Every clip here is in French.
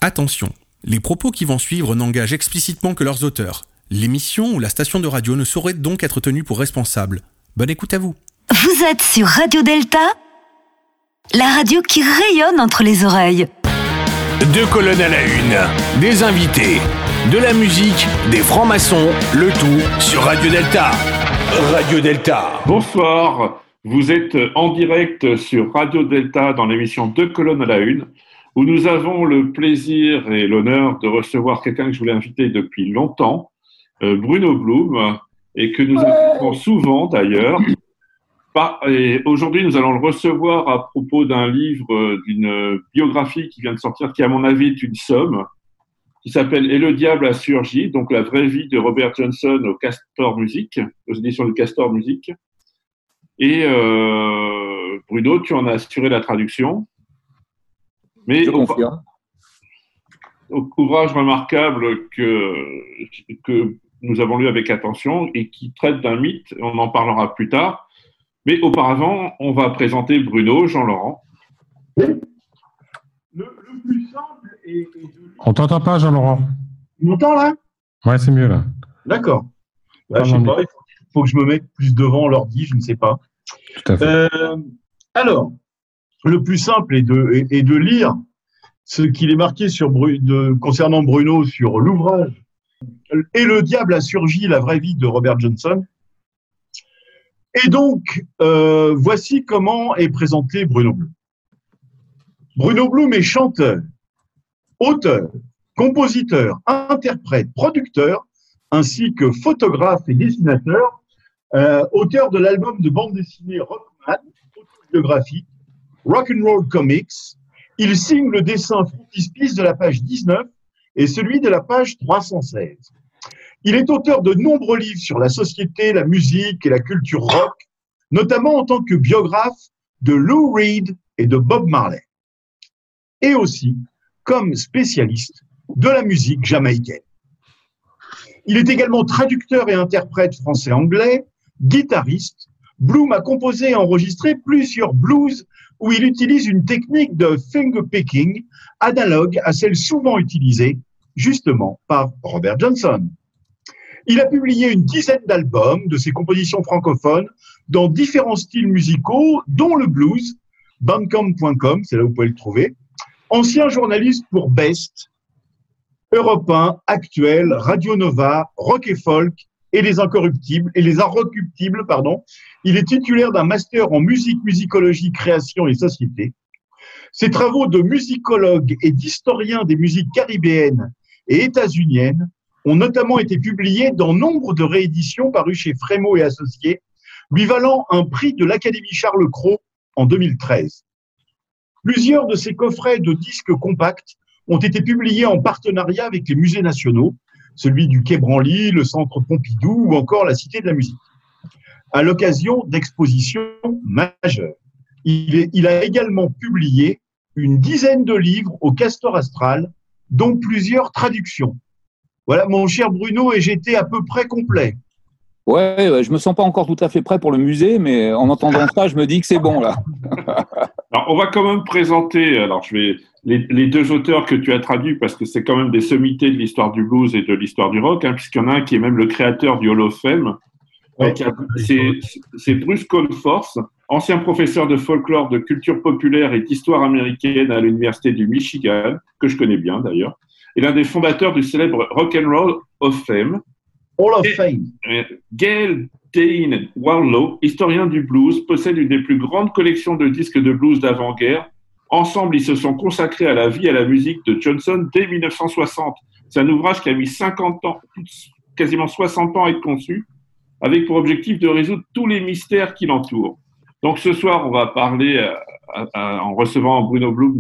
Attention, les propos qui vont suivre n'engagent explicitement que leurs auteurs. L'émission ou la station de radio ne saurait donc être tenue pour responsable. Bonne écoute à vous. Vous êtes sur Radio Delta, la radio qui rayonne entre les oreilles. 2 colonnes à la une, des invités, de la musique, des francs-maçons, le tout sur Radio Delta. Radio Delta. Bonsoir, vous êtes en direct sur Radio Delta dans l'émission 2 colonnes à la une, où nous avons le plaisir et l'honneur de recevoir quelqu'un que je voulais inviter depuis longtemps, Bruno Blum, et que nous invitons souvent d'ailleurs. Et aujourd'hui, nous allons le recevoir à propos d'un livre, d'une biographie qui vient de sortir, qui à mon avis est une somme, qui s'appelle « Et le diable a surgi », donc la vraie vie de Robert Johnson au Castor Music, aux éditions du Castor Music. Et Bruno, tu en as assuré la traduction. Mais ouvrage remarquable que nous avons lu avec attention et qui traite d'un mythe, on en parlera plus tard. Mais auparavant, on va présenter Bruno, Jean-Laurent. Le plus simple est de... On t'entend pas, Jean-Laurent. Tu m'entends là ? Ouais, c'est mieux là. D'accord. Là, je sais pas, il faut que je me mette plus devant l'ordi, je ne sais pas. Tout à fait. Alors, le plus simple est de lire ce qu'il est marqué concernant Bruno sur l'ouvrage « Et le diable a surgi, la vraie vie de Robert Johnson ». Et donc, voici comment est présenté Bruno Blum. Bruno Blum est chanteur, auteur, compositeur, interprète, producteur, ainsi que photographe et dessinateur, auteur de l'album de bande dessinée Rockman, autobiographique, Rock'n'Roll Comics. Il signe le dessin frontispice de la page 19 et celui de la page 316. Il est auteur de nombreux livres sur la société, la musique et la culture rock, notamment en tant que biographe de Lou Reed et de Bob Marley, et aussi comme spécialiste de la musique jamaïcaine. Il est également traducteur et interprète français-anglais, guitariste. Blum a composé et enregistré plusieurs blues où il utilise une technique de fingerpicking analogue à celle souvent utilisée justement par Robert Johnson. Il a publié une dizaine d'albums de ses compositions francophones dans différents styles musicaux, dont le blues, bandcamp.com, c'est là où vous pouvez le trouver. Ancien journaliste pour Best, Europe 1, Actuel, Radio Nova, Rock et Folk et les Incorruptibles, Il est titulaire d'un master en musique, musicologie, création et société. Ses travaux de musicologue et d'historien des musiques caribéennes et états-uniennes ont notamment été publiés dans nombre de rééditions parues chez Frémaux et Associés, lui valant un prix de l'Académie Charles Cros en 2013. Plusieurs de ses coffrets de disques compacts ont été publiés en partenariat avec les musées nationaux, celui du Quai Branly, le Centre Pompidou ou encore la Cité de la Musique, à l'occasion d'expositions majeures. Il a également publié une dizaine de livres au Castor Astral, dont plusieurs traductions. Voilà, mon cher Bruno, et j'étais à peu près complet. Ouais, je me sens pas encore tout à fait prêt pour le musée, mais en entendant ça, je me dis que c'est bon, là. Alors, on va quand même présenter, les deux auteurs que tu as traduits, parce que c'est quand même des sommités de l'histoire du blues et de l'histoire du rock, puisqu'il y en a un qui est même le créateur du Hall of Fame. Ouais, c'est Bruce Colforth, ancien professeur de folklore, de culture populaire et d'histoire américaine à l'université du Michigan, que je connais bien d'ailleurs, et l'un des fondateurs du célèbre Rock'n'Roll of Fame. Hall of Fame. Gail Dane Warlow, historien du blues, possède une des plus grandes collections de disques de blues d'avant-guerre. Ensemble, ils se sont consacrés à la vie et à la musique de Johnson dès 1960. C'est un ouvrage qui a mis 50 ans, quasiment 60 ans à être conçu, avec pour objectif de résoudre tous les mystères qui l'entourent. Donc ce soir, on va parler, en recevant Bruno Blum,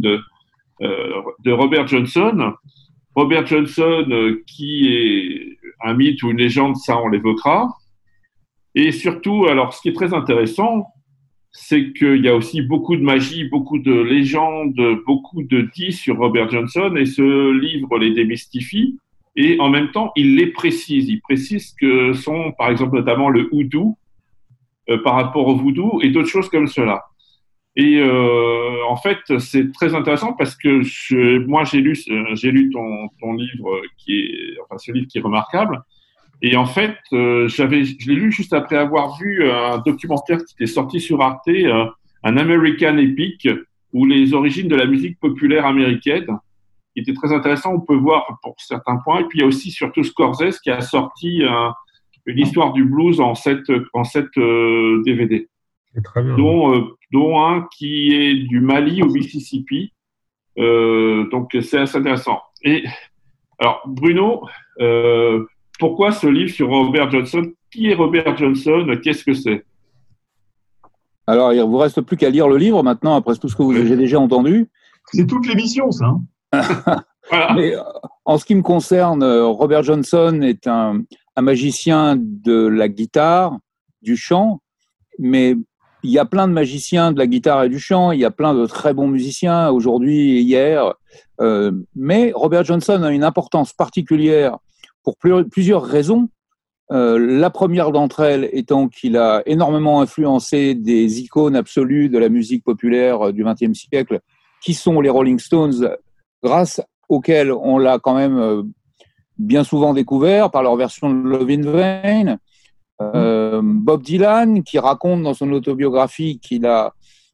de Robert Johnson. Robert Johnson, qui est un mythe ou une légende, ça on l'évoquera. Et surtout, alors ce qui est très intéressant, c'est qu'il y a aussi beaucoup de magie, beaucoup de légendes, beaucoup de dits sur Robert Johnson, et ce livre les démystifie. Et en même temps, il les précise. Il précise que sont, par exemple, notamment le houdou par rapport au voodoo et d'autres choses comme cela. Et en fait, c'est très intéressant parce que moi, j'ai lu ton livre ce livre qui est remarquable. Et en fait, je l'ai lu juste après avoir vu un documentaire qui était sorti sur Arte, un American Epic, ou les origines de la musique populaire américaine, qui était très intéressant. On peut voir pour certains points. Et puis il y a aussi surtout Scorsese qui a sorti une histoire du blues en 7 DVD. C'est très bien. Dont un qui est du Mali au Mississippi. Donc, c'est assez intéressant. Et alors, Bruno, pourquoi ce livre sur Robert Johnson? Qui est Robert Johnson? Qu'est-ce que c'est? Alors, il ne vous reste plus qu'à lire le livre maintenant, après tout ce que j'ai déjà entendu. C'est toute l'émission, ça. Voilà. Mais, en ce qui me concerne, Robert Johnson est un magicien de la guitare, du chant, mais il y a plein de magiciens de la guitare et du chant, il y a plein de très bons musiciens aujourd'hui et hier, mais Robert Johnson a une importance particulière pour plusieurs raisons. La première d'entre elles étant qu'il a énormément influencé des icônes absolues de la musique populaire du XXe siècle, qui sont les Rolling Stones, grâce auxquels on l'a quand même bien souvent découvert par leur version de Love in Vain. Bob Dylan, qui raconte dans son autobiographie qu'il a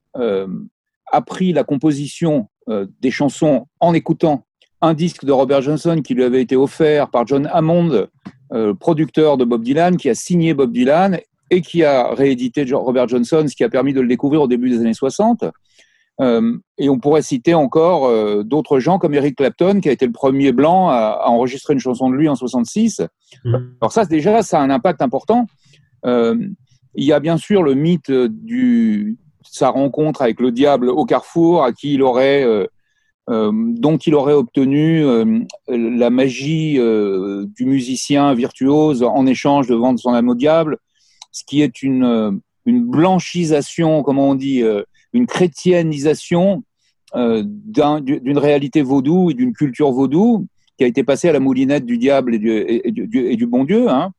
appris la composition des chansons en écoutant un disque de Robert Johnson qui lui avait été offert par John Hammond, producteur de Bob Dylan, qui a signé Bob Dylan et qui a réédité Robert Johnson, ce qui a permis de le découvrir au début des années 60. Et on pourrait citer encore d'autres gens comme Eric Clapton, qui a été le premier blanc à enregistrer une chanson de lui en 66. Alors ça, déjà, ça a un impact important. Il y a bien sûr le mythe de sa rencontre avec le diable au carrefour, à qui dont il aurait obtenu la magie du musicien virtuose en échange de vendre son âme au diable, ce qui est une blanchisation, comment on dit, une chrétianisation d'une réalité vaudou et d'une culture vaudou qui a été passée à la moulinette du diable et du bon Dieu. Hein.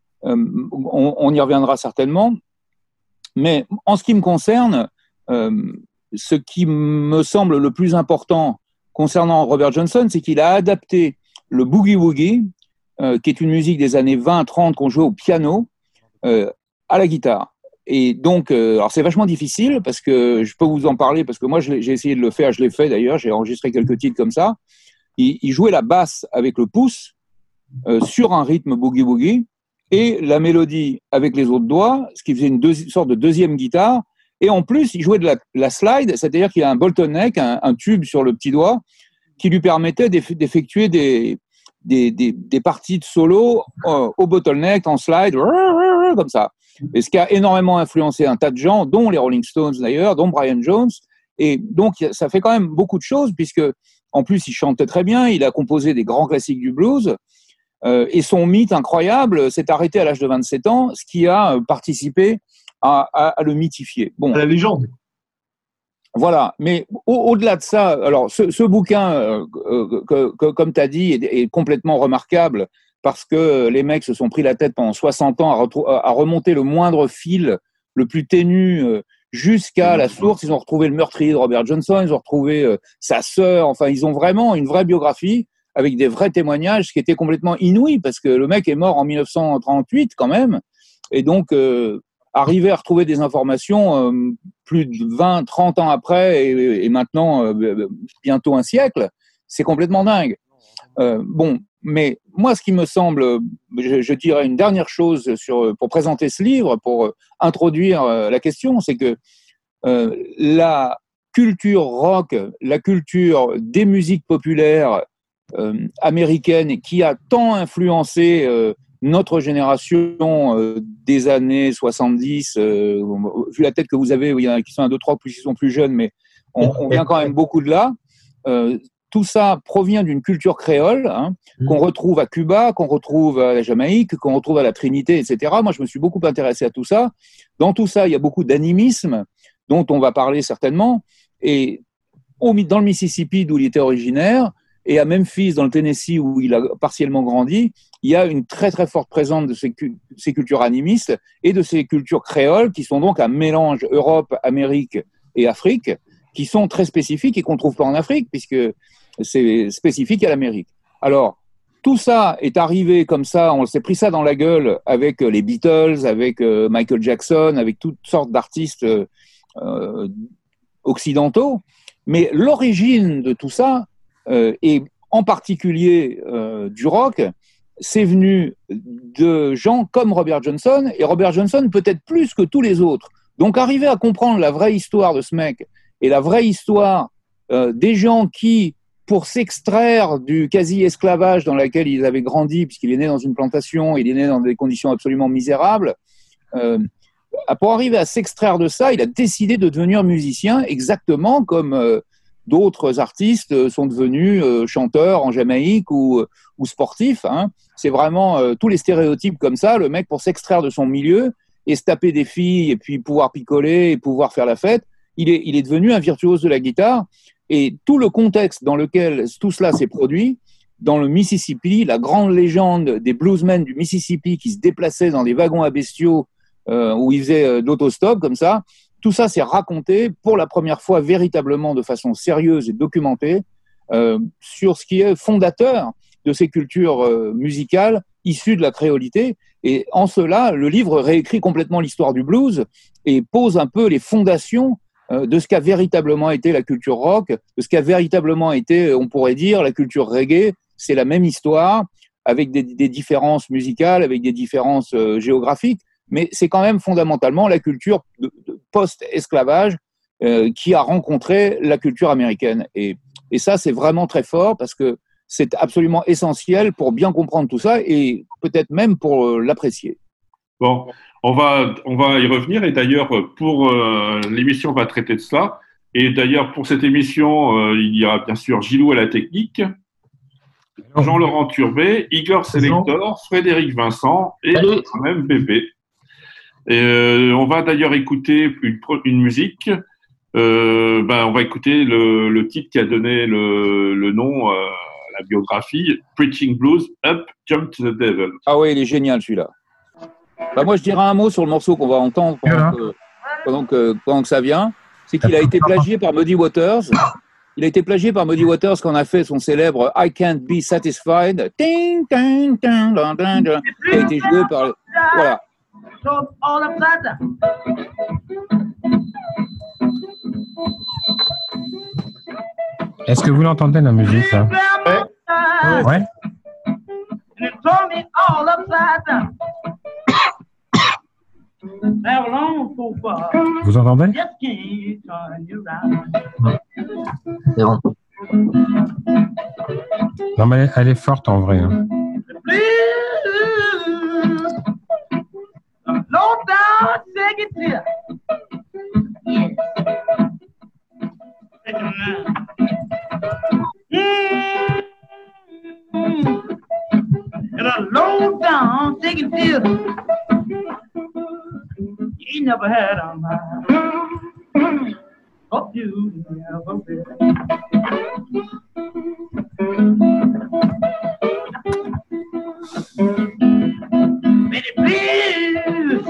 On y reviendra certainement. Mais en ce qui me concerne, ce qui me semble le plus important concernant Robert Johnson, c'est qu'il a adapté le boogie-woogie, qui est une musique des années 20-30 qu'on jouait au piano, à la guitare. Et donc, alors c'est vachement difficile parce que je peux vous en parler parce que moi j'ai essayé de le faire, je l'ai fait d'ailleurs, j'ai enregistré quelques titres comme ça. Il jouait la basse avec le pouce sur un rythme boogie-woogie et la mélodie avec les autres doigts, ce qui faisait une sorte de deuxième guitare. Et en plus, il jouait de la slide, c'est-à-dire qu'il y a un bottleneck, un tube sur le petit doigt qui lui permettait d'effectuer des parties de solo au bottleneck, en slide, comme ça. Et ce qui a énormément influencé un tas de gens, dont les Rolling Stones d'ailleurs, dont Brian Jones. Et donc, ça fait quand même beaucoup de choses, puisque en plus, il chantait très bien, il a composé des grands classiques du blues. Et son mythe incroyable s'est arrêté à l'âge de 27 ans, ce qui a participé à le mythifier. Bon. La légende. Voilà, mais au-delà de ça, alors ce bouquin, comme tu as dit, est complètement remarquable parce que les mecs se sont pris la tête pendant 60 ans à remonter le moindre fil, le plus ténu, jusqu'à la source. Ils ont retrouvé le meurtrier de Robert Johnson, ils ont retrouvé sa sœur, enfin ils ont vraiment une vraie biographie avec des vrais témoignages, ce qui était complètement inouï parce que le mec est mort en 1938 quand même, et donc arriver à retrouver des informations plus de 20, 30 ans après et maintenant bientôt un siècle, c'est complètement dingue. Bon, mais moi, ce qui me semble, je dirais une dernière chose pour présenter ce livre, pour introduire la question, c'est que la culture rock, la culture des musiques populaires américaines qui a tant influencé notre génération des années 70, vu la tête que vous avez, il y en a qui sont un, deux, trois, qui sont plus jeunes, mais on vient quand même beaucoup de là. Tout ça provient d'une culture créole qu'on retrouve à Cuba, qu'on retrouve à la Jamaïque, qu'on retrouve à la Trinité, etc. Moi, je me suis beaucoup intéressé à tout ça. Dans tout ça, il y a beaucoup d'animisme dont on va parler certainement. Et dans le Mississippi, d'où il était originaire, et à Memphis, dans le Tennessee, où il a partiellement grandi, il y a une très très forte présence de ces cultures animistes et de ces cultures créoles qui sont donc un mélange Europe, Amérique et Afrique, qui sont très spécifiques et qu'on ne trouve pas en Afrique, puisque c'est spécifique à l'Amérique. Alors, tout ça est arrivé comme ça, on s'est pris ça dans la gueule avec les Beatles, avec Michael Jackson, avec toutes sortes d'artistes occidentaux. Mais l'origine de tout ça, et en particulier du rock, c'est venu de gens comme Robert Johnson, et Robert Johnson peut-être plus que tous les autres. Donc arriver à comprendre la vraie histoire de ce mec, et la vraie histoire des gens qui, pour s'extraire du quasi-esclavage dans lequel ils avaient grandi, puisqu'il est né dans une plantation, il est né dans des conditions absolument misérables, pour arriver à s'extraire de ça, il a décidé de devenir musicien, exactement comme d'autres artistes sont devenus chanteurs en Jamaïque ou sportifs. Hein. C'est vraiment tous les stéréotypes comme ça, le mec pour s'extraire de son milieu et se taper des filles et puis pouvoir picoler et pouvoir faire la fête, il est devenu un virtuose de la guitare. Et tout le contexte dans lequel tout cela s'est produit, dans le Mississippi, la grande légende des bluesmen du Mississippi qui se déplaçaient dans des wagons à bestiaux où ils faisaient d'autostop comme ça, tout ça s'est raconté pour la première fois véritablement de façon sérieuse et documentée sur ce qui est fondateur de ces cultures musicales issues de la créolité. Et en cela, le livre réécrit complètement l'histoire du blues et pose un peu les fondations de ce qu'a véritablement été la culture rock, de ce qu'a véritablement été, on pourrait dire, la culture reggae. C'est la même histoire, avec des différences musicales, avec des différences géographiques, mais c'est quand même fondamentalement la culture de post-esclavage qui a rencontré la culture américaine. Et ça, c'est vraiment très fort, parce que c'est absolument essentiel pour bien comprendre tout ça, et peut-être même pour l'apprécier. Bon, on va y revenir, et d'ailleurs, pour l'émission, on va traiter de ça. Et d'ailleurs, pour cette émission, il y a bien sûr Gilou à la technique, Jean-Laurent Turbet, Igor Selector, Frédéric Vincent et même Bébé. Et on va d'ailleurs écouter une musique. On va écouter le titre qui a donné le nom à la biographie, Preaching Blues, Up, Jump to the Devil. Ah oui, il est génial celui-là. Moi, je dirais un mot sur le morceau qu'on va entendre pendant que ça vient. C'est qu'il a été plagié par Muddy Waters. Il a été plagié par Muddy Waters quand on a fait son célèbre I Can't Be Satisfied. Ding, ding, ding, ding, ding, ding. Il a été joué par... Voilà. Est-ce que vous l'entendez, la musique, là? Ouais. Vous entendez? C'est bon. Non, mais elle est forte en vrai. Hein. And a low down taking deal. He never had a mind. Oh, you never will. Betty, please.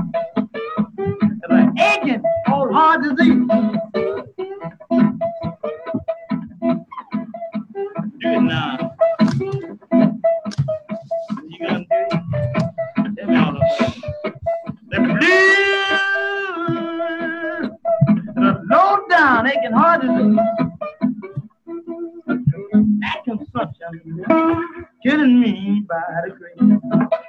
An aching old heart disease. Do it now. You gonna do it? Tell me all of it. The blues, the low down, aching heart disease. That consumption killing me by the grace.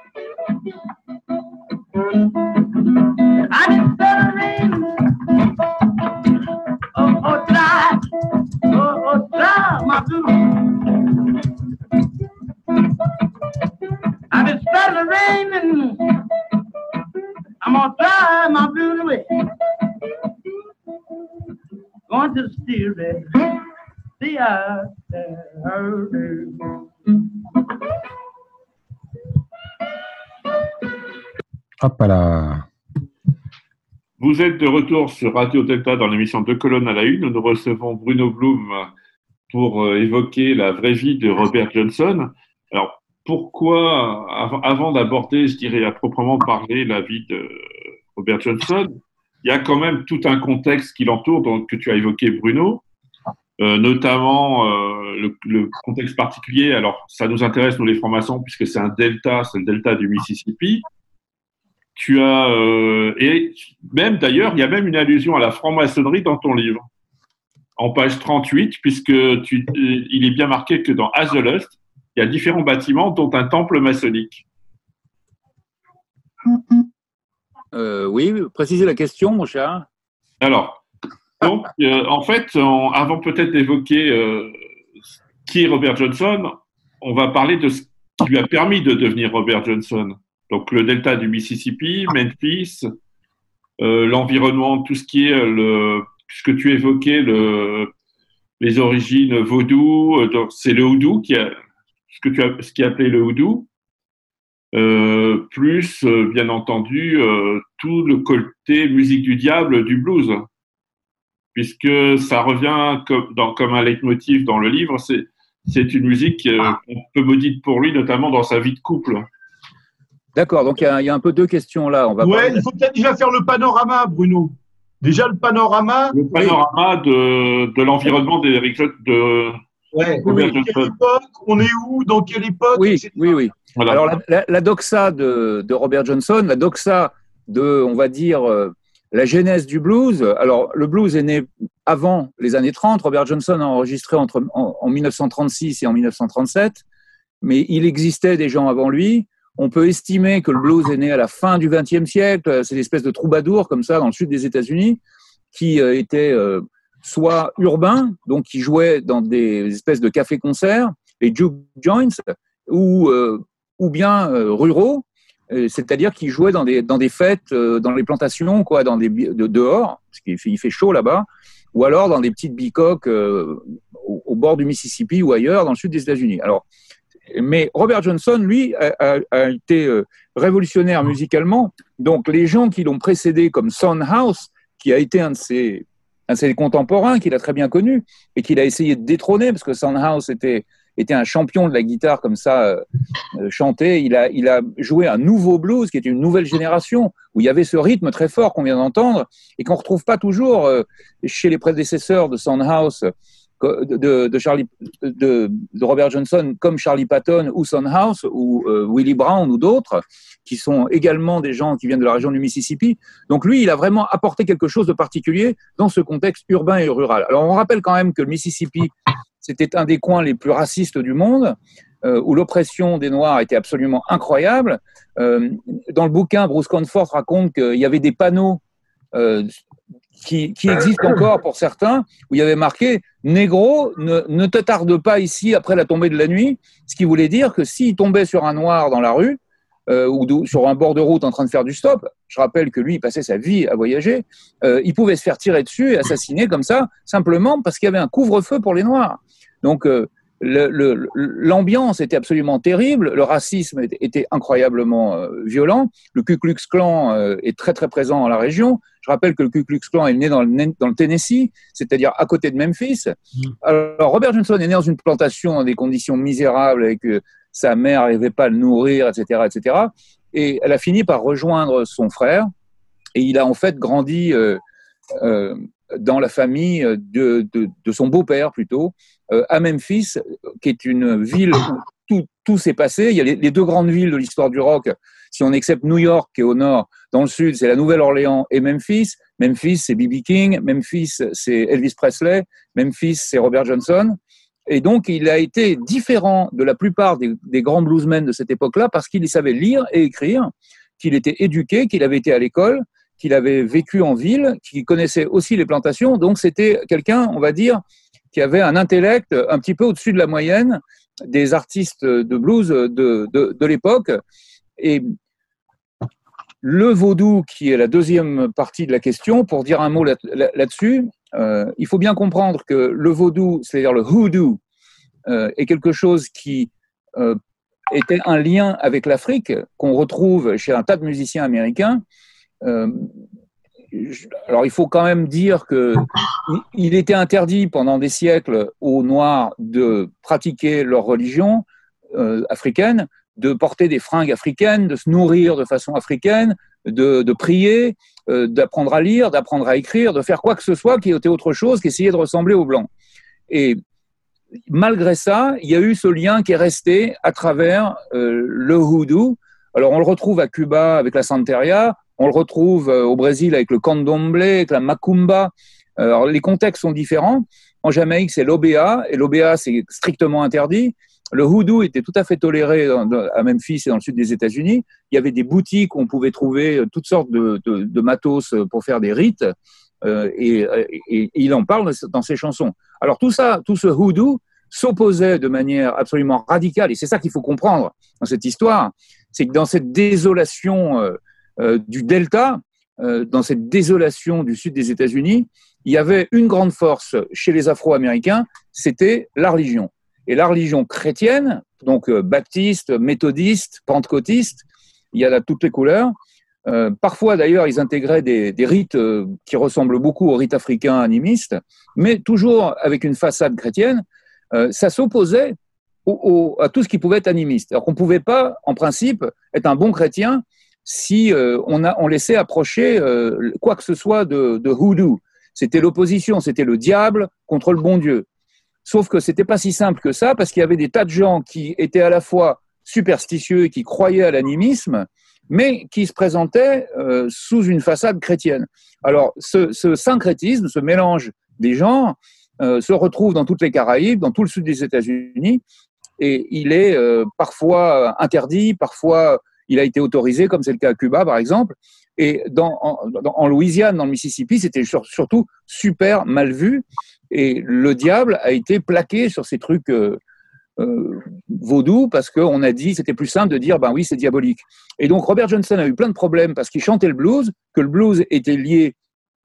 I just felt the rain. Oh, dry my blues. I just felt the rain and I'm gonna dry my blues away. Going to the steel bed. See out there. Hop là. Vous êtes de retour sur Radio Delta dans l'émission Deux colonnes à la une. Nous recevons Bruno Blum pour évoquer la vraie vie de Robert Johnson. Alors, pourquoi, avant d'aborder, je dirais à proprement parler, la vie de Robert Johnson, il y a quand même tout un contexte qui l'entoure, donc, que tu as évoqué, Bruno, notamment le contexte particulier. Alors, ça nous intéresse, nous les francs-maçons, puisque c'est un delta, c'est le delta du Mississippi. Tu as, et même d'ailleurs, il y a même une allusion à la franc-maçonnerie dans ton livre, en page 38, puisque il est bien marqué que dans Hazelhurst, il y a différents bâtiments, dont un temple maçonnique. Oui, précisez la question, mon cher. Alors, donc, en fait, avant peut-être d'évoquer qui est Robert Johnson, on va parler de ce qui lui a permis de devenir Robert Johnson. Donc, le delta du Mississippi, Memphis, l'environnement, tout ce qui est ce que tu évoquais, les origines vaudou. Donc, c'est le houdou ce qui est appelé le houdou. Plus, bien entendu, tout le côté musique du diable du blues, puisque ça revient comme un leitmotiv dans le livre. C'est une musique qu'on peut maudite pour lui, notamment dans sa vie de couple. D'accord, donc il y a un peu deux questions là. Il faut peut-être déjà faire le panorama, Bruno. Déjà le panorama. Le panorama de l'environnement d'Eric de Robert Johnson. Quelle époque, on est où, dans quelle époque, Oui, etc. oui. Voilà. Alors la doxa de Robert Johnson, la doxa de, on va dire, la genèse du blues. Alors le blues est né avant les années 30. Robert Johnson a enregistré en 1936 et en 1937, mais il existait des gens avant lui. On peut estimer que le blues est né à la fin du XXe siècle. C'est une espèce de troubadour comme ça dans le sud des États-Unis qui était soit urbain, donc qui jouait dans des espèces de cafés-concerts, les juke joints, ou bien ruraux, c'est-à-dire qui jouaient dans des fêtes, dans les plantations, quoi, dehors, parce qu'il fait chaud là-bas, ou alors dans des petites bicoques au bord du Mississippi ou ailleurs dans le sud des États-Unis. Alors, mais Robert Johnson, lui, a été révolutionnaire musicalement. Donc, les gens qui l'ont précédé, comme Sondhaus, qui a été un de ses contemporains, qu'il a très bien connu, et qu'il a essayé de détrôner, parce que Sondhaus était un champion de la guitare comme ça, chanté. Il a joué un nouveau blues, qui était une nouvelle génération, où il y avait ce rythme très fort qu'on vient d'entendre, et qu'on ne retrouve pas toujours chez les prédécesseurs de Sondhaus, de Robert Johnson, comme Charlie Patton ou Sondhaus ou Willie Brown ou d'autres, qui sont également des gens qui viennent de la région du Mississippi. Donc lui, il a vraiment apporté quelque chose de particulier dans ce contexte urbain et rural. Alors on rappelle quand même que le Mississippi, c'était un des coins les plus racistes du monde, où l'oppression des Noirs était absolument incroyable. Dans le bouquin, Bruce Comfort raconte qu'il y avait des panneaux qui existent encore pour certains, où il y avait marqué « Négro, ne te tarde pas ici après la tombée de la nuit », ce qui voulait dire que s'il tombait sur un Noir dans la rue, ou sur un bord de route en train de faire du stop, je rappelle que lui, il passait sa vie à voyager, il pouvait se faire tirer dessus et assassiner comme ça, simplement parce qu'il y avait un couvre-feu pour les Noirs. Donc, l'ambiance était absolument terrible, le racisme était incroyablement violent, le Ku Klux Klan est très très présent dans la région. Je rappelle que le Ku Klux Klan est né dans le Tennessee, c'est-à-dire à côté de Memphis. Alors Robert Johnson est né dans une plantation dans des conditions misérables, avec sa mère n'arrivait pas à le nourrir, etc., etc. Et elle a fini par rejoindre son frère, et il a en fait grandi dans la famille de son beau-père plutôt, à Memphis, qui est une ville où tout s'est passé. Il y a les deux grandes villes de l'histoire du rock, si on accepte New York qui est au nord, dans le sud, c'est la Nouvelle-Orléans et Memphis. Memphis, c'est B.B. King, Memphis, c'est Elvis Presley, Memphis, c'est Robert Johnson. Et donc, il a été différent de la plupart des grands bluesmen de cette époque-là parce qu'il savait lire et écrire, qu'il était éduqué, qu'il avait été à l'école, qu'il avait vécu en ville, qu'il connaissait aussi les plantations. Donc, c'était quelqu'un, on va dire, qui avait un intellect un petit peu au-dessus de la moyenne des artistes de blues de l'époque. Et le vaudou, qui est la deuxième partie de la question, pour dire un mot là-dessus, il faut bien comprendre que le vaudou, c'est-à-dire le hoodoo, est quelque chose qui était un lien avec l'Afrique, qu'on retrouve chez un tas de musiciens américains. Alors, il faut quand même dire qu'il était interdit pendant des siècles aux Noirs de pratiquer leur religion africaine, de porter des fringues africaines, de se nourrir de façon africaine, de prier, d'apprendre à lire, d'apprendre à écrire, de faire quoi que ce soit qui était autre chose qu'essayer de ressembler aux Blancs. Et malgré ça, il y a eu ce lien qui est resté à travers le hoodoo. Alors, on le retrouve à Cuba avec la Santeria, on le retrouve au Brésil avec le candomblé, avec la macumba. Alors, les contextes sont différents. En Jamaïque, c'est l'OBA, et l'OBA, c'est strictement interdit. Le hoodoo était tout à fait toléré à Memphis et dans le sud des États-Unis. Il y avait des boutiques où on pouvait trouver toutes sortes de matos pour faire des rites, et il en parle dans ses chansons. Alors tout ce hoodoo s'opposait de manière absolument radicale, et c'est ça qu'il faut comprendre dans cette histoire, c'est que dans cette désolation du Delta, dans cette désolation du sud des États-Unis, il y avait une grande force chez les Afro-Américains, c'était la religion. Et la religion chrétienne, donc baptiste, méthodiste, pentecôtiste, il y a là toutes les couleurs. Parfois, d'ailleurs, ils intégraient des rites qui ressemblent beaucoup aux rites africains animistes, mais toujours avec une façade chrétienne. Ça s'opposait à tout ce qui pouvait être animiste. Alors qu'on ne pouvait pas, en principe, être un bon chrétien si on laissait approcher quoi que ce soit de hoodoo. C'était l'opposition, c'était le diable contre le bon Dieu. Sauf que c'était pas si simple que ça, parce qu'il y avait des tas de gens qui étaient à la fois superstitieux et qui croyaient à l'animisme, mais qui se présentaient sous une façade chrétienne. Alors, ce syncrétisme, ce mélange des genres, se retrouve dans toutes les Caraïbes, dans tout le sud des États-Unis, et il est parfois interdit, parfois il a été autorisé, comme c'est le cas à Cuba, par exemple. Et en Louisiane, dans le Mississippi, c'était surtout super mal vu. Et le diable a été plaqué sur ces trucs vaudous parce qu'on a dit, c'était plus simple de dire, ben oui, c'est diabolique. Et donc Robert Johnson a eu plein de problèmes parce qu'il chantait le blues, que le blues était lié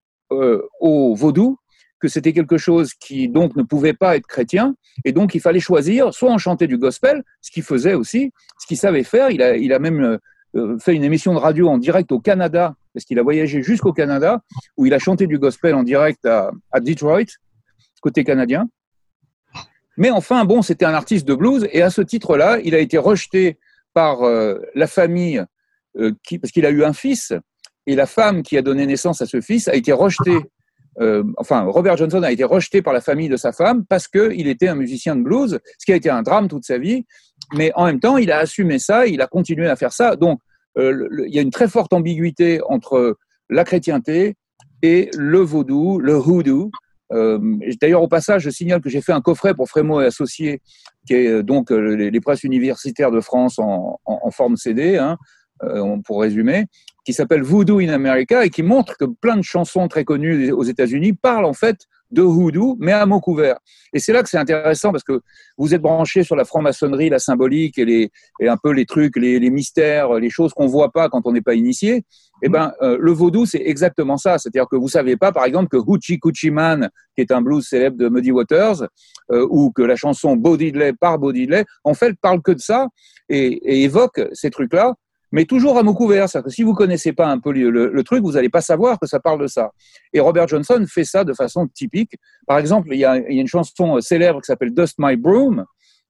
au vaudou, que c'était quelque chose qui donc ne pouvait pas être chrétien. Et donc il fallait choisir, soit on chantait du gospel, ce qu'il faisait aussi, ce qu'il savait faire. Il a même fait une émission de radio en direct au Canada, parce qu'il a voyagé jusqu'au Canada, où il a chanté du gospel en direct à Detroit, côté canadien. Mais enfin, bon, c'était un artiste de blues, et à ce titre-là, il a été rejeté par la famille, parce qu'il a eu un fils, et la femme qui a donné naissance à ce fils a été rejetée. Robert Johnson a été rejeté par la famille de sa femme parce qu'il était un musicien de blues, ce qui a été un drame toute sa vie, mais en même temps, il a assumé ça, il a continué à faire ça. Donc, il y a une très forte ambiguïté entre la chrétienté et le vaudou, le hoodoo. D'ailleurs, au passage, je signale que j'ai fait un coffret pour Frémaux et Associés, qui est donc les presses universitaires de France en forme CD, pour résumer, qui s'appelle Voodoo in America et qui montre que plein de chansons très connues aux États-Unis parlent en fait de hoodoo, mais à mots couverts. Et c'est là que c'est intéressant parce que vous êtes branchés sur la franc-maçonnerie, la symbolique et un peu les trucs, les mystères, les choses qu'on voit pas quand on n'est pas initié. Eh ben, le vaudou, c'est exactement ça. C'est-à-dire que vous savez pas, par exemple, que Hoochie Coochie Man, qui est un blues célèbre de Muddy Waters, ou que la chanson Bo Diddley par Bo Diddley, en fait, parle que de ça et évoque ces trucs-là, mais toujours à mots couverts. C'est-à-dire que si vous connaissez pas un peu le truc, vous n'allez pas savoir que ça parle de ça. Et Robert Johnson fait ça de façon typique. Par exemple, il y a une chanson célèbre qui s'appelle Dust My Broom.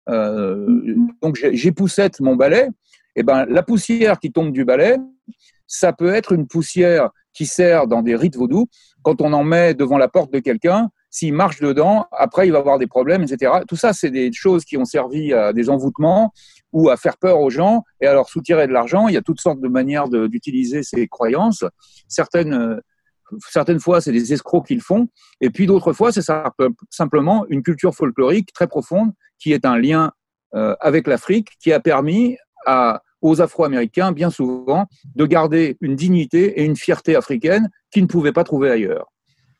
Donc, j'époussette mon balai. Et ben, la poussière qui tombe du balai, ça peut être une poussière qui sert dans des rites vaudous. Quand on en met devant la porte de quelqu'un, s'il marche dedans, après il va avoir des problèmes, etc. Tout ça, c'est des choses qui ont servi à des envoûtements ou à faire peur aux gens et à leur soutirer de l'argent. Il y a toutes sortes de manières d'utiliser ces croyances. Certaines fois, c'est des escrocs qui le font. Et puis d'autres fois, c'est simplement une culture folklorique très profonde qui est un lien avec l'Afrique, qui a permis aux Afro-Américains, bien souvent, de garder une dignité et une fierté africaine qu'ils ne pouvaient pas trouver ailleurs.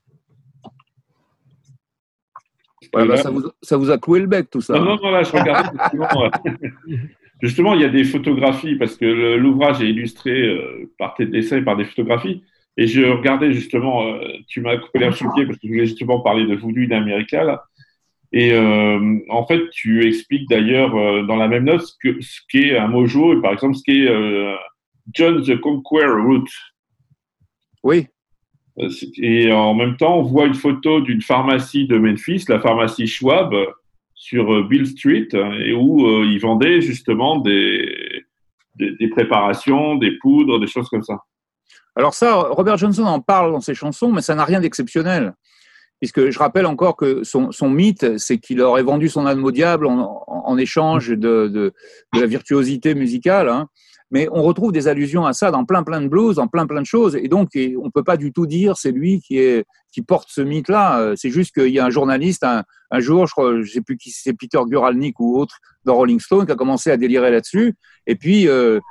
Voilà, ça vous a cloué le bec, tout ça. Non, là, je regardais justement, il y a des photographies, parce que l'ouvrage est illustré par tes dessins et par des photographies, et je regardais justement, tu m'as coupé l'herbe sous le pied, parce que je voulais justement parler de Voodoo in America, là. Et en fait, tu expliques d'ailleurs dans la même note ce qu'est un mojo, et par exemple ce qu'est John the Conqueror Root. Oui. Et en même temps, on voit une photo d'une pharmacie de Memphis, la pharmacie Schwab, sur Beale Street, et où ils vendaient justement des préparations, des poudres, des choses comme ça. Alors ça, Robert Johnson en parle dans ses chansons, mais ça n'a rien d'exceptionnel. Puisque je rappelle encore que son mythe, c'est qu'il aurait vendu son âme au diable en échange de la virtuosité musicale. Hein. Mais on retrouve des allusions à ça dans plein de blues, dans plein de choses. Et donc, on peut pas du tout dire c'est lui qui porte ce mythe-là. C'est juste qu'il y a un journaliste, un jour, je sais plus qui c'est, Peter Guralnick ou autre, dans Rolling Stone, qui a commencé à délirer là-dessus. Et puis,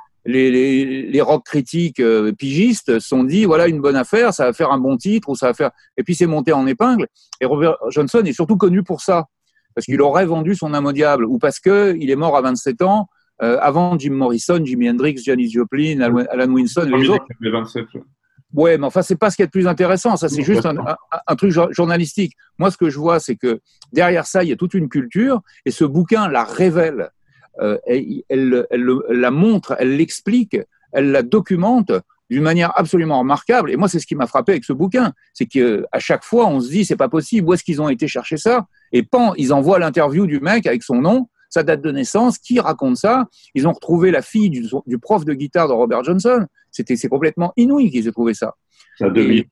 les rock critiques pigistes se sont dit voilà une bonne affaire, ça va faire un bon titre, ou ça va faire. Et puis c'est monté en épingle. Et Robert Johnson est surtout connu pour ça, parce qu'il aurait vendu son âme au diable, ou parce que il est mort à 27 ans avant Jim Morrison, Jimi Hendrix, Janis Joplin, Alan Wilson, les autres. Il avait 27. Ouais, mais enfin c'est pas ce qui est le plus intéressant. Ça c'est juste un truc journalistique. Moi ce que je vois c'est que derrière ça il y a toute une culture, et ce bouquin la révèle. Elle la montre, elle l'explique, elle la documente d'une manière absolument remarquable. Et moi, c'est ce qui m'a frappé avec ce bouquin, c'est qu'à chaque fois, on se dit, c'est pas possible, où est-ce qu'ils ont été chercher ça ? Et ils envoient l'interview du mec avec son nom, sa date de naissance, qui raconte ça. Ils ont retrouvé la fille du prof de guitare de Robert Johnson. C'est complètement inouï qu'ils aient trouvé ça. Ça devait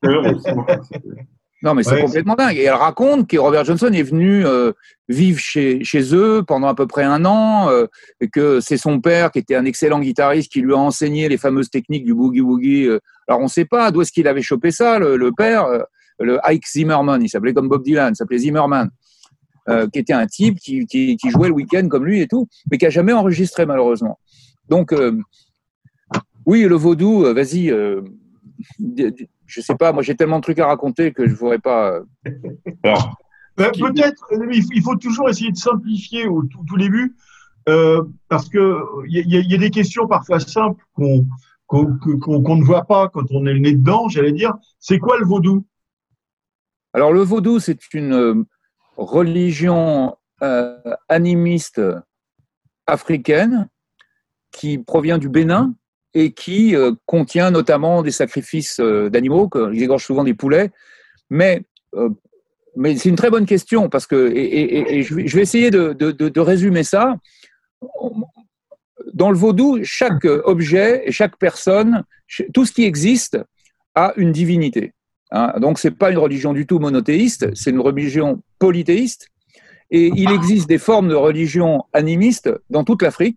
Non, mais c'est complètement dingue. Et elle raconte que Robert Johnson est venu vivre chez eux pendant à peu près 1 an, et que c'est son père, qui était un excellent guitariste, qui lui a enseigné les fameuses techniques du boogie-woogie. Alors, on ne sait pas d'où est-ce qu'il avait chopé ça, le père, le Ike Zimmerman, il s'appelait comme Bob Dylan, il s'appelait Zimmerman, qui était un type qui jouait le week-end comme lui et tout, mais qui n'a jamais enregistré, malheureusement. Donc, oui, le vaudou, vas-y... je sais pas, moi j'ai tellement de trucs à raconter que je ne pourrais pas. Alors, peut-être, il faut toujours essayer de simplifier au tout début, parce que il y a des questions parfois simples qu'on ne voit pas quand on est le nez dedans. J'allais dire, c'est quoi le vaudou ? Alors le vaudou, c'est une religion animiste africaine qui provient du Bénin, et qui contient notamment des sacrifices d'animaux, ils égorgent souvent des poulets, mais c'est une très bonne question, parce que, et je vais essayer de résumer ça. Dans le vaudou, chaque objet et chaque personne, tout ce qui existe a une divinité. Hein. Donc c'est pas une religion du tout monothéiste, c'est une religion polythéiste, et il existe des formes de religion animiste dans toute l'Afrique,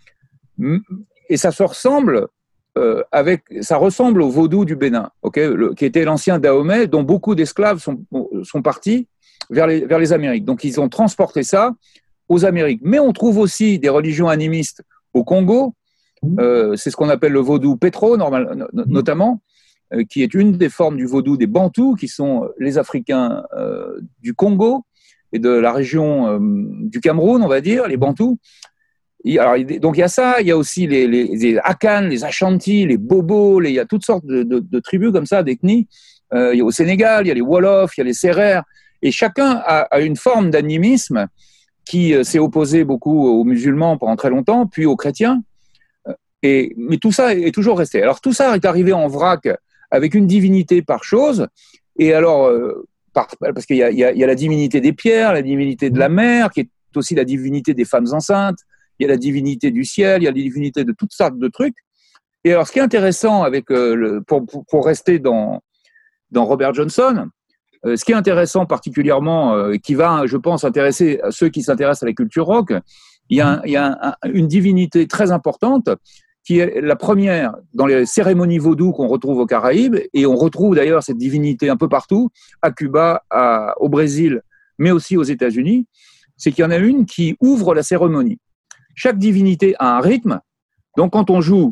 et ça se ressemble ça ressemble au vaudou du Bénin, qui était l'ancien Dahomey, dont beaucoup d'esclaves sont partis vers les Amériques. Donc ils ont transporté ça aux Amériques. Mais on trouve aussi des religions animistes au Congo. C'est ce qu'on appelle le vaudou pétro, notamment, qui est une des formes du vaudou des Bantous, qui sont les Africains du Congo et de la région du Cameroun, on va dire, les Bantous. Alors, donc il y a ça, il y a aussi les Akan, les Ashanti, les Bobos, il y a toutes sortes de tribus comme ça, d'ethnies. Il y a au Sénégal, il y a les Wolofs, il y a les Sérères, et chacun a une forme d'animisme qui s'est opposé beaucoup aux musulmans pendant très longtemps, puis aux chrétiens. Mais tout ça est toujours resté. Alors tout ça est arrivé en vrac avec une divinité par chose, et alors parce qu'il y a la divinité des pierres, la divinité de la mer, qui est aussi la divinité des femmes enceintes. Il y a la divinité du ciel, il y a la divinité de toutes sortes de trucs. Et alors, ce qui est intéressant pour rester dans Robert Johnson, ce qui est intéressant particulièrement, qui va, je pense, intéresser ceux qui s'intéressent à la culture rock, il y a une divinité très importante qui est la première dans les cérémonies vaudou qu'on retrouve aux Caraïbes, et on retrouve d'ailleurs cette divinité un peu partout, à Cuba, au Brésil, mais aussi aux États-Unis. C'est qu'il y en a une qui ouvre la cérémonie. Chaque divinité a un rythme, donc quand on joue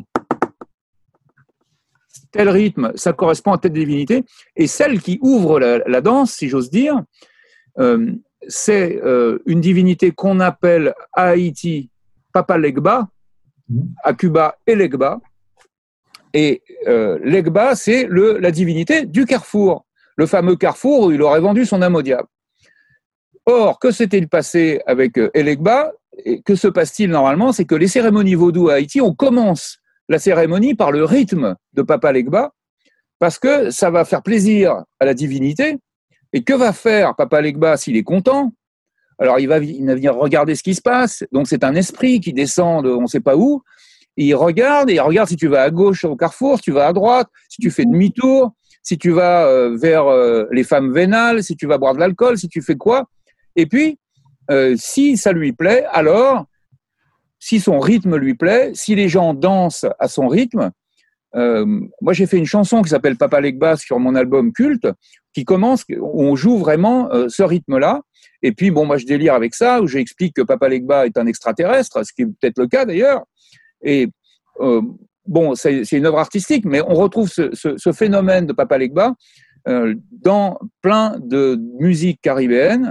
tel rythme, ça correspond à telle divinité, et celle qui ouvre la danse, si j'ose dire, c'est une divinité qu'on appelle à Haïti Papa Legba, à Cuba Elegba, et Legba, c'est la divinité du carrefour, le fameux carrefour où il aurait vendu son âme au diable. Or, que s'est-il passé avec Elegba ? Et que se passe-t-il normalement ? C'est que les cérémonies vaudou à Haïti, on commence la cérémonie par le rythme de Papa Legba, parce que ça va faire plaisir à la divinité. Et que va faire Papa Legba s'il est content ? Alors il va venir regarder ce qui se passe. Donc c'est un esprit qui descend de on ne sait pas où, il regarde si tu vas à gauche au carrefour, si tu vas à droite, si tu fais demi-tour, si tu vas vers les femmes vénales, si tu vas boire de l'alcool, si tu fais quoi. Et puis, si ça lui plaît, alors, si son rythme lui plaît, si les gens dansent à son rythme, moi j'ai fait une chanson qui s'appelle Papa Legba sur mon album Culte, qui commence, où on joue vraiment ce rythme-là. Et puis, bon, moi je délire avec ça, où j'explique que Papa Legba est un extraterrestre, ce qui est peut-être le cas d'ailleurs. Et bon, c'est une œuvre artistique, mais on retrouve ce phénomène de Papa Legba dans plein de musiques caribéennes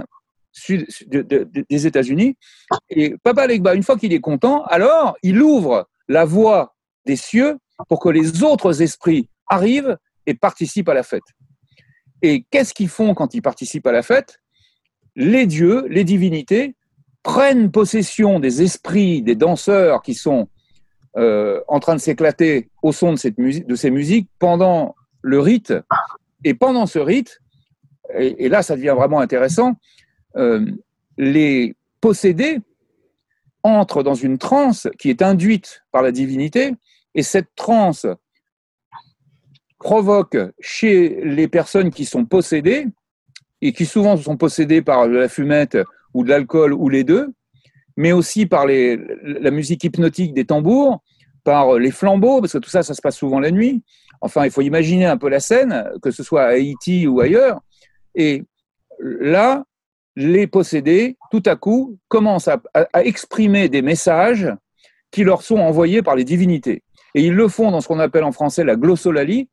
des États-Unis. Et Papa Legba, une fois qu'il est content, alors il ouvre la voie des cieux pour que les autres esprits arrivent et participent à la fête. Et qu'est-ce qu'ils font quand ils participent à la fête ? Les dieux, les divinités, prennent possession des esprits, des danseurs qui sont en train de s'éclater au son de ces musiques pendant le rite. Et pendant ce rite, et là ça devient vraiment intéressant, les possédés entrent dans une transe qui est induite par la divinité, et cette transe provoque chez les personnes qui sont possédées, et qui souvent sont possédées par de la fumette ou de l'alcool ou les deux, mais aussi par la musique hypnotique des tambours, par les flambeaux, parce que tout ça, ça se passe souvent la nuit. Enfin, il faut imaginer un peu la scène, que ce soit à Haïti ou ailleurs. Et là, les possédés, tout à coup, commencent à exprimer des messages qui leur sont envoyés par les divinités. Et ils le font dans ce qu'on appelle en français la glossolalie.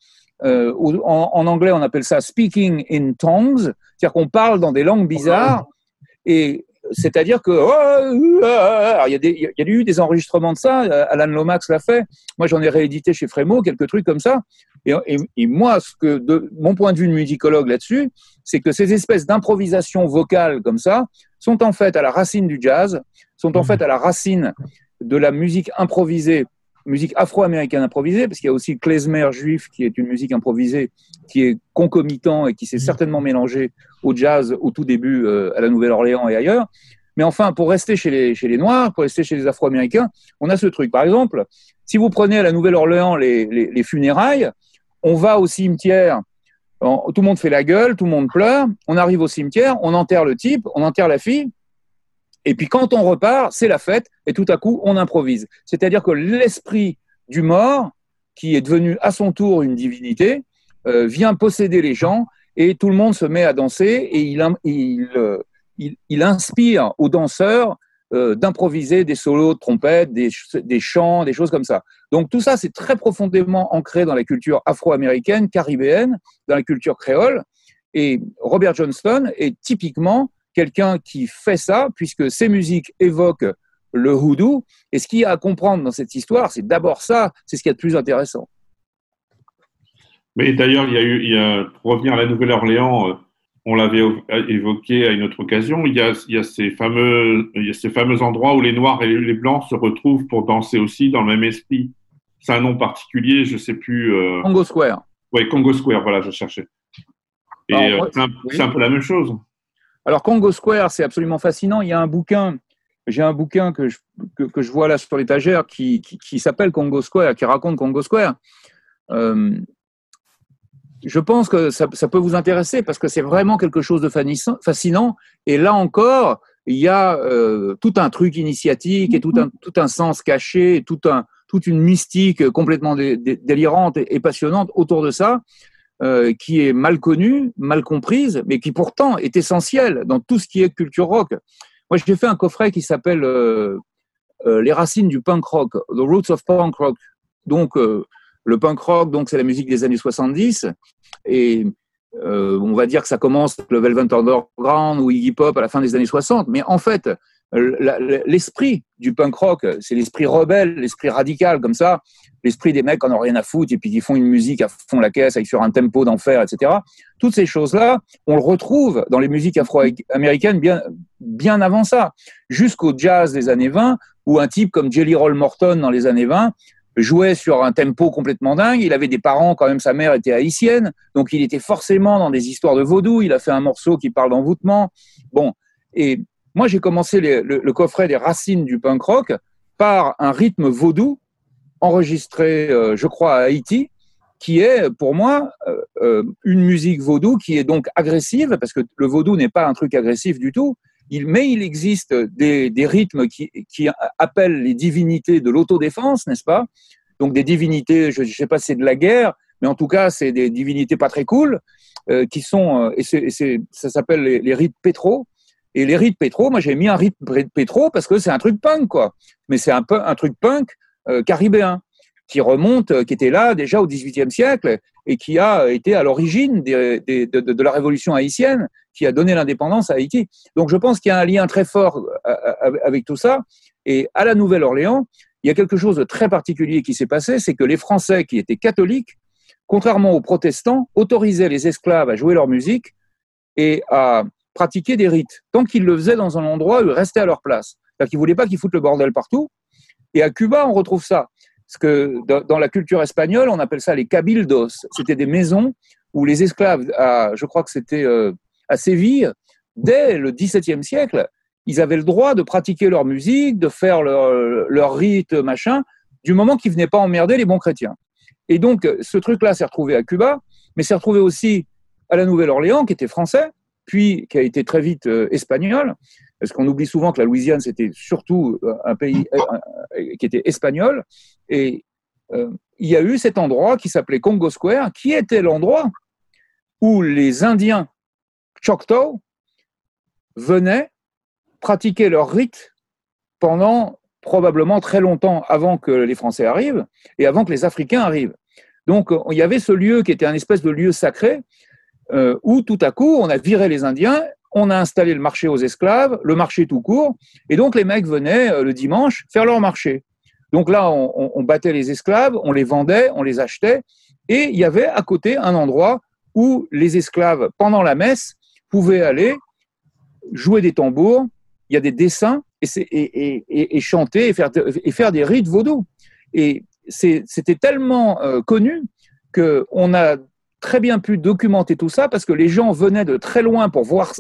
En anglais, on appelle ça « speaking in tongues », c'est-à-dire qu'on parle dans des langues bizarres, et c'est-à-dire que alors, il y a eu des enregistrements de ça, Alan Lomax l'a fait, moi j'en ai réédité chez Frémaux, quelques trucs comme ça, et moi, de mon point de vue de musicologue là-dessus, c'est que ces espèces d'improvisation vocale comme ça sont en fait à la racine du jazz, sont en fait à la racine de la musique improvisée, musique afro-américaine improvisée, parce qu'il y a aussi le klezmer juif, qui est une musique improvisée, qui est concomitant et qui s'est certainement mélangé au jazz au tout début, à la Nouvelle-Orléans et ailleurs. Mais enfin, pour rester chez les Noirs, pour rester chez les Afro-Américains, on a ce truc. Par exemple, si vous prenez à la Nouvelle-Orléans les funérailles, on va au cimetière, tout le monde fait la gueule, tout le monde pleure, on arrive au cimetière, on enterre le type, on enterre la fille, et puis quand on repart, c'est la fête, et tout à coup, on improvise. C'est-à-dire que l'esprit du mort, qui est devenu à son tour une divinité, vient posséder les gens, et tout le monde se met à danser, et il inspire aux danseurs d'improviser des solos de trompette, des chants, des choses comme ça. Donc tout ça, c'est très profondément ancré dans la culture afro-américaine, caribéenne, dans la culture créole, et Robert Johnston est typiquement quelqu'un qui fait ça, puisque ses musiques évoquent le hoodoo, et ce qu'il y a à comprendre dans cette histoire, c'est d'abord ça, c'est ce qu'il y a de plus intéressant. Mais d'ailleurs, pour revenir à la Nouvelle-Orléans, on l'avait évoqué à une autre occasion, il y a ces fameux endroits où les Noirs et les Blancs se retrouvent pour danser aussi dans le même esprit. C'est un nom particulier, je ne sais plus. Congo Square. Oui, Congo Square, voilà, je cherchais. Et c'est un peu la même chose. Alors, Congo Square, c'est absolument fascinant. Il y a un bouquin, j'ai un bouquin que je vois là sur l'étagère qui s'appelle Congo Square, qui raconte Congo Square. Je pense que ça peut vous intéresser parce que c'est vraiment quelque chose de fascinant. Et là encore, il y a tout un truc initiatique et tout un sens caché, et toute une mystique complètement délirante et passionnante autour de ça. Qui est mal connue, mal comprise, mais qui pourtant est essentielle dans tout ce qui est culture rock. Moi, j'ai fait un coffret qui s'appelle Les racines du punk rock, The Roots of Punk Rock. Donc, le punk rock, donc, c'est la musique des années 70, et on va dire que ça commence le Velvet Underground ou Iggy Pop à la fin des années 60, mais en fait, l'esprit du punk rock, c'est l'esprit rebelle, l'esprit radical comme ça, l'esprit des mecs qui n'en ont rien à foutre et puis qui font une musique à fond la caisse avec sur un tempo d'enfer, etc. Toutes ces choses-là, on le retrouve dans les musiques afro-américaines bien avant ça, jusqu'au jazz des années 20, où un type comme Jelly Roll Morton dans les années 20 jouait sur un tempo complètement dingue. Il avait des parents, quand même, sa mère était haïtienne, donc il était forcément dans des histoires de vaudou. Il a fait un morceau qui parle d'envoûtement. Bon, et moi, j'ai commencé le coffret des racines du punk rock par un rythme vaudou enregistré, je crois, à Haïti, qui est pour moi une musique vaudou qui est donc agressive, parce que le vaudou n'est pas un truc agressif du tout, mais il existe des rythmes qui appellent les divinités de l'autodéfense, n'est-ce pas? Donc des divinités, je ne sais pas si c'est de la guerre, mais en tout cas c'est des divinités pas très cool, qui sont, ça s'appelle les rites pétro. Et les rites pétro, moi j'ai mis un rite pétro parce que c'est un truc punk, quoi. Mais c'est un truc punk caribéen, qui remonte, qui était là déjà au XVIIIe siècle et qui a été à l'origine de la révolution haïtienne, qui a donné l'indépendance à Haïti. Donc je pense qu'il y a un lien très fort avec tout ça. Et à la Nouvelle-Orléans, il y a quelque chose de très particulier qui s'est passé, c'est que les Français qui étaient catholiques, contrairement aux protestants, autorisaient les esclaves à jouer leur musique et à pratiquer des rites, tant qu'ils le faisaient dans un endroit où ils restaient à leur place. C'est-à-dire qu'ils ne voulaient pas qu'ils foutent le bordel partout. Et à Cuba, on retrouve ça. Parce que dans la culture espagnole, on appelle ça les cabildos. C'était des maisons où les esclaves, je crois que c'était à Séville, dès le XVIIe siècle, ils avaient le droit de pratiquer leur musique, de faire leur rite, machin, du moment qu'ils ne venaient pas emmerder les bons chrétiens. Et donc, ce truc-là s'est retrouvé à Cuba, mais s'est retrouvé aussi à la Nouvelle-Orléans, qui était français, puis qui a été très vite espagnol, parce qu'on oublie souvent que la Louisiane, c'était surtout un pays qui était espagnol, et il y a eu cet endroit qui s'appelait Congo Square, qui était l'endroit où les Indiens Choctaw venaient pratiquer leur rite pendant probablement très longtemps avant que les Français arrivent et avant que les Africains arrivent. Donc, il y avait ce lieu qui était un espèce de lieu sacré où tout à coup, on a viré les Indiens, on a installé le marché aux esclaves, le marché tout court, et donc les mecs venaient le dimanche faire leur marché. Donc là, on battait les esclaves, on les vendait, on les achetait, et il y avait à côté un endroit où les esclaves, pendant la messe, pouvaient aller jouer des tambours, il y a des dessins, et chanter, et faire des rites vaudous. Et c'était tellement connu qu'on a très bien pu documenter tout ça, parce que les gens venaient de très loin pour voir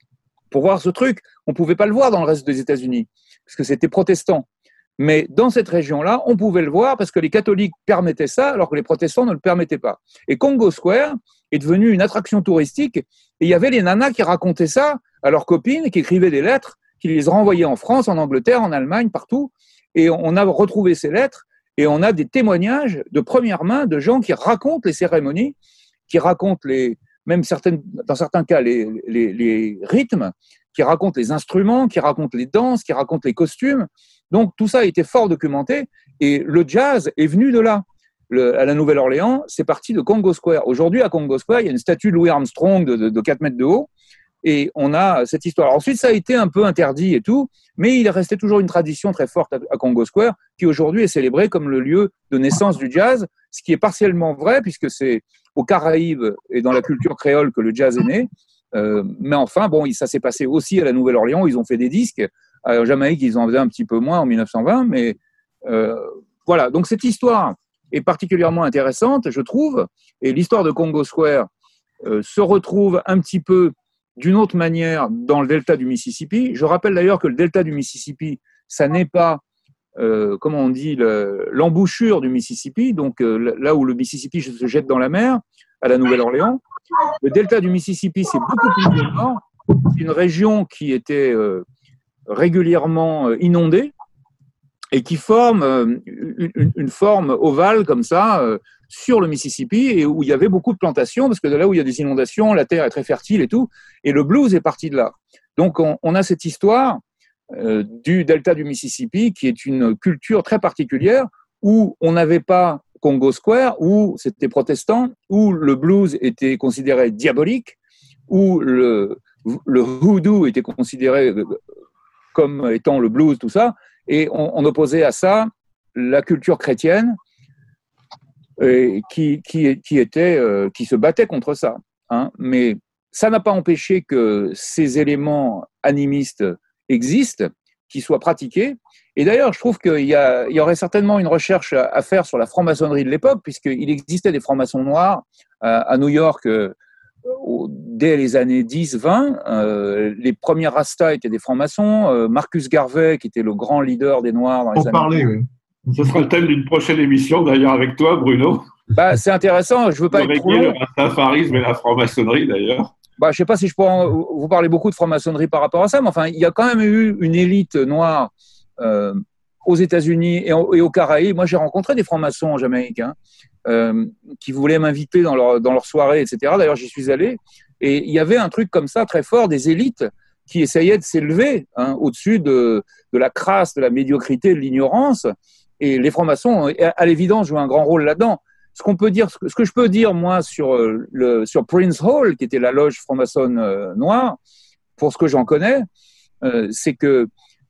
ce truc. On ne pouvait pas le voir dans le reste des États-Unis, parce que c'était protestant. Mais dans cette région-là, on pouvait le voir parce que les catholiques permettaient ça, alors que les protestants ne le permettaient pas. Et Congo Square est devenu une attraction touristique, et il y avait les nanas qui racontaient ça à leurs copines, qui écrivaient des lettres, qui les renvoyaient en France, en Angleterre, en Allemagne, partout. Et on a retrouvé ces lettres, et on a des témoignages de première main de gens qui racontent les cérémonies, qui racontent même dans certains cas les rythmes, qui racontent les instruments, qui racontent les danses, qui racontent les costumes. Donc tout ça a été fort documenté, et le jazz est venu de là. À la Nouvelle-Orléans, c'est parti de Congo Square. Aujourd'hui, à Congo Square, il y a une statue de Louis Armstrong de 4 mètres de haut, et on a cette histoire. Ensuite, ça a été un peu interdit et tout, mais il est resté toujours une tradition très forte à Congo Square, qui aujourd'hui est célébrée comme le lieu de naissance du jazz, ce qui est partiellement vrai, puisque c'est aux Caraïbes et dans la culture créole que le jazz est né. Mais enfin, bon, ça s'est passé aussi à la Nouvelle-Orléans, où ils ont fait des disques. À Jamaïque, ils en faisaient un petit peu moins en 1920, mais voilà. Donc cette histoire est particulièrement intéressante, je trouve, et l'histoire de Congo Square se retrouve un petit peu d'une autre manière dans le delta du Mississippi. Je rappelle d'ailleurs que le delta du Mississippi, ça n'est pas, comment on dit, l'embouchure du Mississippi, donc là où le Mississippi se jette dans la mer, à la Nouvelle-Orléans. Le delta du Mississippi, c'est beaucoup plus au nord. C'est une région qui était régulièrement inondée et qui forme une forme ovale comme ça sur le Mississippi, et où il y avait beaucoup de plantations, parce que de là où il y a des inondations, la terre est très fertile et tout, et le blues est parti de là. Donc on a cette histoire du delta du Mississippi, qui est une culture très particulière, où on n'avait pas Congo Square, où c'était protestant, où le blues était considéré diabolique, où le hoodoo était considéré comme étant le blues, tout ça, et on opposait à ça la culture chrétienne, qui se battait contre ça. Hein. Mais ça n'a pas empêché que ces éléments animistes existent, qu'ils soient pratiqués. Et d'ailleurs, je trouve qu'il y aurait certainement une recherche à faire sur la franc-maçonnerie de l'époque, puisqu'il existait des francs-maçons noirs à New York dès les années 10-20. Les premiers Rastas étaient des francs-maçons. Marcus Garvey, qui était le grand leader des Noirs dans les années 20. Oui. Ce sera le thème d'une prochaine émission, d'ailleurs, avec toi, Bruno. Bah, c'est intéressant, je veux pas être trop long. Le rastafarisme et la franc-maçonnerie, d'ailleurs. Bah, je sais pas si je pourrais vous parler beaucoup de franc-maçonnerie par rapport à ça, mais enfin, il y a quand même eu une élite noire aux États-Unis et aux Caraïbes. Moi, j'ai rencontré des francs-maçons en Jamaïque qui voulaient m'inviter dans leur soirée, etc. D'ailleurs, j'y suis allé. Et il y avait un truc comme ça très fort, des élites qui essayaient de s'élever au-dessus de la crasse, de la médiocrité, de l'ignorance. Et les francs-maçons, à l'évidence, jouent un grand rôle là-dedans. Ce que je peux dire, moi, sur Prince Hall, qui était la loge franc-maçonne noire, pour ce que j'en connais, c'est que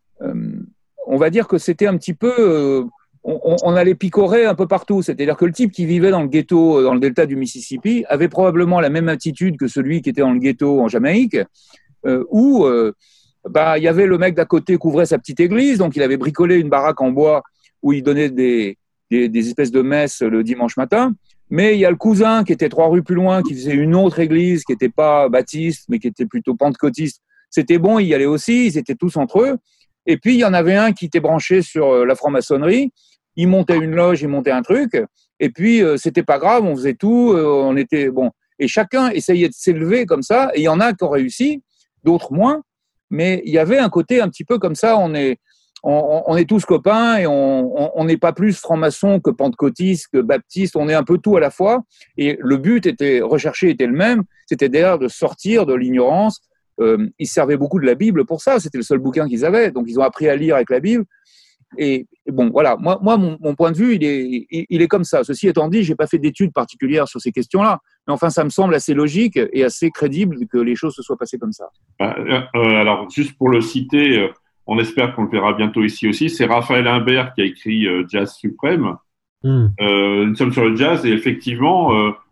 on va dire que c'était un petit peu... on allait picorer un peu partout. C'est-à-dire que le type qui vivait dans le ghetto, dans le delta du Mississippi, avait probablement la même attitude que celui qui était dans le ghetto en Jamaïque, où il y avait le mec d'à côté qui ouvrait sa petite église, donc il avait bricolé une baraque en bois où il donnait des espèces de messes le dimanche matin. Mais il y a le cousin qui était 3 rues plus loin, qui faisait une autre église, qui n'était pas baptiste, mais qui était plutôt pentecôtiste. C'était bon, il y allait aussi, ils étaient tous entre eux. Et puis, il y en avait un qui était branché sur la franc-maçonnerie. Il montait une loge, il montait un truc. Et puis, c'était pas grave, on faisait tout, on était bon. Et chacun essayait de s'élever comme ça. Et il y en a qui ont réussi, d'autres moins. Mais il y avait un côté un petit peu comme ça, on est tous copains et on n'est pas plus franc-maçon que pentecôtiste, que baptiste. On est un peu tout à la fois. Et le but recherché était le même. C'était d'ailleurs de sortir de l'ignorance. Ils servaient beaucoup de la Bible pour ça, c'était le seul bouquin qu'ils avaient, donc ils ont appris à lire avec la Bible. Et bon, voilà, moi mon point de vue, il est comme ça. Ceci étant dit, j'ai pas fait d'études particulières sur ces questions-là, mais enfin, ça me semble assez logique et assez crédible que les choses se soient passées comme ça. Alors, juste pour le citer, on espère qu'on le verra bientôt ici aussi, c'est Raphaël Imbert qui a écrit Jazz Suprême. Nous sommes sur le jazz et effectivement...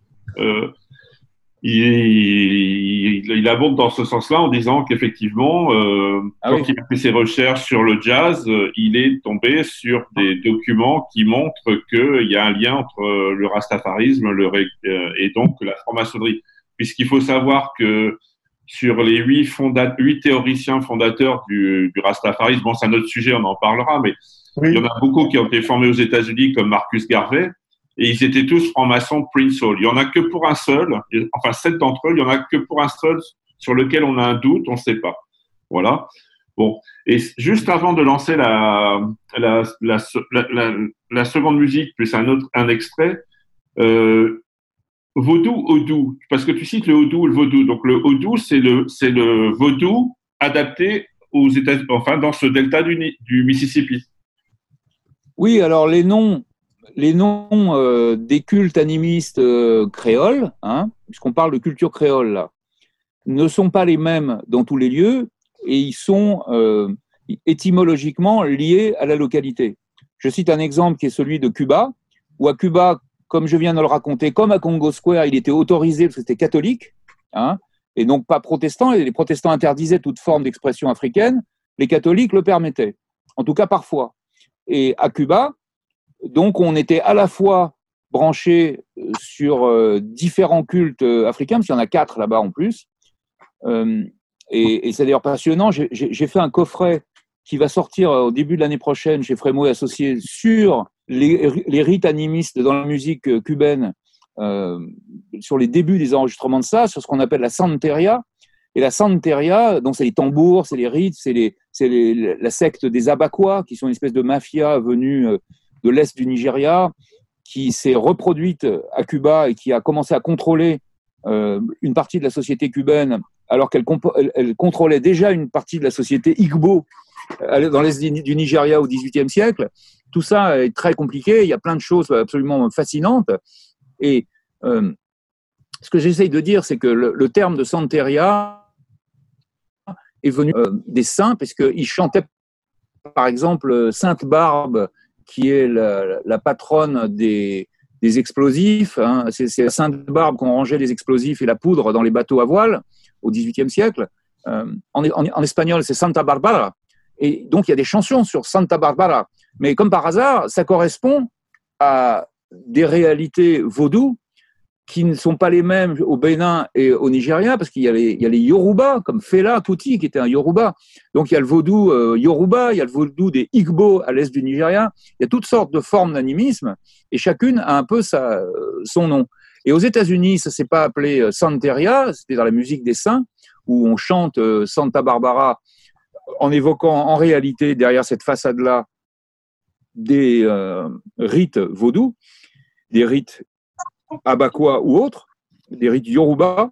Il abonde dans ce sens-là en disant qu'effectivement, quand il a fait ses recherches sur le jazz, il est tombé sur des documents qui montrent qu'il y a un lien entre le rastafarisme et donc la franc-maçonnerie. Puisqu'il faut savoir que sur les 8 théoriciens fondateurs du rastafarisme, bon, c'est un autre sujet, on en parlera, mais il y en a beaucoup qui ont été formés aux États-Unis, comme Marcus Garvey. Et ils étaient tous francs-maçons Prince Hall. Il y en a que pour un seul, enfin 7 d'entre eux, il y en a que pour un seul sur lequel on a un doute, on ne sait pas. Voilà. Bon. Et juste avant de lancer la seconde musique plus un extrait, vaudou, Oudou, parce que tu cites le Oudou ou le vaudou. Donc le Oudou, c'est le vaudou adapté aux États-Unis, enfin dans ce delta du Mississippi. Oui, alors les noms des cultes animistes créoles, puisqu'on parle de culture créole là, ne sont pas les mêmes dans tous les lieux et ils sont étymologiquement liés à la localité. Je cite un exemple qui est celui de Cuba, où à Cuba, comme je viens de le raconter, comme à Congo Square, il était autorisé parce que c'était catholique, et donc pas protestant, et les protestants interdisaient toute forme d'expression africaine, les catholiques le permettaient, en tout cas parfois. Et à Cuba, donc, on était à la fois branché sur différents cultes africains, parce qu'il y en a 4 là-bas en plus. Et c'est d'ailleurs passionnant. J'ai fait un coffret qui va sortir au début de l'année prochaine chez Frémo et Associés sur les rites animistes dans la musique cubaine, sur les débuts des enregistrements de ça, sur ce qu'on appelle la santeria. Et la santeria, donc c'est les tambours, c'est les rites, c'est la secte des Abaquois, qui sont une espèce de mafia venue de l'Est du Nigeria, qui s'est reproduite à Cuba et qui a commencé à contrôler une partie de la société cubaine, alors qu'elle contrôlait déjà une partie de la société Igbo dans l'Est du Nigeria au XVIIIe siècle. Tout ça est très compliqué, il y a plein de choses absolument fascinantes. Et ce que j'essaye de dire, c'est que le terme de santeria est venu des saints, parce qu'ils chantaient, par exemple, Sainte Barbe, qui est la patronne des explosifs. C'est à Sainte-Barbe qu'on rangeait les explosifs et la poudre dans les bateaux à voile au XVIIIe siècle. En espagnol, c'est Santa Barbara. Et donc, il y a des chansons sur Santa Barbara. Mais comme par hasard, ça correspond à des réalités vaudou qui ne sont pas les mêmes au Bénin et au Nigeria, parce qu'il y a les Yoruba, comme Fela Kuti, qui était un Yoruba. Donc, il y a le vaudou Yoruba, il y a le vaudou des Igbo à l'est du Nigeria. Il y a toutes sortes de formes d'animisme, et chacune a un peu son nom. Et aux États-Unis, ça s'est pas appelé Santeria, c'était dans la musique des saints, où on chante Santa Barbara en évoquant en réalité, derrière cette façade-là, des rites vaudous, des rites Abakwa ou autres, des rites Yoruba.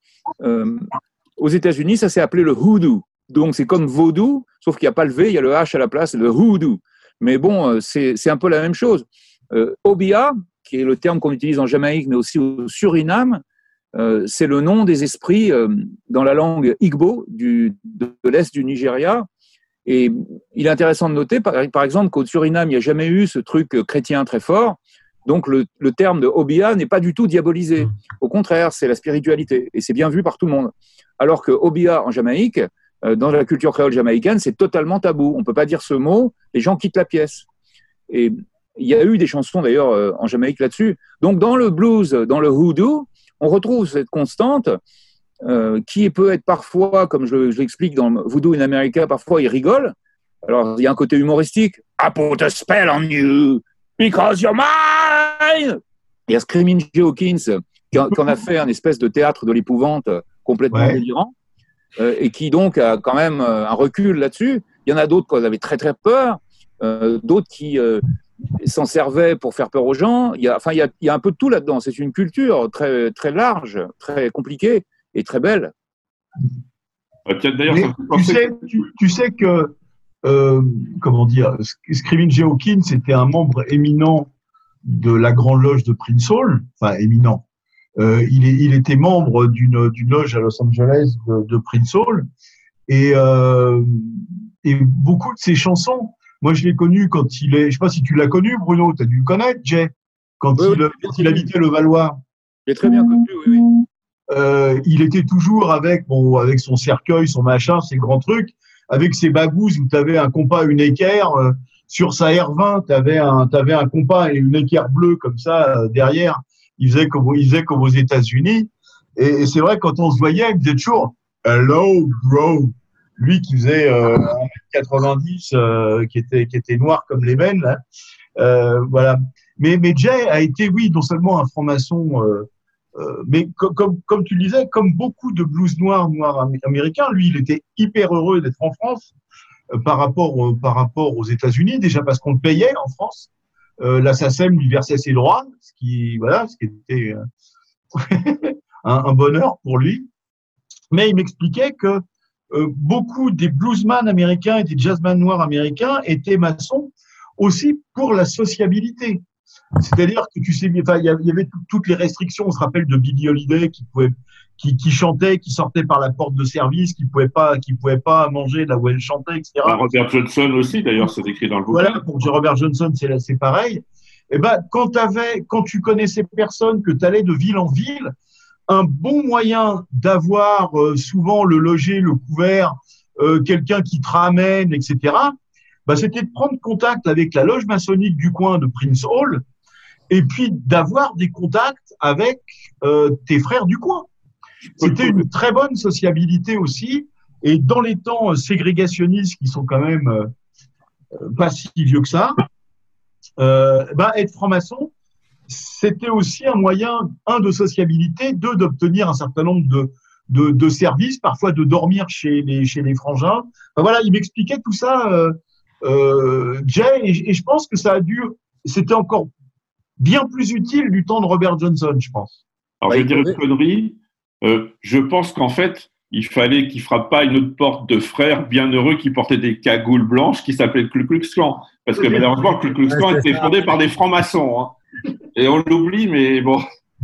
Aux États-Unis, ça s'est appelé le hoodoo. Donc, c'est comme vaudou, sauf qu'il n'y a pas le V, il y a le H à la place, le hoodoo. Mais bon, c'est un peu la même chose. Obia, qui est le terme qu'on utilise en Jamaïque, mais aussi au Suriname, c'est le nom des esprits dans la langue Igbo de l'Est du Nigeria. Et il est intéressant de noter, par exemple, qu'au Suriname, il n'y a jamais eu ce truc chrétien très fort. Donc, le terme de Obia n'est pas du tout diabolisé. Au contraire, c'est la spiritualité. Et c'est bien vu par tout le monde. Alors que Obia, en Jamaïque, dans la culture créole jamaïcaine, c'est totalement tabou. On ne peut pas dire ce mot, les gens quittent la pièce. Et il y a eu des chansons, d'ailleurs, en Jamaïque là-dessus. Donc, dans le blues, dans le hoodoo, on retrouve cette constante qui peut être parfois, comme je l'explique dans Voodoo in America, parfois il rigole. Alors, il y a un côté humoristique. I put a spell on you because you're mine. Il y a Screaming Jay Hawkins qui en a fait un espèce de théâtre de l'épouvante complètement délirant et qui donc a quand même un recul là-dessus. Il y en a d'autres qui avaient très très peur, d'autres qui s'en servaient pour faire peur aux gens. Il y a un peu de tout là-dedans. C'est une culture très, très large, très compliquée et très belle. D'ailleurs, tu sais que comment dire, Screaming Jay Hawkins était un membre éminent de la Grande Loge de Prince Hall, enfin éminent. Il était membre d'une loge à Los Angeles de Prince Hall et beaucoup de ses chansons. Moi, je l'ai connu quand je sais pas si tu l'as connu, Bruno, tu as dû le connaître, Jay, quand il habitait le Valois. J'ai très bien connu, oui. Il était toujours avec son cercueil, son machin, ses grands trucs, avec ses bagouses où tu avais un compas, une équerre. Sur sa R20, tu avais un compas et une équerre bleue comme ça derrière. Il faisait comme aux États-Unis. Et c'est vrai, quand on se voyait, il faisait toujours « Hello, bro ». Lui qui faisait 1m90, qui était noir comme l'ébène, là. Voilà. Mais Jay a été, oui, non seulement un franc-maçon, mais comme tu le disais, comme beaucoup de blues noirs américains, lui, il était hyper heureux d'être en France par rapport aux États-Unis, déjà parce qu'on le payait en France. La SACEM lui versait ses droits, ce qui était un bonheur pour lui. Mais il m'expliquait que beaucoup des bluesman américains et des jazzman noirs américains étaient maçons aussi pour la sociabilité. C'est-à-dire que tu sais, il y avait toutes les restrictions. On se rappelle de Billie Holiday qui chantait, qui sortait par la porte de service, qui pouvait pas manger là où elle chantait, etc. Robert Johnson aussi, d'ailleurs, c'est écrit dans le bouquin. Voilà, pour Robert Johnson, c'est pareil. Et quand tu connaissais personne, que tu allais de ville en ville, un bon moyen d'avoir souvent le logis, le couvert, quelqu'un qui te ramène, etc., c'était de prendre contact avec la loge maçonnique du coin de Prince Hall et puis d'avoir des contacts avec tes frères du coin. C'était une très bonne sociabilité aussi. Et dans les temps ségrégationnistes qui sont quand même pas si vieux que ça, être franc-maçon, c'était aussi un moyen, de sociabilité, d'obtenir un certain nombre de services, parfois de dormir chez les frangins. Voilà, il m'expliquait tout ça, Jay, et je pense que c'était encore bien plus utile du temps de Robert Johnson, je pense. Alors, je vais dire une connerie. Je pense qu'en fait, il fallait qu'il frappe pas une autre porte de frères bienheureux qui portaient des cagoules blanches qui s'appelaient le Ku Klux Klan. Parce que malheureusement, le Ku Klux Klan était fondé par des francs-maçons. Hein. Et on l'oublie, mais bon.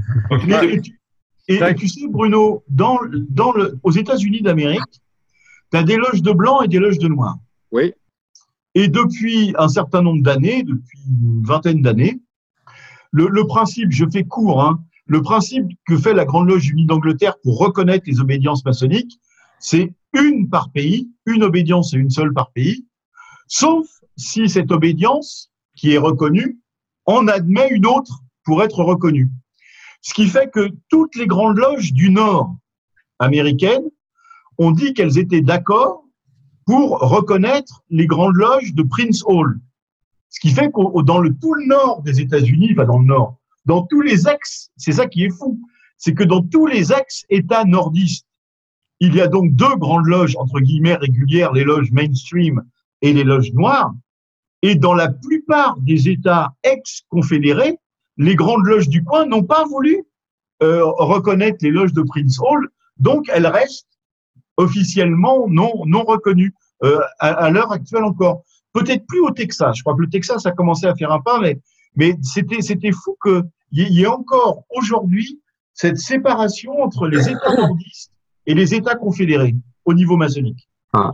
Et tu sais, Bruno, aux États-Unis d'Amérique, tu as des loges de blancs et des loges de noirs. Oui. Et depuis un certain nombre d'années, depuis une vingtaine d'années, le principe, je fais court, hein, le principe que fait la Grande Loge unie d'Angleterre pour reconnaître les obédiences maçonniques, c'est une par pays, une obédience et une seule par pays, sauf si cette obédience, qui est reconnue, en admet une autre pour être reconnue. Ce qui fait que toutes les grandes loges du Nord américaines ont dit qu'elles étaient d'accord pour reconnaître les grandes loges de Prince Hall. Ce qui fait que tout le nord des États-Unis, enfin dans le nord, dans tous les axes, c'est ça qui est fou, c'est que dans tous les axes États nordistes, il y a donc 2 grandes loges, entre guillemets, régulières, les loges mainstream et les loges noires. Et dans la plupart des États ex-confédérés, les grandes loges du coin n'ont pas voulu reconnaître les loges de Prince Hall, donc elles restent officiellement non reconnues à l'heure actuelle encore. Peut-être plus au Texas. Je crois que le Texas a commencé à faire un pas, mais c'était fou qu'il y ait encore aujourd'hui cette séparation entre les États nordistes et les États confédérés au niveau maçonnique.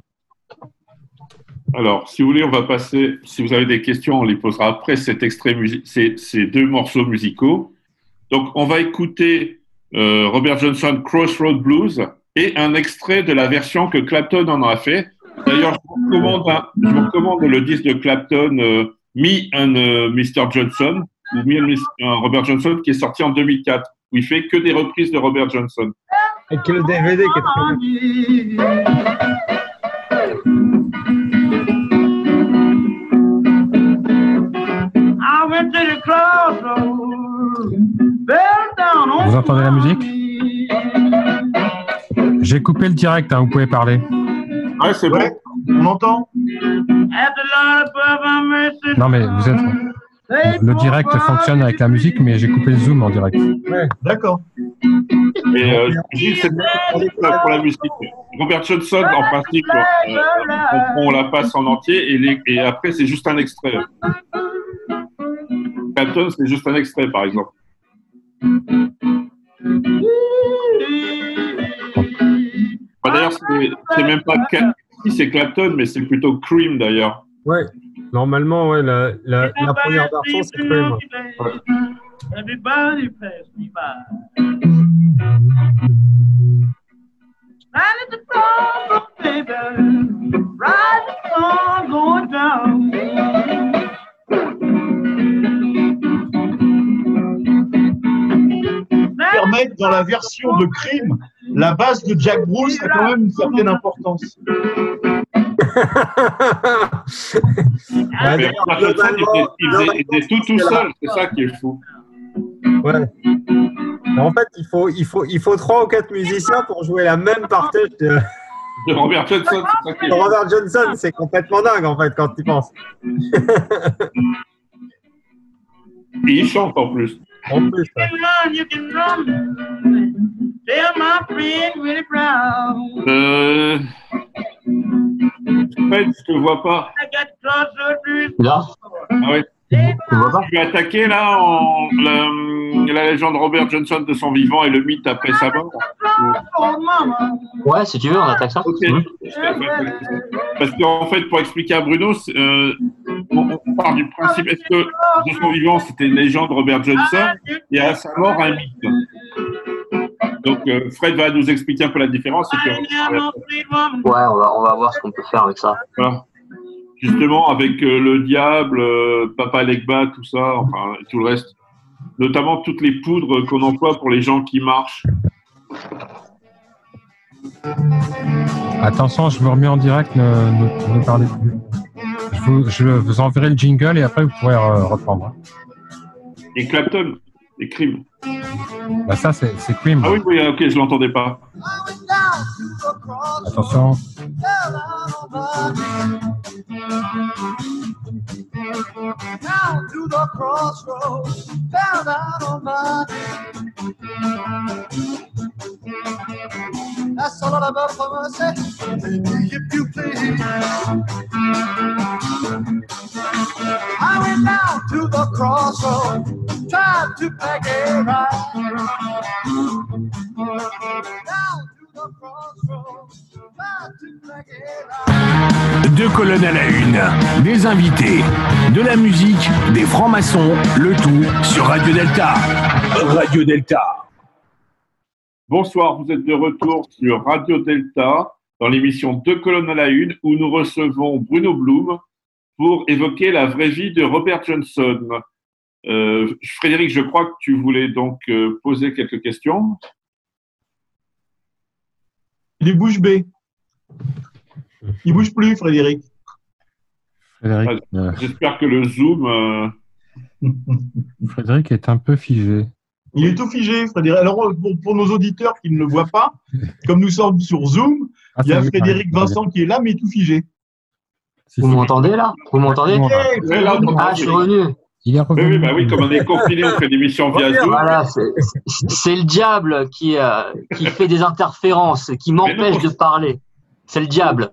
Alors, si vous voulez, on va passer, si vous avez des questions, on les posera après cet extrait ces 2 morceaux musicaux. Donc, on va écouter Robert Johnson, Crossroad Blues, et un extrait de la version que Clapton en a fait. D'ailleurs, je vous recommande le disque de Clapton, Me and Mr. Johnson, ou Me and Robert Johnson, qui est sorti en 2004, où il fait que des reprises de Robert Johnson. Et que le DVD qui est très bien. Vous entendez la musique? J'ai coupé le direct, hein, vous pouvez parler. Ouais, c'est bon. On entend? Non, mais vous êtes... Le direct fonctionne avec la musique, mais j'ai coupé le zoom en direct. Ouais, d'accord. Et c'est pour la musique. Robert Johnson, en principe, on la passe en entier et après, c'est juste un extrait. Clapton, c'est juste un extrait, par exemple. D'ailleurs, c'est même pas c'est Clapton, mais c'est plutôt Cream, d'ailleurs. Ouais. Normalement, ouais, la première version, c'est Cream. Ouais. Everybody pass me by. Right at the top, baby. Right the sun going down. Permettre dans la version de Cream, la basse de Jack Bruce a quand même une certaine importance. Mais il était tout seul, c'est ça qui est fou. Ouais. En fait, il faut 3 ou 4 musiciens pour jouer la même partie de Robert Johnson. C'est ça qui est fou. Robert Johnson, c'est complètement dingue en fait quand tu y penses. Et il chante en plus. En plus, ouais. You can run. Tell my friend Willie Brown. Fred, je te vois pas. I got crossroads. Là, Ah ouais. tu vois pas? Tu as attaqué là la légende Robert Johnson de son vivant et le mythe après sa mort. Ouais, si tu veux, on attaque ça. Ok. Parce qu'en fait, pour expliquer à Bruno, on part du principe, est-ce que de son vivant c'était une légende Robert Johnson et à sa mort un mythe. Donc Fred va nous expliquer un peu la différence. Ouais, on va voir ce qu'on peut faire avec ça. Voilà. Justement avec le diable, Papa Legba, tout ça, enfin tout le reste. Notamment toutes les poudres qu'on emploie pour les gens qui marchent. Attention, je vous remets en direct, ne parlez plus. Je vous enverrai le jingle et après vous pourrez reprendre. Et Clapton, et Cream. Bah ça, c'est Cream. Ah oui, ok, je l'entendais pas. Attention. Down to the crossroads, down out on my that's all I love for myself, baby, if you please. I went down to the crossroads, tried to make it right. Down to the crossroads, tried to make it right. 2 colonnes à la une, des invités, de la musique, des francs-maçons, le tout sur Radio Delta. Radio Delta. Bonsoir, vous êtes de retour sur Radio Delta dans l'émission 2 colonnes à la une où nous recevons Bruno Blum pour évoquer la vraie vie de Robert Johnson. Frédéric, je crois que tu voulais donc poser quelques questions. Il est bouche bée. Il bouge plus, Frédéric. J'espère que le Zoom. Frédéric est un peu figé. Il est tout figé, Frédéric. Alors, pour nos auditeurs qui ne le voient pas, comme nous sommes sur Zoom, il y a Frédéric Vincent qui est là, mais tout figé. Vous m'entendez là? Vous m'entendez? Ah, je suis revenu. Il est revenu. Oui, comme on est confiné, on fait l'émission via Zoom. Voilà, c'est le diable qui fait des interférences, qui m'empêche de parler. C'est le diable.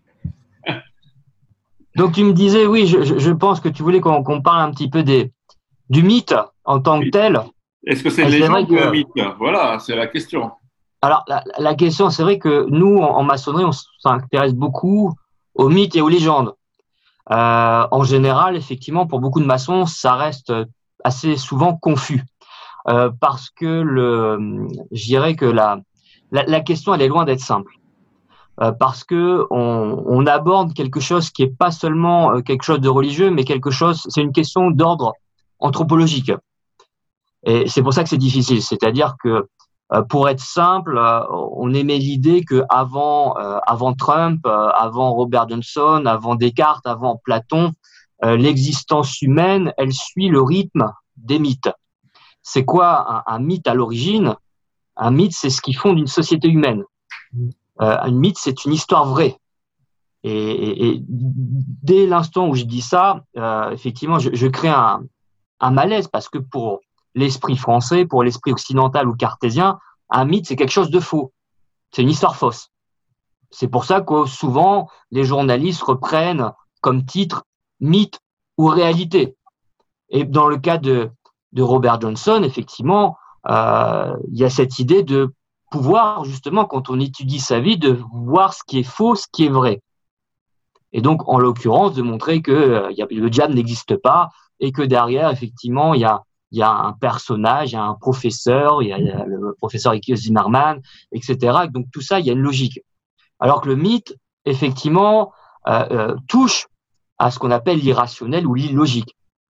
Donc tu me disais, oui, je pense que tu voulais qu'on parle un petit peu du mythe en tant que tel. Est-ce que c'est une légende ou un mythe? Voilà, c'est la question. Alors la question, c'est vrai que nous, en maçonnerie, on s'intéresse beaucoup aux mythes et aux légendes. En général, effectivement, pour beaucoup de maçons, ça reste assez souvent confus. Parce que je dirais que la question, elle est loin d'être simple. Parce que on aborde quelque chose qui est pas seulement quelque chose de religieux, mais c'est une question d'ordre anthropologique. Et c'est pour ça que c'est difficile. C'est-à-dire que, pour être simple, on émet l'idée que avant Trump, avant Robert Johnson, avant Descartes, avant Platon, l'existence humaine, elle suit le rythme des mythes. C'est quoi un mythe à l'origine? Un mythe, c'est ce qui fonde une société humaine. Un mythe, c'est une histoire vraie. Et dès l'instant où je dis ça, effectivement, je crée un malaise parce que pour l'esprit français, pour l'esprit occidental ou cartésien, un mythe, c'est quelque chose de faux. C'est une histoire fausse. C'est pour ça que souvent, les journalistes reprennent comme titre mythe ou réalité. Et dans le cas de Robert Johnson, effectivement, il y a cette idée de pouvoir, justement, quand on étudie sa vie, de voir ce qui est faux, ce qui est vrai. Et donc, en l'occurrence, de montrer que le diable n'existe pas et que derrière, effectivement, il y a un personnage, il y a un professeur, il y a le professeur Ike Zimmerman, etc. Donc, tout ça, il y a une logique. Alors que le mythe, effectivement, touche à ce qu'on appelle l'irrationnel ou l'illogique.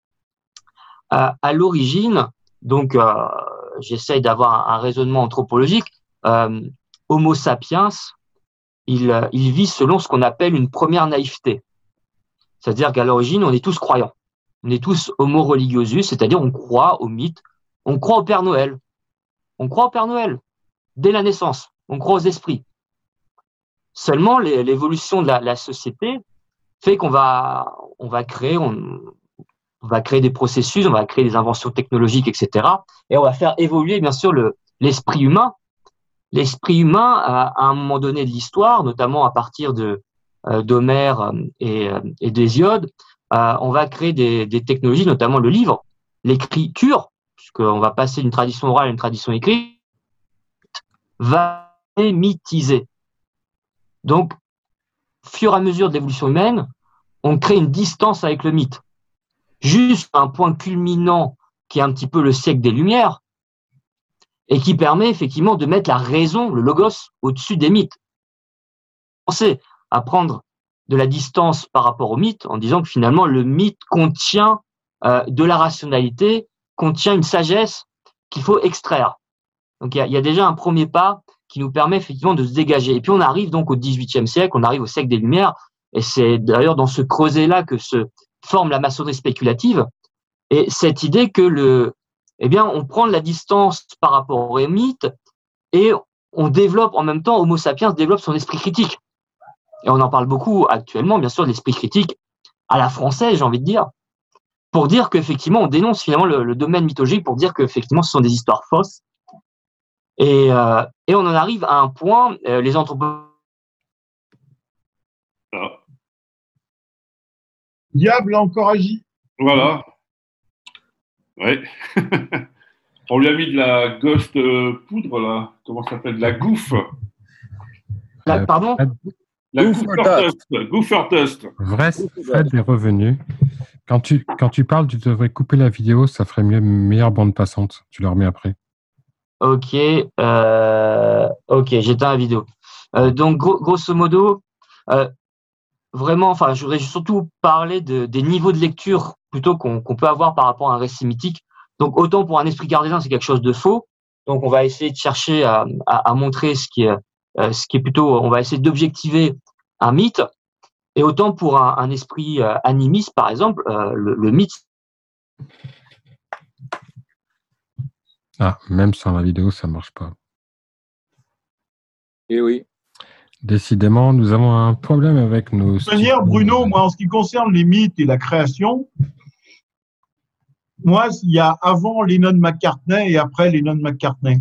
À l'origine, donc, j'essaye d'avoir un raisonnement anthropologique. Homo sapiens, il vit selon ce qu'on appelle une première naïveté. C'est-à-dire qu'à l'origine, on est tous croyants. On est tous homo religiosus, c'est-à-dire on croit au mythe, on croit au Père Noël. On croit au Père Noël dès la naissance. On croit aux esprits. Seulement, l'évolution de la société fait qu'on va créer des processus, on va créer des inventions technologiques, etc. Et on va faire évoluer, bien sûr, l'esprit humain. L'esprit humain, à un moment donné de l'histoire, notamment à partir d'Homère et d'Hésiode, on va créer des technologies, notamment le livre, l'écriture, puisqu'on va passer d'une tradition orale à une tradition écrite, va mythiser. Donc, au fur et à mesure de l'évolution humaine, on crée une distance avec le mythe. Juste un point culminant qui est un petit peu le siècle des Lumières et qui permet effectivement de mettre la raison, le logos, au-dessus des mythes. Pensez à prendre de la distance par rapport au mythe en disant que finalement le mythe contient de la rationalité, contient une sagesse qu'il faut extraire. Donc il y a déjà un premier pas qui nous permet effectivement de se dégager. Et puis on arrive donc au XVIIIe siècle, on arrive au siècle des Lumières, et c'est d'ailleurs dans ce creuset-là que se forme la maçonnerie spéculative, et cette idée que on prend de la distance par rapport au mythe, et on développe en même temps, Homo sapiens développe son esprit critique. Et on en parle beaucoup actuellement, bien sûr, de l'esprit critique à la française, j'ai envie de dire, pour dire qu'effectivement, on dénonce finalement le domaine mythologique, pour dire qu'effectivement, ce sont des histoires fausses. Et on en arrive à un point, les anthropologues. Diable a encore agi. Voilà. Oui. On lui a mis de la ghost poudre, là. Comment ça s'appelle? De la gouffe. Pardon? La Gooffer Dust. Vrai, Fred est revenu. Quand tu parles, tu devrais couper la vidéo, ça ferait meilleure bande passante. Tu la remets après. Ok, j'éteins la vidéo. Donc, grosso modo, vraiment, je voudrais surtout parler des niveaux de lecture plutôt qu'on peut avoir par rapport à un récit mythique. Donc autant pour un esprit cartésien, c'est quelque chose de faux. Donc on va essayer de chercher à montrer ce qui est plutôt, on va essayer d'objectiver un mythe. Et autant pour un esprit animiste, par exemple, le mythe. Ah, même sans la vidéo, ça marche pas. Et oui. Décidément, nous avons un problème avec nos... De toute manière, Bruno, moi, en ce qui concerne les mythes et la création, moi, il y a avant Lennon-McCartney et après Lennon-McCartney.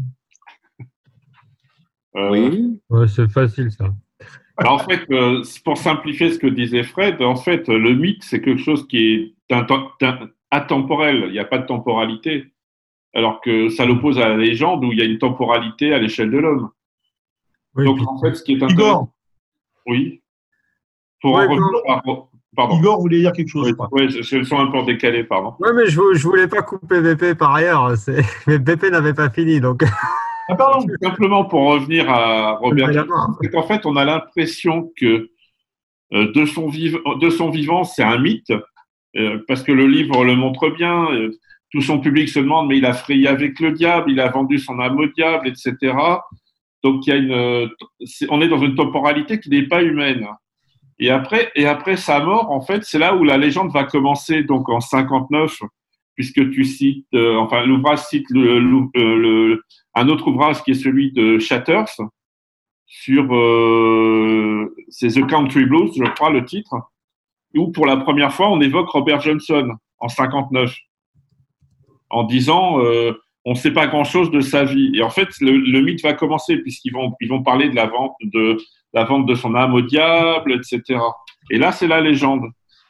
Oui. Ouais, c'est facile, ça. Alors, en fait, pour simplifier ce que disait Fred, en fait, le mythe, c'est quelque chose qui est atemporel. Il n'y a pas de temporalité. Alors que ça l'oppose à la légende où il y a une temporalité à l'échelle de l'homme. Oui, Donc, puis- en fait, ce qui est Igor, intéressant. Oui. Pour Ouais, en revenir pardon. Igor voulait dire quelque chose, Oui, je crois. ouais, je le sens un peu décalé, pardon. Ouais, mais je voulais pas couper BP par ailleurs. Mais BP n'avait pas fini, donc. Ah, pardon. Simplement pour revenir à Robert Rien à Johnson, voir. c'est qu'en fait, on a l'impression que de son vivant, c'est un mythe, parce que le livre le montre bien. Tout son public se demande, mais il a frayé avec le diable, il a vendu son âme au diable, etc. Donc, il y a on est dans une temporalité qui n'est pas humaine. Et après sa mort, en fait, c'est là où la légende va commencer, donc en 59, puisque tu cites, enfin, l'ouvrage cite un autre ouvrage qui est celui de Shatters, sur, c'est The Country Blues, je crois, le titre, où pour la première fois, on évoque Robert Johnson en 59, en disant, on ne sait pas grand-chose de sa vie. Et en fait, le mythe va commencer, puisqu'ils vont parler de la vente de son âme au diable, etc. Et là, c'est la légende.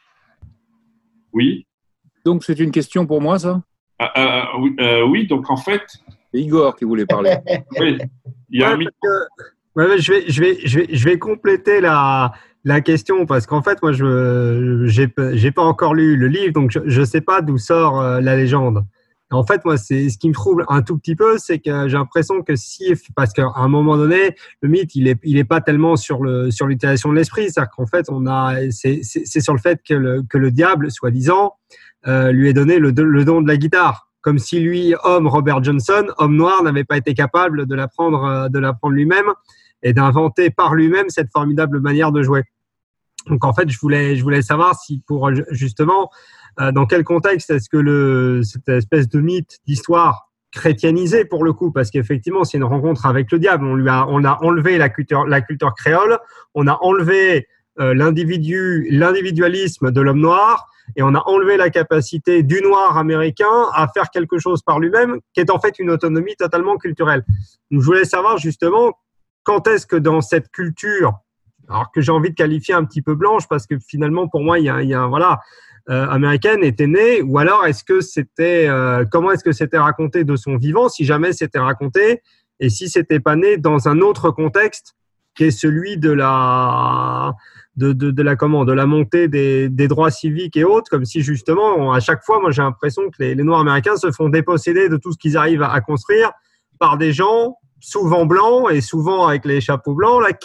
Oui. Donc, c'est une question pour moi, ça? Oui, donc en fait, C'est Igor qui voulait parler. oui, il y a un Ouais, mythe. Ouais, mais je vais compléter la question parce qu'en fait, moi, j'ai pas encore lu le livre, donc je sais pas d'où sort la légende. Et en fait, moi, c'est ce qui me trouble un tout petit peu, c'est que j'ai l'impression que parce qu'à un moment donné, le mythe, il est pas tellement sur l'utilisation de l'esprit, c'est-à-dire qu'en fait, c'est sur le fait que le diable, soi-disant, lui ait donné le don de la guitare. Comme si lui, homme Robert Johnson, homme noir, n'avait pas été capable de l'apprendre lui-même et d'inventer par lui-même cette formidable manière de jouer. Donc en fait, je voulais savoir si pour justement dans quel contexte est-ce que cette espèce de mythe d'histoire chrétianisée pour le coup, parce qu'effectivement c'est une rencontre avec le diable. On a enlevé la culture créole, on a enlevé l'individualisme de l'homme noir. Et on a enlevé la capacité du noir américain à faire quelque chose par lui-même, qui est en fait une autonomie totalement culturelle. Donc, je voulais savoir justement quand est-ce que dans cette culture, alors que j'ai envie de qualifier un petit peu blanche, parce que finalement pour moi il y a voilà, américaine était née, ou alors est-ce que c'était comment est-ce que c'était raconté de son vivant, si jamais c'était raconté, et si c'était pas né dans un autre contexte qui est celui de la montée des droits civiques et autres, comme si justement à chaque fois, moi j'ai l'impression que les Noirs américains se font déposséder de tout ce qu'ils arrivent à construire par des gens souvent blancs et souvent avec les chapeaux blancs là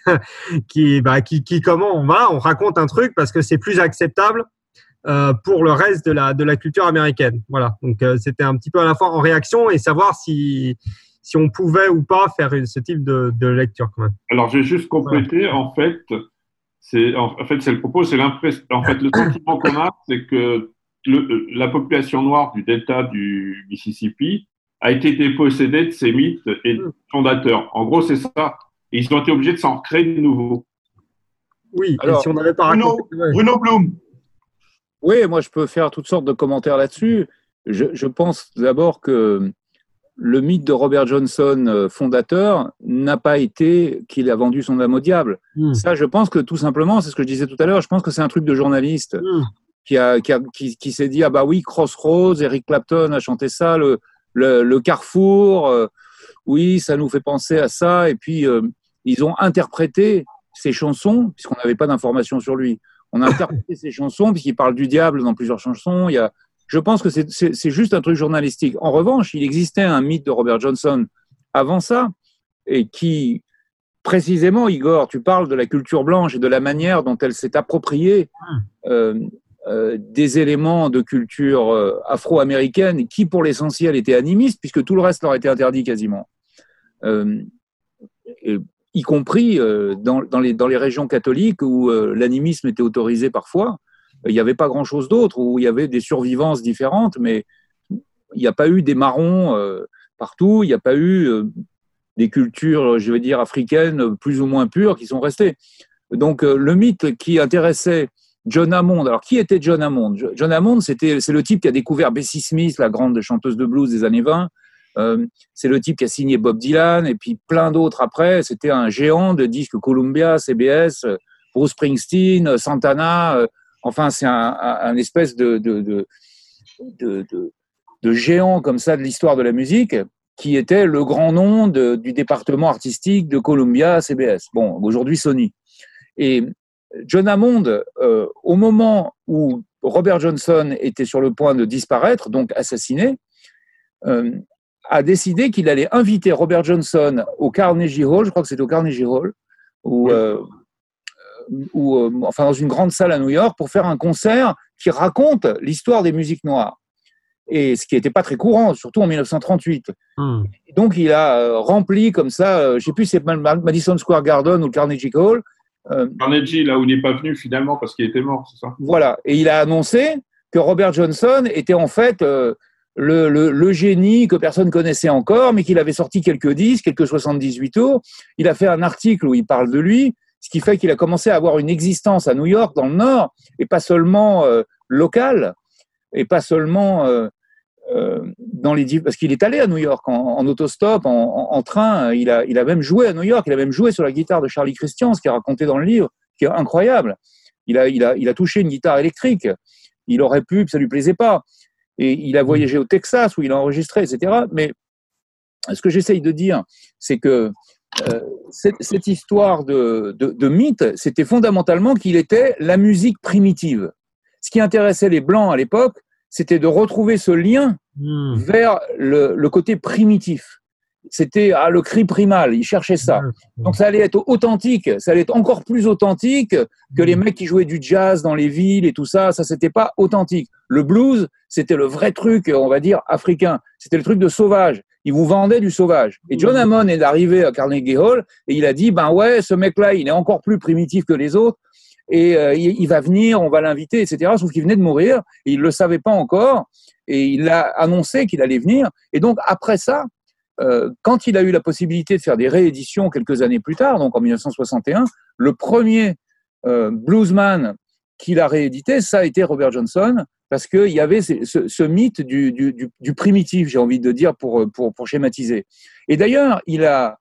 qui comment on raconte un truc parce que c'est plus acceptable pour le reste de la culture américaine. Voilà, donc c'était un petit peu à la fois en réaction et savoir si on pouvait ou pas faire ce type de lecture quand même. Alors, je vais juste compléter. En fait, c'est le propos. C'est l'impression. En fait, le sentiment qu'on a, c'est que la population noire du delta du Mississippi a été dépossédée de ses mythes et fondateurs. En gros, c'est ça. Et ils ont été obligés de s'en créer de nouveaux. Oui. Alors, et si on n'avait pas Bruno Blum. Oui, moi, je peux faire toutes sortes de commentaires là-dessus. Je pense d'abord que le mythe de Robert Johnson, fondateur, n'a pas été qu'il a vendu son âme au diable. Ça, je pense que tout simplement, c'est ce que je disais tout à l'heure, je pense que c'est un truc de journaliste qui s'est dit, ah bah oui, Crossroads, Eric Clapton a chanté ça, le Carrefour, oui, ça nous fait penser à ça. Et puis, ils ont interprété ces chansons, puisqu'on n'avait pas d'informations sur lui. On a interprété ces chansons, puisqu'il parle du diable dans plusieurs chansons. Je pense que c'est juste un truc journalistique. En revanche, il existait un mythe de Robert Johnson avant ça, et qui, précisément, Igor, tu parles de la culture blanche et de la manière dont elle s'est appropriée des éléments de culture afro-américaine qui, pour l'essentiel, étaient animistes, puisque tout le reste leur était interdit quasiment. Y compris dans les régions catholiques où l'animisme était autorisé parfois. Il n'y avait pas grand-chose d'autre, où il y avait des survivances différentes, mais il n'y a pas eu des marrons partout, il n'y a pas eu des cultures, je vais dire, africaines plus ou moins pures qui sont restées. Donc le mythe qui intéressait John Hammond. Alors, qui était John Hammond? John Hammond, c'est le type qui a découvert Bessie Smith, la grande chanteuse de blues des années 20. C'est le type qui a signé Bob Dylan et puis plein d'autres après. C'était un géant de disques Columbia, CBS, Bruce Springsteen, Santana. Enfin, c'est un espèce de géant comme ça de l'histoire de la musique qui était le grand nom du département artistique de Columbia, CBS. Bon, aujourd'hui Sony. Et John Hammond, au moment où Robert Johnson était sur le point de disparaître, donc assassiné, a décidé qu'il allait inviter Robert Johnson au Carnegie Hall, je crois que c'était au Carnegie Hall, enfin dans une grande salle à New York, pour faire un concert qui raconte l'histoire des musiques noires. Et ce qui n'était pas très courant, surtout en 1938. Donc il a rempli comme ça, je ne sais plus si c'est Madison Square Garden ou le Carnegie Hall. Carnegie, là où il n'est pas venu finalement parce qu'il était mort, c'est ça? Voilà, et il a annoncé que Robert Johnson était en fait le génie que personne connaissait encore, mais qu'il avait sorti quelques disques, quelques 78 tours. Il a fait un article où il parle de lui, ce qui fait qu'il a commencé à avoir une existence à New York, dans le Nord, et pas seulement locale, et pas seulement parce qu'il est allé à New York en autostop, en train. Il a même joué à New York. Il a même joué sur la guitare de Charlie Christian, ce qui est raconté dans le livre, qui est incroyable. Il a touché une guitare électrique. Il aurait pu, ça lui plaisait pas. Et il a voyagé au Texas où il a enregistré, etc. Mais ce que j'essaye de dire, c'est que cette histoire de mythe, c'était fondamentalement qu'il était la musique primitive. Ce qui intéressait les Blancs à l'époque, c'était de retrouver ce lien vers le côté primitif. C'était le cri primal, ils cherchaient ça. Donc ça allait être authentique, ça allait être encore plus authentique que les mecs qui jouaient du jazz dans les villes et tout ça, c'était pas authentique. Le blues, c'était le vrai truc, on va dire, africain. C'était le truc de sauvage. Ils vous vendaient du sauvage. Et John Hammond est arrivé à Carnegie Hall et il a dit, ben ouais, ce mec-là, il est encore plus primitif que les autres. Et il va venir, on va l'inviter, etc. Sauf qu'il venait de mourir, et il ne le savait pas encore, et il a annoncé qu'il allait venir. Et donc, après ça, quand il a eu la possibilité de faire des rééditions quelques années plus tard, donc en 1961, le premier bluesman qu'il a réédité, ça a été Robert Johnson, parce qu'il y avait ce mythe du primitif, j'ai envie de dire, pour schématiser. Et d'ailleurs, il a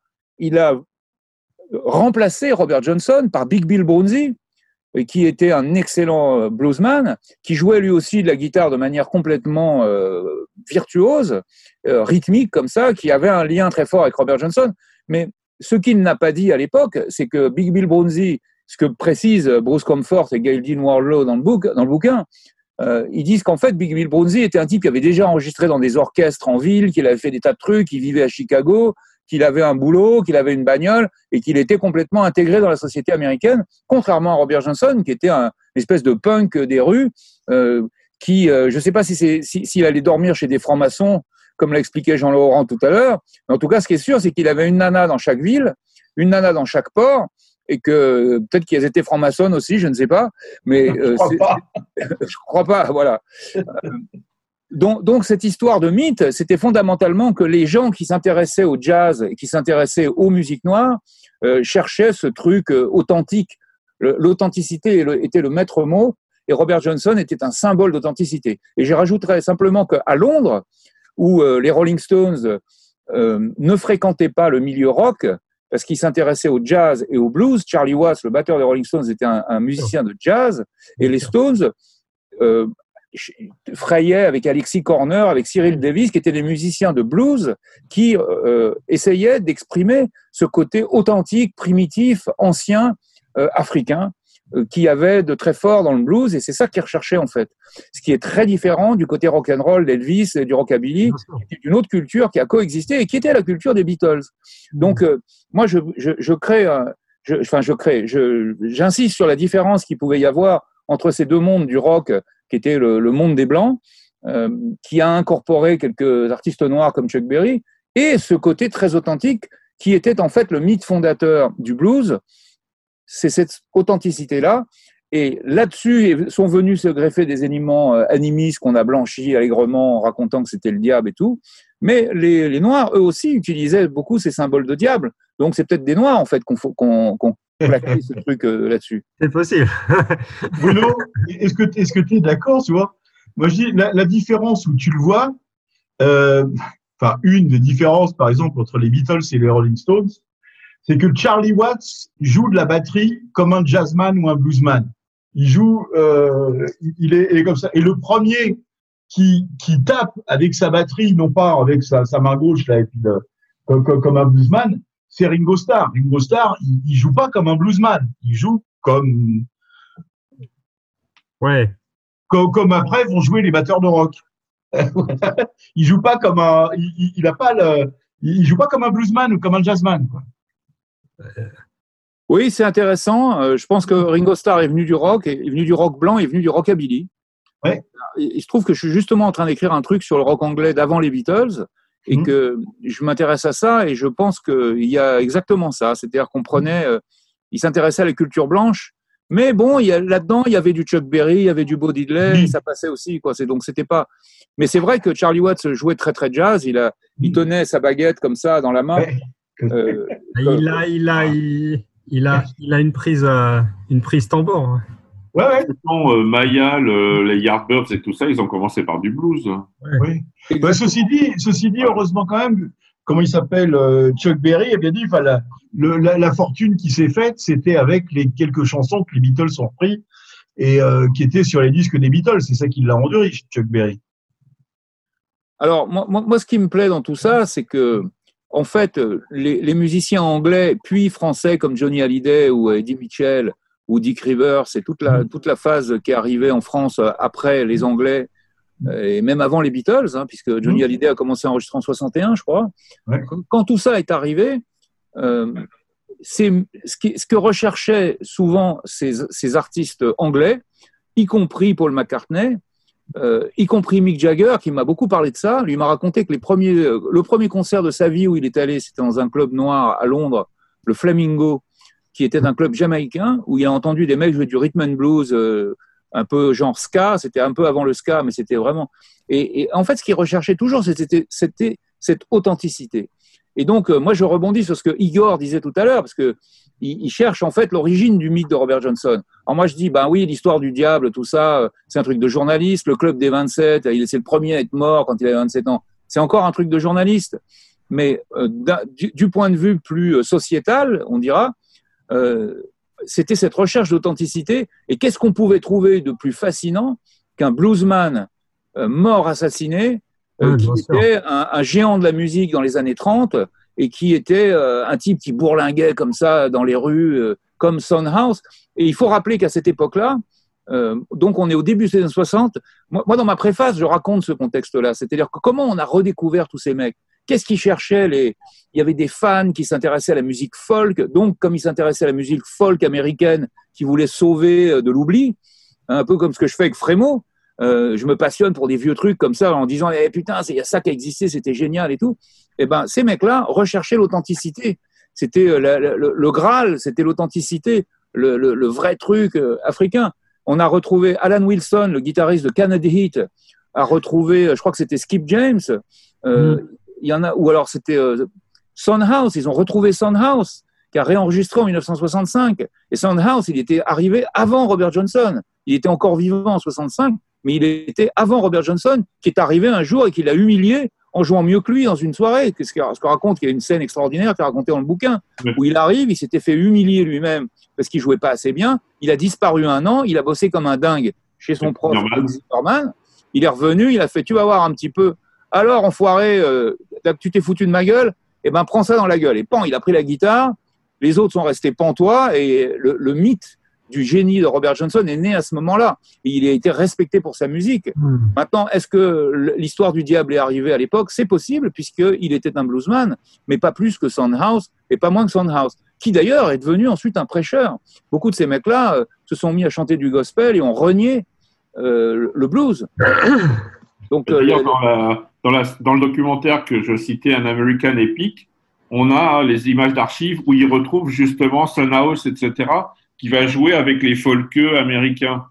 remplacé Robert Johnson par Big Bill Broonzy, qui était un excellent bluesman, qui jouait lui aussi de la guitare de manière complètement virtuose, rythmique comme ça, qui avait un lien très fort avec Robert Johnson. Mais ce qu'il n'a pas dit à l'époque, c'est que Big Bill Broonzy, ce que précisent Bruce Comfort et Gail Dean Warlow dans le bouquin, ils disent qu'en fait Big Bill Broonzy était un type qui avait déjà enregistré dans des orchestres en ville, qu'il avait fait des tas de trucs, qu'il vivait à Chicago, qu'il avait un boulot, qu'il avait une bagnole et qu'il était complètement intégré dans la société américaine, contrairement à Robert Johnson, qui était une espèce de punk des rues, qui, je ne sais pas s'il allait dormir chez des francs-maçons, comme l'a expliqué Jean-Laurent tout à l'heure, mais en tout cas, ce qui est sûr, c'est qu'il avait une nana dans chaque ville, une nana dans chaque port, et que peut-être qu'ils étaient francs-maçons aussi, je ne sais pas, mais je crois pas, voilà. Donc, cette histoire de mythe, c'était fondamentalement que les gens qui s'intéressaient au jazz et qui s'intéressaient aux musiques noires cherchaient ce truc authentique. L'authenticité était le maître mot, et Robert Johnson était un symbole d'authenticité. Et je rajouterais simplement qu'à Londres, où les Rolling Stones ne fréquentaient pas le milieu rock, parce qu'ils s'intéressaient au jazz et au blues, Charlie Watts, le batteur des Rolling Stones, était un musicien de jazz, et les Stones frayaient avec Alexis Corner, avec Cyril Davis, qui étaient des musiciens de blues qui essayaient d'exprimer ce côté authentique, primitif, ancien, africain, qui avait de très fort dans le blues, et c'est ça qu'ils recherchaient en fait. Ce qui est très différent du côté rock'n'roll d'Elvis et du rockabilly, qui est une autre culture qui a coexisté et qui était la culture des Beatles. Donc, moi, j'insiste sur la différence qu'il pouvait y avoir entre ces deux mondes du rock, qui était le monde des Blancs, qui a incorporé quelques artistes noirs comme Chuck Berry, et ce côté très authentique qui était en fait le mythe fondateur du blues. C'est cette authenticité-là. Et là-dessus sont venus se greffer des éléments animistes qu'on a blanchis allègrement en racontant que c'était le diable et tout. Mais les Noirs, eux aussi, utilisaient beaucoup ces symboles de diable. Donc c'est peut-être des Noirs, en fait, qu'on plaquait ce truc là-dessus. C'est possible. Bruno, est-ce que tu es d'accord, tu vois? Moi, je dis, la différence où tu le vois, une des différences, par exemple, entre les Beatles et les Rolling Stones, c'est que Charlie Watts joue de la batterie comme un jazzman ou un bluesman. Il joue, il est comme ça. Et le premier qui tape avec sa batterie, non pas avec sa main gauche là, et puis comme un bluesman, c'est Ringo Starr. Ringo Starr, il joue pas comme un bluesman, il joue comme après vont jouer les batteurs de rock. Il joue pas comme il joue pas comme un bluesman ou comme un jazzman, quoi. Oui, c'est intéressant. Je pense que Ringo Starr est venu du rock, est venu du rock blanc, est venu du rockabilly. Ouais. Il se trouve que je suis justement en train d'écrire un truc sur le rock anglais d'avant les Beatles et que je m'intéresse à ça et je pense qu'il y a exactement ça. C'est-à-dire qu'on prenait, il s'intéressait à la culture blanche, mais bon, là-dedans, il y avait du Chuck Berry, il y avait du Bo Diddley, et ça passait aussi, quoi. Donc, c'était pas. Mais c'est vrai que Charlie Watts jouait très, très jazz. Il tenait sa baguette comme ça dans la main. Il a une prise tambour. Hein. Ouais. Maya, les Yardbirds et tout ça, ils ont commencé par du blues. Oui. Ceci dit, heureusement quand même, comment il s'appelle, Chuck Berry a bien dit, la fortune qui s'est faite, c'était avec les quelques chansons que les Beatles ont repris et qui étaient sur les disques des Beatles. C'est ça qui l'a rendu riche, Chuck Berry. Alors, moi, ce qui me plaît dans tout ça, c'est que en fait, les musiciens anglais puis français comme Johnny Hallyday ou Eddie Mitchell ou Dick Rivers, c'est toute la phase qui est arrivée en France après les Anglais et même avant les Beatles, hein, puisque Johnny Hallyday a commencé à enregistrer en 61, je crois. Ouais. Quand tout ça est arrivé, c'est ce que recherchaient souvent ces artistes anglais, y compris Paul McCartney, y compris Mick Jagger, qui m'a beaucoup parlé de ça. Lui m'a raconté que le premier concert de sa vie où il est allé, c'était dans un club noir à Londres, le Flamingo, qui était un club jamaïcain, où il a entendu des mecs jouer du rhythm and blues, un peu genre ska. C'était un peu avant le ska, mais c'était vraiment... Et en fait, ce qu'il recherchait toujours, c'était cette authenticité. Et donc, moi, je rebondis sur ce que Igor disait tout à l'heure, parce que il cherche en fait l'origine du mythe de Robert Johnson. Alors moi, je dis, ben oui, l'histoire du diable, tout ça, c'est un truc de journaliste. Le club des 27, c'est le premier à être mort quand il avait 27 ans. C'est encore un truc de journaliste. Mais du point de vue plus sociétal, on dira, c'était cette recherche d'authenticité. Et qu'est-ce qu'on pouvait trouver de plus fascinant qu'un bluesman mort assassiné, qui était un géant de la musique dans les années 30 et qui était un type qui bourlinguait comme ça dans les rues, comme Sondhaus. Et il faut rappeler qu'à cette époque-là, donc on est au début des années 60, moi dans ma préface, je raconte ce contexte-là. C'est-à-dire que comment on a redécouvert tous ces mecs. Qu'est-ce qu'ils cherchaient Il y avait des fans qui s'intéressaient à la musique folk, donc comme ils s'intéressaient à la musique folk américaine, qui voulaient sauver de l'oubli, un peu comme ce que je fais avec Frémaux. Je me passionne pour des vieux trucs comme ça en disant putain, il y a ça qui a existé, c'était génial et tout. Et ben ces mecs-là recherchaient l'authenticité. C'était le Graal, c'était l'authenticité, le vrai truc africain. On a retrouvé Alan Wilson, le guitariste de Canada Heat, a retrouvé, je crois que c'était Skip James. Il y en a, ou alors c'était Sondhaus. Ils ont retrouvé Sondhaus, qui a réenregistré en 1965. Et Sondhaus, il était arrivé avant Robert Johnson. Il était encore vivant en 65, mais il était avant Robert Johnson, qui est arrivé un jour et qui l'a humilié en jouant mieux que lui dans une soirée. Ce que raconte, il y a une scène extraordinaire qui est racontée dans le bouquin, où il arrive, il s'était fait humilier lui-même parce qu'il jouait pas assez bien. Il a disparu 1 an, il a bossé comme un dingue chez son prof, Norman. Il est revenu, il a fait, tu vas voir un petit peu. Alors, enfoiré, tu t'es foutu de ma gueule, eh ben, prends ça dans la gueule. Et pan, il a pris la guitare, les autres sont restés pantois, et le mythe du génie de Robert Johnson est né à ce moment-là. Et il a été respecté pour sa musique. Maintenant, est-ce que l'histoire du diable est arrivée à l'époque ? C'est possible, puisqu'il était un bluesman, mais pas plus que Sondhaus, et pas moins que Sondhaus. qui d'ailleurs est devenu ensuite un prêcheur. Beaucoup de ces mecs-là se sont mis à chanter du gospel et ont renié le blues. Donc, d'ailleurs, dans le documentaire que je citais, un American Epic, on a les images d'archives où ils retrouvent justement Sunhouse, etc., qui va jouer avec les folkeux américains.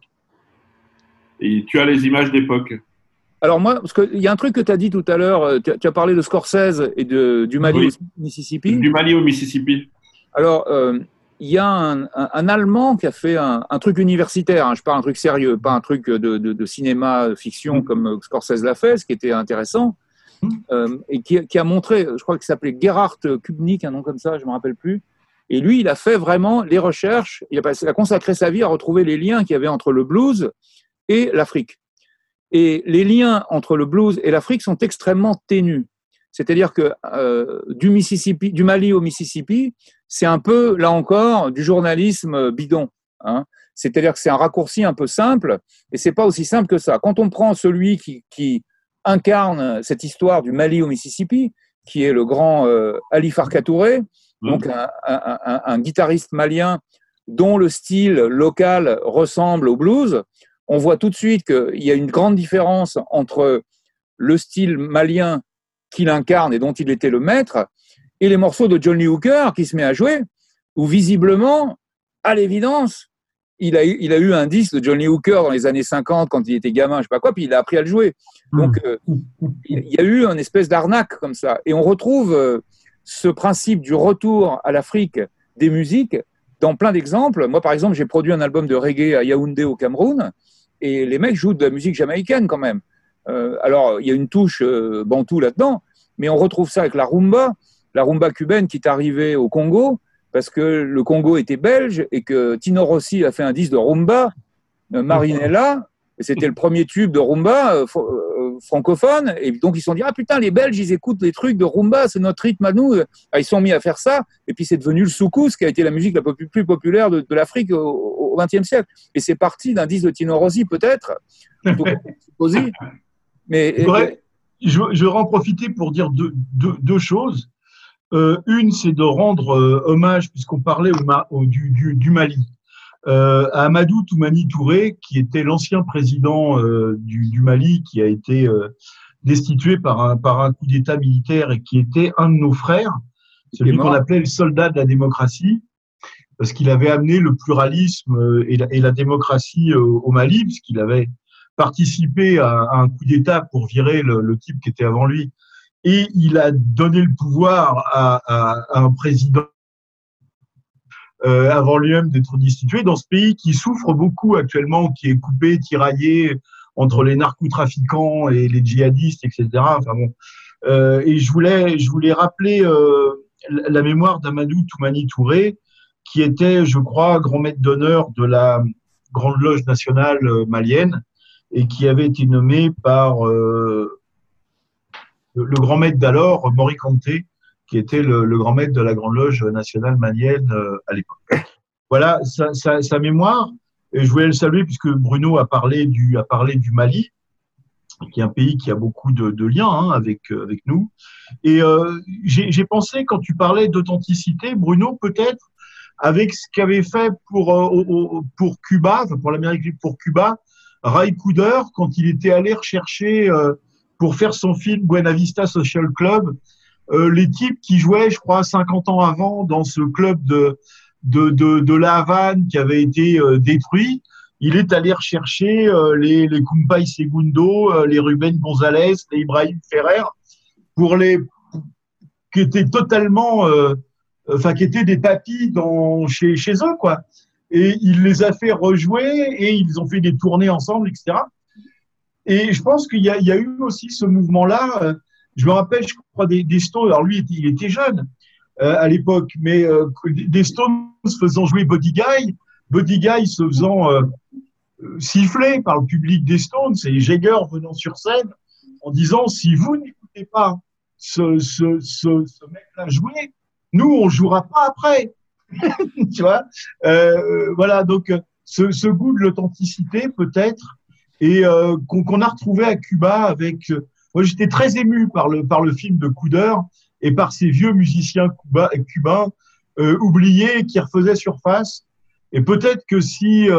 Et tu as les images d'époque. Alors moi, parce qu'il y a un truc que tu as dit tout à l'heure, tu as parlé de Scorsese et du Mali au Mississippi. Du Mali au Mississippi. Alors, il y a un Allemand qui a fait un truc universitaire, hein, je parle un truc sérieux, pas un truc de cinéma fiction comme Scorsese l'a fait, ce qui était intéressant, et qui a montré, je crois qu'il s'appelait Gerhard Kubnik, un nom comme ça, je ne me rappelle plus, et lui, il a fait vraiment les recherches, il a consacré sa vie à retrouver les liens qu'il y avait entre le blues et l'Afrique. Et les liens entre le blues et l'Afrique sont extrêmement ténus. C'est-à-dire que du Mali au Mississippi, c'est un peu, là encore, du journalisme bidon. Hein. C'est-à-dire que c'est un raccourci un peu simple, et c'est pas aussi simple que ça. Quand on prend celui qui incarne cette histoire du Mali au Mississippi, qui est le grand Ali Farka Touré, donc un guitariste malien dont le style local ressemble au blues, on voit tout de suite qu'il y a une grande différence entre le style malien qu'il incarne et dont il était le maître, et les morceaux de Johnny Hooker qui se met à jouer, où visiblement, à l'évidence, il a eu un disque de Johnny Hooker dans les années 50 quand il était gamin, je sais pas quoi, puis il a appris à le jouer. Donc, il y a eu une espèce d'arnaque comme ça. Et on retrouve ce principe du retour à l'Afrique des musiques dans plein d'exemples. Moi, par exemple, j'ai produit un album de reggae à Yaoundé au Cameroun, et les mecs jouent de la musique jamaïcaine quand même. Alors, il y a une touche bantou là-dedans, mais on retrouve ça avec la rumba cubaine qui est arrivée au Congo, parce que le Congo était belge et que Tino Rossi a fait un disque de rumba, Marinella, et c'était le premier tube de rumba francophone, et donc ils se sont dit « Ah putain, les Belges, ils écoutent les trucs de rumba, c'est notre rythme à nous ». Ils se sont mis à faire ça, et puis c'est devenu le soukous, qui a été la musique la plus populaire de l'Afrique au XXe siècle. Et c'est parti d'un disque de Tino Rossi, peut-être, mais je vais en profiter pour dire deux choses. Une, c'est de rendre hommage, puisqu'on parlait du Mali, à Amadou Toumani Touré, qui était l'ancien président du Mali, qui a été destitué par un coup d'État militaire et qui était un de nos frères, celui qu'on appelait le soldat de la démocratie, parce qu'il avait amené le pluralisme et la démocratie au Mali, puisqu'il avait participé à un coup d'État pour virer le type qui était avant lui. Et il a donné le pouvoir à un président avant lui-même d'être destitué dans ce pays qui souffre beaucoup actuellement, qui est coupé, tiraillé entre les narcotrafiquants et les djihadistes, etc. Enfin bon. Et je voulais rappeler la mémoire d'Amadou Toumani Touré, qui était, je crois, grand maître d'honneur de la Grande Loge nationale malienne et qui avait été nommé par le grand maître d'alors, Mori Kanté, qui était le grand maître de la Grande Loge nationale malienne à l'époque. Voilà sa mémoire. Et je voulais le saluer puisque Bruno a parlé du Mali, qui est un pays qui a beaucoup de liens avec nous. Et j'ai pensé, quand tu parlais d'authenticité, Bruno, peut-être, avec ce qu'avait fait pour Cuba, enfin pour l'Amérique, pour Cuba, Ray Cooder, quand il était allé rechercher pour faire son film Buena Vista Social Club, les types qui jouaient, je crois, 50 ans avant dans ce club de La Havane qui avait été détruit. Il est allé rechercher les Kumpay Segundo, les Ruben González, les Ibrahim Ferrer, qui étaient totalement, qui étaient des papis chez eux, quoi. Et il les a fait rejouer et ils ont fait des tournées ensemble, etc. Et je pense qu'il y a eu aussi ce mouvement-là. Je me rappelle, je crois, des Stones. Alors lui, il était jeune à l'époque, mais des Stones faisant jouer Buddy Guy se faisant siffler par le public des Stones, et Jagger venant sur scène en disant « Si vous n'écoutez pas ce mec-là jouer, nous, on jouera pas après. » Tu vois, voilà, donc ce goût de l'authenticité peut-être, et qu'on a retrouvé à Cuba avec. Moi, j'étais très ému par le film de Cooder et par ces vieux musiciens cubains, oubliés qui refaisaient surface. Et peut-être que si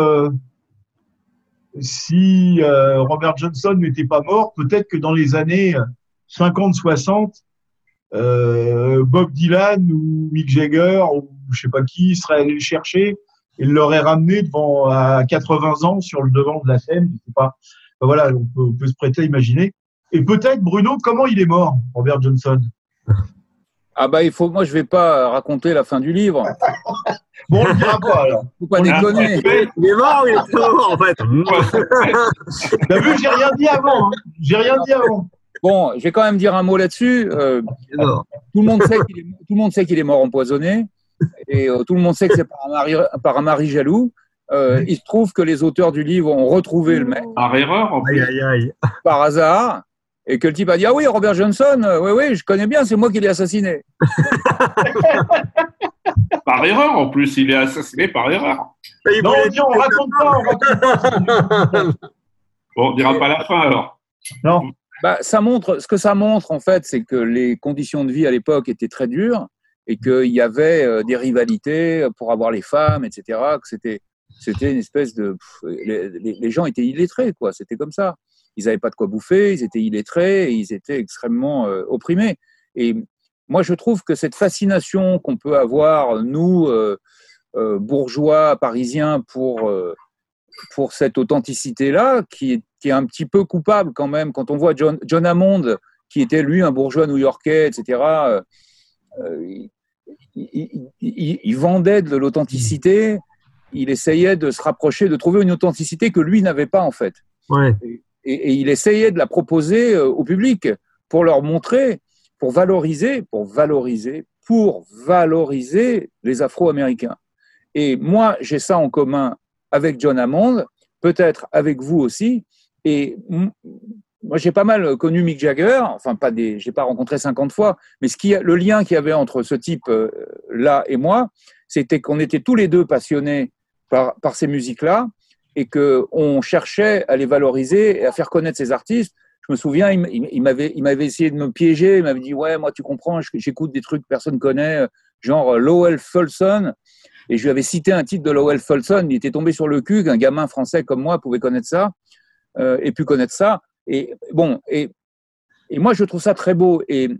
Robert Johnson n'était pas mort, peut-être que dans les années 50-60, Bob Dylan ou Mick Jagger ou je sais pas qui serait allé le chercher et l'aurait ramené à 80 ans sur le devant de la scène. Je sais pas. Ben voilà, on peut se prêter à imaginer. Et peut-être, Bruno, comment il est mort, Robert Johnson? Ah bah moi je vais pas raconter la fin du livre. Bon, on le dira pas alors. Faut pas déconner. Il est mort ou il est pas mort en fait? T'as vu, j'ai rien dit avant. Hein. J'ai rien dit avant. Bon, je vais quand même dire un mot là-dessus. Tout le monde sait qu'il est mort empoisonné, et tout le monde sait que c'est par un mari jaloux. Il se trouve que les auteurs du livre ont retrouvé le mec. Par erreur, en plus. Par hasard. Et que le type a dit, ah oui, Robert Johnson, oui, je connais bien, c'est moi qui l'ai assassiné. Par erreur, en plus, il est assassiné par erreur. Non, on raconte pas. Bon, on dira pas la fin, alors. Non. Bah, ce que ça montre, en fait, c'est que les conditions de vie à l'époque étaient très dures et qu'il y avait des rivalités pour avoir les femmes, etc. Que c'était une espèce de... Les gens étaient illettrés, quoi. C'était comme ça. Ils n'avaient pas de quoi bouffer, ils étaient illettrés, et ils étaient extrêmement opprimés. Et moi, je trouve que cette fascination qu'on peut avoir, nous, bourgeois, parisiens, pour cette authenticité-là, qui est un petit peu coupable quand même, quand on voit John Hammond, qui était, lui, un bourgeois new-yorkais, etc., il vendait de l'authenticité, il essayait de se rapprocher, de trouver une authenticité que lui n'avait pas, en fait. Ouais. Et il essayait de la proposer au public pour leur montrer, pour valoriser les Afro-Américains. Et moi, j'ai ça en commun avec John Hammond, peut-être avec vous aussi. Et moi, j'ai pas mal connu Mick Jagger, enfin, j'ai pas rencontré 50 fois, mais le lien qu'il y avait entre ce type-là et moi, c'était qu'on était tous les deux passionnés par ces musiques-là, et qu'on cherchait à les valoriser et à faire connaître ces artistes. Je me souviens, il m'avait essayé de me piéger, il m'avait dit « Ouais, moi, tu comprends, j'écoute des trucs que personne ne connaît, genre Lowell Fulson ». Et je lui avais cité un titre de Lowell Fulson, il était tombé sur le cul qu'un gamin français comme moi pouvait connaître ça, et pu connaître ça. Et bon, et moi, je trouve ça très beau et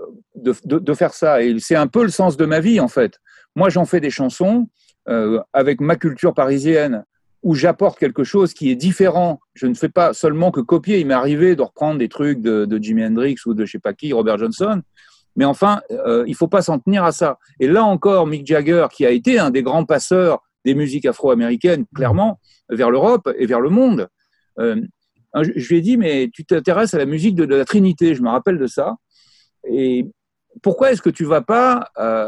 de faire ça. Et c'est un peu le sens de ma vie, en fait. Moi, j'en fais des chansons avec ma culture parisienne, où j'apporte quelque chose qui est différent. Je ne fais pas seulement que copier. Il m'est arrivé de reprendre des trucs de Jimi Hendrix ou de je sais pas qui, Robert Johnson. Mais enfin, il faut pas s'en tenir à ça. Et là encore, Mick Jagger, qui a été un des grands passeurs des musiques afro-américaines, clairement, vers l'Europe et vers le monde. Je lui ai dit, mais tu t'intéresses à la musique de la Trinité. Je me rappelle de ça. Et pourquoi est-ce que tu vas pas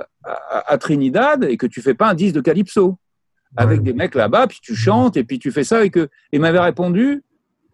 à Trinidad et que tu fais pas un disque de calypso? Avec des mecs là-bas, puis tu chantes, et puis tu fais ça. Et il m'avait répondu,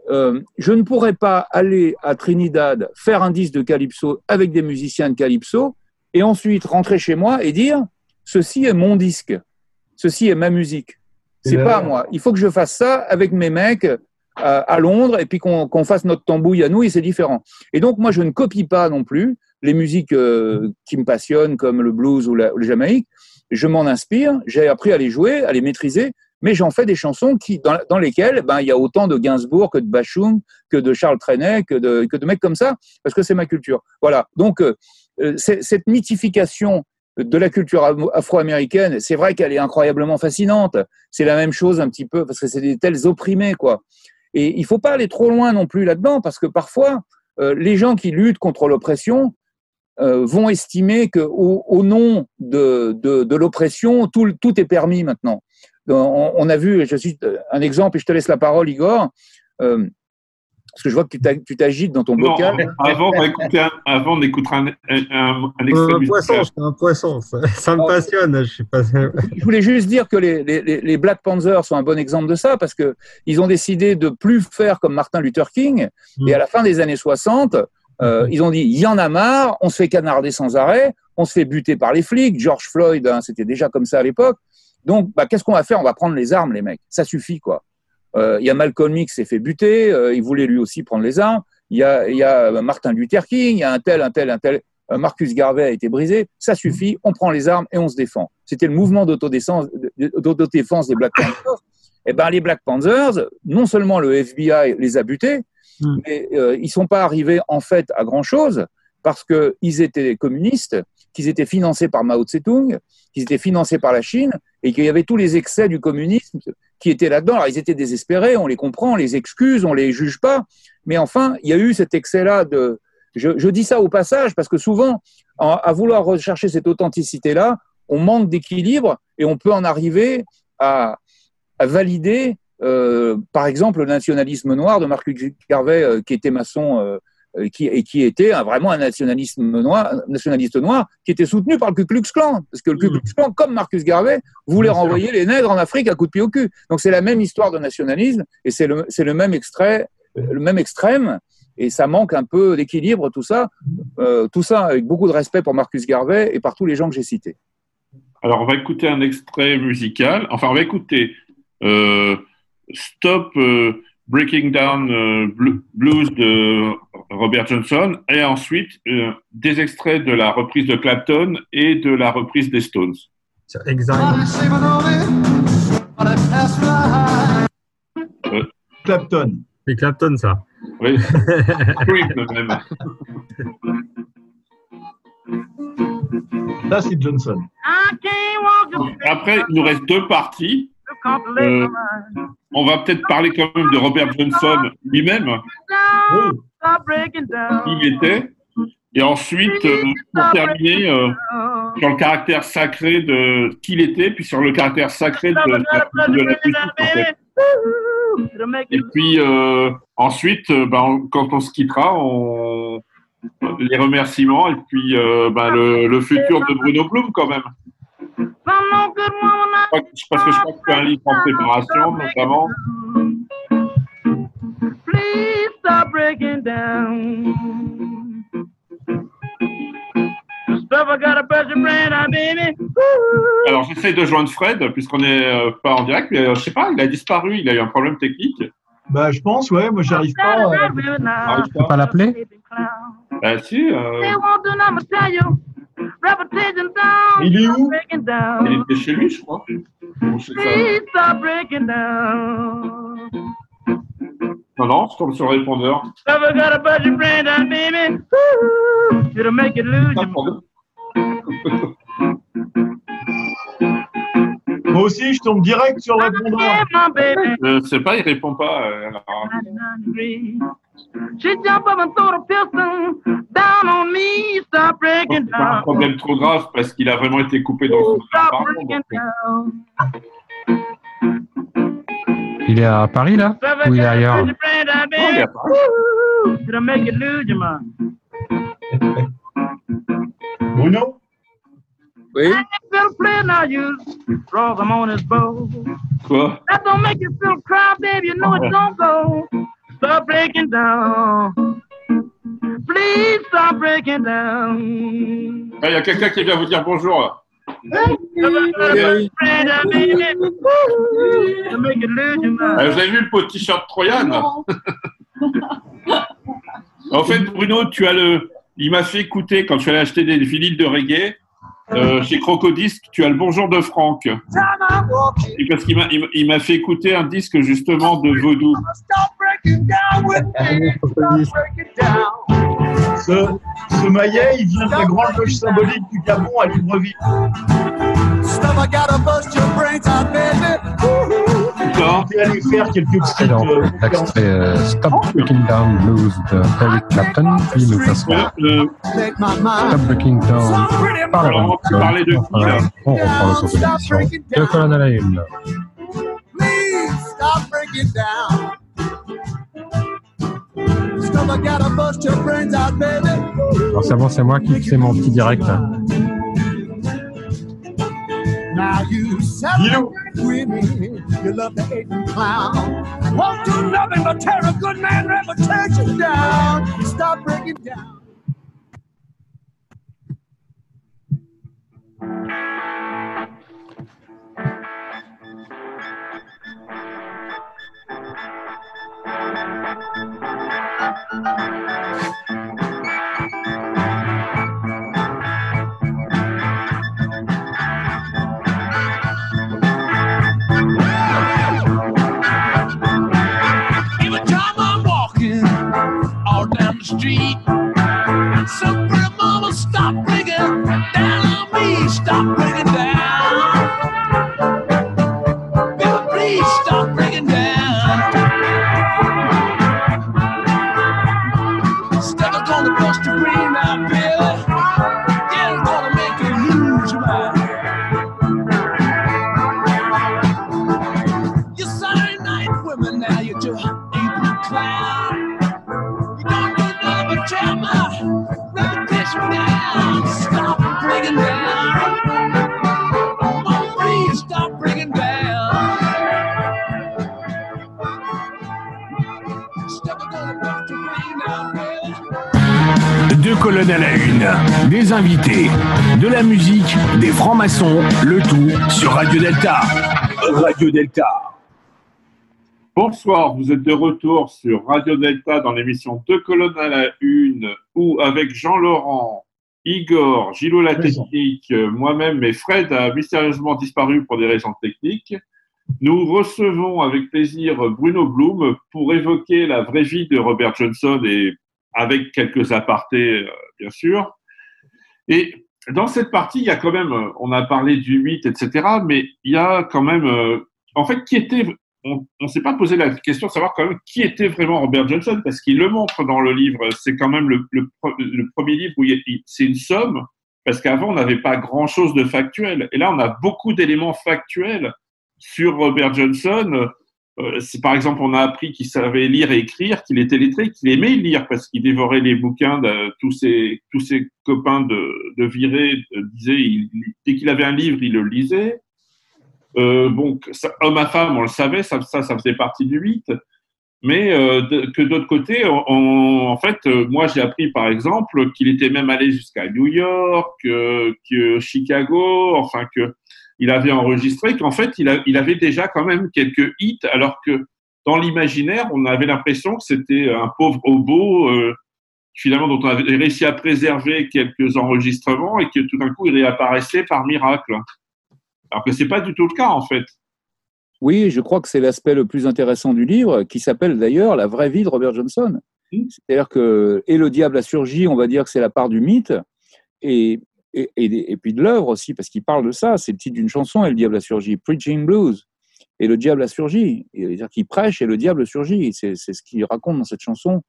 je ne pourrais pas aller à Trinidad faire un disque de calypso avec des musiciens de calypso, et ensuite rentrer chez moi et dire, ceci est mon disque, ceci est ma musique. C'est pas à moi. Il faut que je fasse ça avec mes mecs à Londres, et puis qu'on fasse notre tambouille à nous, et c'est différent. Et donc, moi, je ne copie pas non plus les musiques qui me passionnent, comme le blues ou le Jamaïque. Je m'en inspire, j'ai appris à les jouer, à les maîtriser, mais j'en fais des chansons dans lesquelles il y a autant de Gainsbourg que de Bashung, que de Charles Trenet, que de mecs comme ça, parce que c'est ma culture. Voilà. Donc, cette mythification de la culture afro-américaine, c'est vrai qu'elle est incroyablement fascinante. C'est la même chose un petit peu, parce que c'est des tels opprimés, quoi. Et il faut pas aller trop loin non plus là-dedans, parce que parfois, les gens qui luttent contre l'oppression, vont estimer qu'au nom de l'oppression, tout est permis maintenant. On a vu, un exemple, et je te laisse la parole, Igor, parce que je vois que tu t'agites dans ton bocal. Avant, on écoutera un extrait musical. Un poisson, ça me passionne. Je voulais juste dire que les Black Panthers sont un bon exemple de ça, parce qu'ils ont décidé de plus faire comme Martin Luther King, et à la fin des années 60, ils ont dit, il y en a marre, on se fait canarder sans arrêt, on se fait buter par les flics, George Floyd, c'était déjà comme ça à l'époque. Donc, qu'est-ce qu'on va faire? On va prendre les armes, les mecs. Ça suffit, quoi. Il y a Malcolm X s'est fait buter, il voulait lui aussi prendre les armes. Il y a Martin Luther King, il y a un tel. Marcus Garvey a été brisé, ça suffit, on prend les armes et on se défend. C'était le mouvement d'autodéfense des Black Panthers. Eh ben, les Black Panthers, non seulement le FBI les a butés, mais ils sont pas arrivés en fait à grand chose parce qu'ils étaient communistes, qu'ils étaient financés par Mao Tse-tung, qu'ils étaient financés par la Chine et qu'il y avait tous les excès du communisme qui étaient là-dedans. Alors ils étaient désespérés, on les comprend, on les excuse, on les juge pas, mais enfin il y a eu cet excès-là de. Je dis ça au passage parce que souvent, à vouloir rechercher cette authenticité-là, on manque d'équilibre et on peut en arriver à valider, par exemple, le nationalisme noir de Marcus Garvey, qui était maçon, qui était vraiment un nationaliste noir, qui était soutenu par le Ku Klux Klan, parce que le Ku Klux Klan, comme Marcus Garvey, voulait renvoyer les nègres en Afrique à coups de pied au cul. Donc c'est la même histoire de nationalisme et c'est le même extrême. Et ça manque un peu d'équilibre, tout ça avec beaucoup de respect pour Marcus Garvey et par tous les gens que j'ai cités. Alors, on va écouter un extrait musical. Enfin, on va écouter Stop Breaking Down Blues de Robert Johnson et ensuite des extraits de la reprise de Clapton et de la reprise des Stones. Clapton. C'est Clapton, ça. Oui, même. Là, c'est Johnson. Après, il nous reste deux parties. On va peut-être parler quand même de Robert Johnson lui-même. Qui il était. Et ensuite, pour terminer, sur le caractère sacré de qui il était, puis sur le caractère sacré de la musique, en fait. Et puis ensuite, quand on se quittera, les remerciements et puis le futur de Bruno Blum quand même. Parce que je crois que c'est un livre en préparation, notamment. Please stop breaking down. Alors j'essaie de joindre Fred puisqu'on n'est pas en direct, mais je sais pas, il a disparu, il a eu un problème technique. Bah je pense, ouais, moi j'arrive pas. Tu peux pas l'appeler? Bah si. Il est où? Il était chez lui, je crois. Bon, je sais ça. Non, je tombe sur le répondeur. Moi aussi, je tombe direct sur le répondeur. Je sais pas, il répond pas. C'est pas un problème trop grave parce qu'il a vraiment été coupé dans son appartement. Il est à Paris, là? Ou il est ailleurs? Non, il est à Paris. Bruno? Oui. Quoi? Stop breaking down. Please stop breaking down. Il y a quelqu'un qui vient vous dire bonjour. Là. Vous avez vu le pot t-shirt Troyan? En fait, Bruno, il m'a fait écouter quand je suis allé acheter des vinyles de reggae. Chez Crocodisc, tu as le bonjour de Franck. Et parce qu'il m'a fait écouter un disque justement de Vaudou. Ce maillet, il vient de la grande loge symbolique du Gabon à Libreville. Je vais aller faire quelques petites... Et donc, l'extrait Stop Breaking Down Blues de Eric Clapton, puis nous passons Stop Breaking Down par la On peut parler de qui, là? On reprend le tour de l'émission. Deux colonnes à la une. Alors c'est bon, c'est moi qui fais mon petit direct. Now you celebrate women, you love the hating clown. Won't do nothing but tear a good man reputation down. Stop breaking down. Deux colonnes à la une, des invités, de la musique, des francs-maçons, le tout sur Radio Delta. Radio Delta. Bonsoir, vous êtes de retour sur Radio Delta dans l'émission Deux colonnes à la une, où avec Jean-Laurent, Igor, Gilot la technique, moi-même et Fred a mystérieusement disparu pour des raisons techniques. Nous recevons avec plaisir Bruno Blum pour évoquer la vraie vie de Robert Johnson et avec quelques apartés, bien sûr. Et dans cette partie, il y a quand même, on a parlé du mythe, etc., mais il y a quand même, en fait, on ne s'est pas posé la question de savoir quand même qui était vraiment Robert Johnson, parce qu'il le montre dans le livre. C'est quand même le premier livre où c'est une somme, parce qu'avant, on n'avait pas grand-chose de factuel. Et là, on a beaucoup d'éléments factuels sur Robert Johnson. C'est, par exemple, on a appris qu'il savait lire et écrire, qu'il était lettré, qu'il aimait lire parce qu'il dévorait les bouquins de tous ses copains de virée. Dès qu'il avait un livre, il le lisait. Homme à femme, on le savait, ça faisait partie du mythe. Mais que d'autre côté, en fait, moi j'ai appris par exemple qu'il était même allé jusqu'à New York, que Chicago, enfin que il avait enregistré, qu'en fait il avait déjà quand même quelques hits, alors que dans l'imaginaire, on avait l'impression que c'était un pauvre hobo finalement dont on avait réussi à préserver quelques enregistrements et que tout d'un coup il réapparaissait par miracle. Alors que c'est pas du tout le cas en fait. Oui, je crois que c'est l'aspect le plus intéressant du livre, qui s'appelle d'ailleurs La vraie vie de Robert Johnson. C'est-à-dire que Et le diable a surgi, on va dire que c'est la part du mythe, et puis de l'œuvre aussi, parce qu'il parle de ça. C'est le titre d'une chanson, Et le diable a surgi, Preaching Blues. Et le diable a surgi. C'est-à-dire qu'il prêche et le diable surgit. C'est ce qu'il raconte dans cette chanson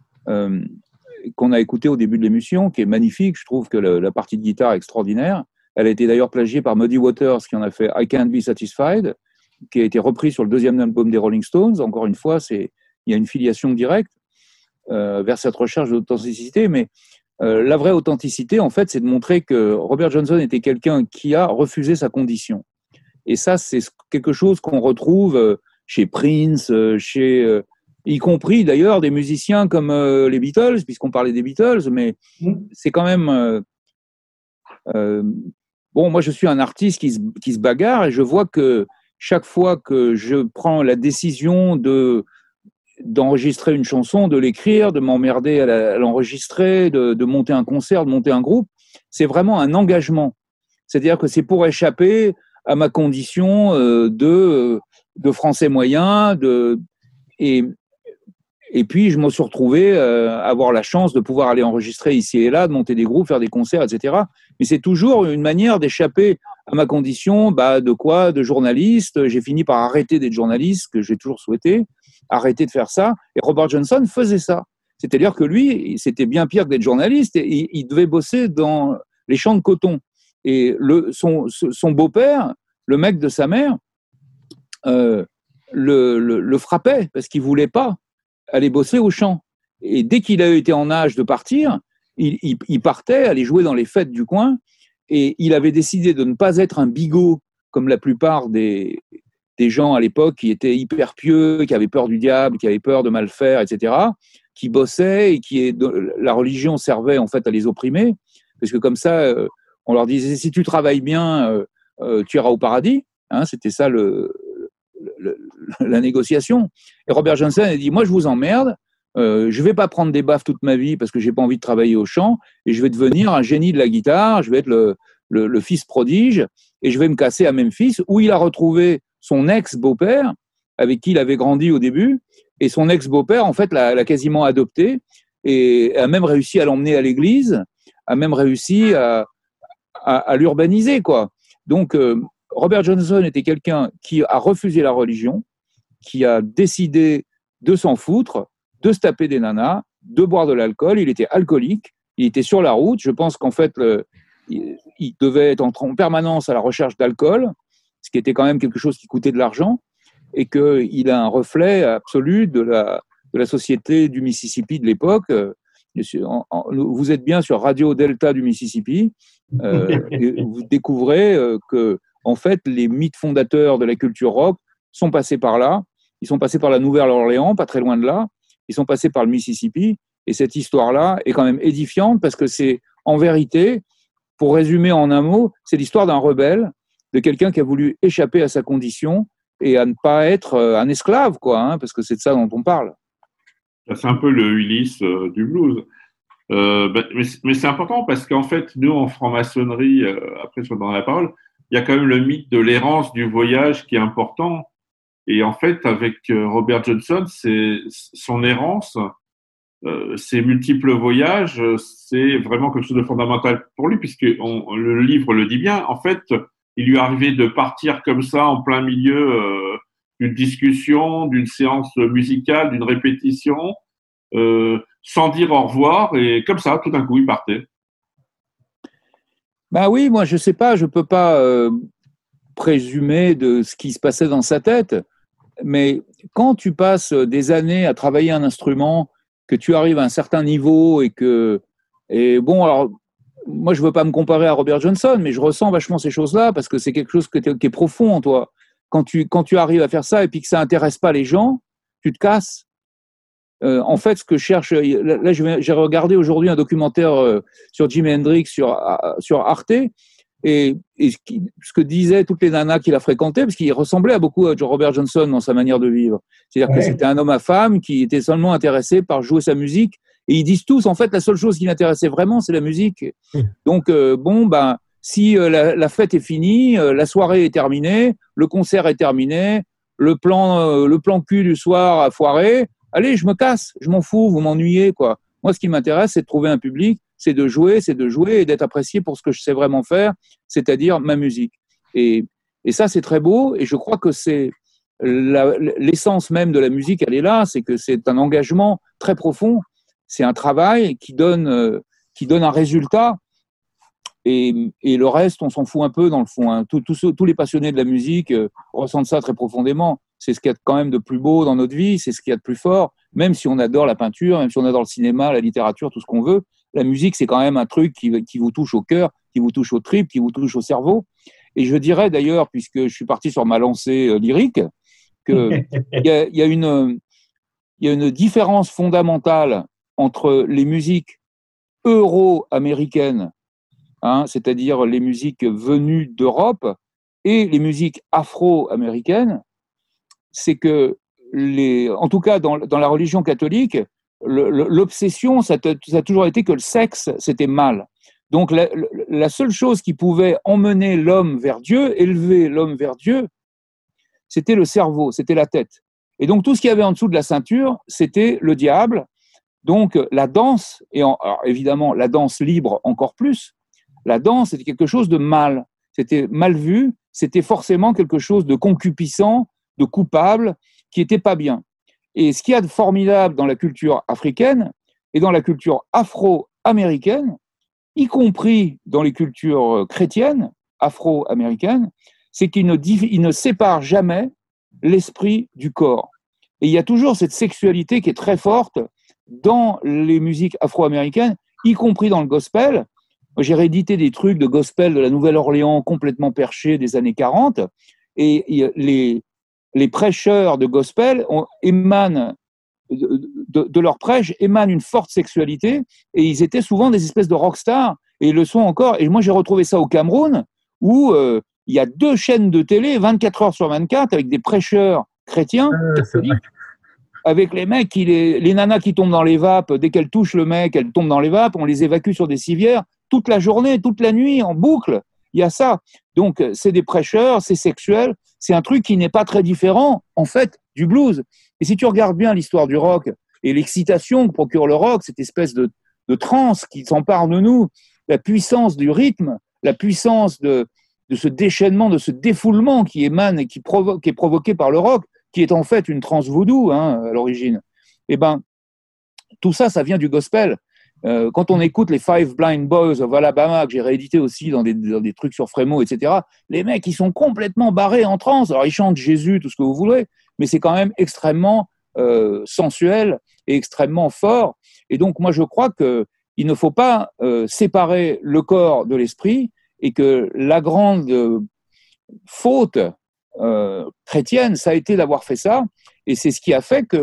qu'on a écoutée au début de l'émission, qui est magnifique. Je trouve que la partie de guitare est extraordinaire. Elle a été d'ailleurs plagiée par Muddy Waters, qui en a fait I Can't Be Satisfied, qui a été repris sur le deuxième album des Rolling Stones. Encore une fois, il y a une filiation directe vers cette recherche d'authenticité, mais la vraie authenticité, en fait, c'est de montrer que Robert Johnson était quelqu'un qui a refusé sa condition. Et ça, c'est quelque chose qu'on retrouve chez Prince, y compris d'ailleurs des musiciens comme les Beatles, puisqu'on parlait des Beatles, mais c'est quand même... moi, je suis un artiste qui se bagarre, et je vois que chaque fois que je prends la décision d'enregistrer une chanson, de l'écrire, de m'emmerder à l'enregistrer, de monter un concert, de monter un groupe, c'est vraiment un engagement. C'est-à-dire que c'est pour échapper à ma condition de français moyen, et puis je me suis retrouvé à avoir la chance de pouvoir aller enregistrer ici et là, de monter des groupes, faire des concerts, etc. Mais c'est toujours une manière d'échapper à ma condition, de journaliste. J'ai fini par arrêter d'être journaliste, que j'ai toujours souhaité, arrêter de faire ça. Et Robert Johnson faisait ça. C'est-à-dire que lui, c'était bien pire que d'être journaliste, et il devait bosser dans les champs de coton. Et son beau-père, le mec de sa mère, le frappait parce qu'il ne voulait pas aller bosser au champ. Et dès qu'il a été en âge de partir, il partait, aller jouer dans les fêtes du coin, et il avait décidé de ne pas être un bigot comme la plupart des gens à l'époque qui étaient hyper pieux, qui avaient peur du diable, qui avaient peur de mal faire, etc., qui bossaient et la religion servait en fait à les opprimer, parce que comme ça, on leur disait si tu travailles bien, tu iras au paradis. C'était ça la négociation. Et Robert Johnson a dit moi je vous emmerde. Je vais pas prendre des baffes toute ma vie parce que j'ai pas envie de travailler au chant, et je vais devenir un génie de la guitare, je vais être le fils prodige, et je vais me casser à Memphis, où il a retrouvé son ex-beau-père, avec qui il avait grandi au début, et son ex-beau-père, en fait, l'a quasiment adopté, et a même réussi à l'emmener à l'église, a même réussi à l'urbaniser, quoi. Donc, Robert Johnson était quelqu'un qui a refusé la religion, qui a décidé de s'en foutre, de se taper des nanas, de boire de l'alcool. Il était alcoolique, il était sur la route. Je pense qu'en fait, il devait être en permanence à la recherche d'alcool, ce qui était quand même quelque chose qui coûtait de l'argent, et qu'il a un reflet absolu de la société du Mississippi de l'époque. Vous êtes bien sur Radio Delta du Mississippi, et vous découvrez que, en fait, les mythes fondateurs de la culture rock sont passés par là. Ils sont passés par la Nouvelle-Orléans, pas très loin de là. Ils sont passés par le Mississippi, Et cette histoire-là est quand même édifiante parce que c'est, en vérité, pour résumer en un mot, c'est l'histoire d'un rebelle, de quelqu'un qui a voulu échapper à sa condition et à ne pas être un esclave, quoi, hein, parce que c'est de ça dont on parle. C'est un peu le Ulysse du blues. Mais c'est important parce qu'en fait, nous, en franc-maçonnerie, après je donne la parole, il y a quand même le mythe de l'errance du voyage qui est important. Et en fait, avec Robert Johnson, c'est son errance, ses multiples voyages, c'est vraiment quelque chose de fondamental pour lui, puisque le livre le dit bien. En fait, il lui est arrivé de partir comme ça en plein milieu d'une discussion, d'une séance musicale, d'une répétition, sans dire au revoir, et comme ça, tout d'un coup, il partait. Ben oui, moi, je sais pas, je peux pas présumer de ce qui se passait dans sa tête, mais quand tu passes des années à travailler un instrument, que tu arrives à un certain niveau et bon, alors, moi, je veux pas me comparer à Robert Johnson, mais je ressens vachement ces choses-là parce que c'est quelque chose qui est profond en toi. Quand tu arrives à faire ça et puis que ça intéresse pas les gens, tu te casses. En fait, ce que je cherche, là, j'ai regardé aujourd'hui un documentaire sur Jimi Hendrix sur Arte, et ce que disaient toutes les nanas qu'il a fréquentées, parce qu'il ressemblait beaucoup à Robert Johnson dans sa manière de vivre. C'est-à-dire que c'était un homme à femme qui était seulement intéressé par jouer sa musique, et ils disent tous, en fait, la seule chose qui l'intéressait vraiment, c'est la musique. Donc, si la fête est finie, la soirée est terminée, le concert est terminé, le plan cul du soir a foiré, allez, je me casse, je m'en fous, vous m'ennuyez, quoi. Moi, ce qui m'intéresse, c'est de trouver un public, c'est de jouer et d'être apprécié pour ce que je sais vraiment faire, c'est-à-dire ma musique. Et ça, c'est très beau, et je crois que c'est l'essence même de la musique, elle est là, c'est que c'est un engagement très profond, c'est un travail qui donne un résultat, et le reste, on s'en fout un peu dans le fond, hein. Tous les passionnés de la musique ressentent ça très profondément. C'est ce qu'il y a quand même de plus beau dans notre vie, c'est ce qu'il y a de plus fort, même si on adore la peinture, même si on adore le cinéma, la littérature, tout ce qu'on veut, la musique, c'est quand même un truc qui vous touche au cœur, qui vous touche aux tripes, qui vous touche au cerveau. Et je dirais d'ailleurs, puisque je suis parti sur ma lancée lyrique, qu'il y a une différence fondamentale entre les musiques euro-américaines, hein, c'est-à-dire les musiques venues d'Europe, et les musiques afro-américaines. C'est que, en tout cas dans la religion catholique, l'obsession, ça a toujours été que le sexe, c'était mal. Donc la seule chose qui pouvait emmener l'homme vers Dieu, élever l'homme vers Dieu, c'était le cerveau, c'était la tête. Et donc tout ce qu'il y avait en dessous de la ceinture, c'était le diable. Donc la danse, alors évidemment la danse libre encore plus, la danse c'était quelque chose de mal, c'était mal vu, c'était forcément quelque chose de concupiscent, de coupable, qui n'était pas bien. Et ce qu'il y a de formidable dans la culture africaine et dans la culture afro-américaine, y compris dans les cultures chrétiennes afro-américaines, c'est qu'ils ne séparent jamais l'esprit du corps. Et il y a toujours cette sexualité qui est très forte dans les musiques afro-américaines, y compris dans le gospel. J'ai réédité des trucs de gospel de la Nouvelle-Orléans complètement perchés des années 40, et les prêcheurs de gospel émanent de leur prêche émane une forte sexualité, et ils étaient souvent des espèces de rockstars, et ils le sont encore. Et moi, j'ai retrouvé ça au Cameroun, où il y a 2 chaînes de télé, 24 heures sur 24, avec des prêcheurs chrétiens, avec les mecs, les nanas qui tombent dans les vapes, dès qu'elles touchent le mec, elles tombent dans les vapes, on les évacue sur des civières, toute la journée, toute la nuit, en boucle. Il y a ça. Donc, c'est des prêcheurs, c'est sexuel, c'est un truc qui n'est pas très différent, en fait, du blues. Et si tu regardes bien l'histoire du rock et l'excitation que procure le rock, cette espèce de transe qui s'empare de nous, la puissance du rythme, la puissance de ce déchaînement, de ce défoulement qui émane et qui est provoqué par le rock, qui est en fait une transe vaudou, hein, à l'origine. Eh ben, tout ça, ça vient du gospel. Quand on écoute les Five Blind Boys of Alabama, que j'ai réédité aussi dans des trucs sur Frémo, etc., les mecs, ils sont complètement barrés en transe. Alors, ils chantent Jésus, tout ce que vous voulez, mais c'est quand même extrêmement sensuel et extrêmement fort. Et donc, moi, je crois qu'il ne faut pas séparer le corps de l'esprit, et que la grande faute chrétienne, ça a été d'avoir fait ça, et c'est ce qui a fait que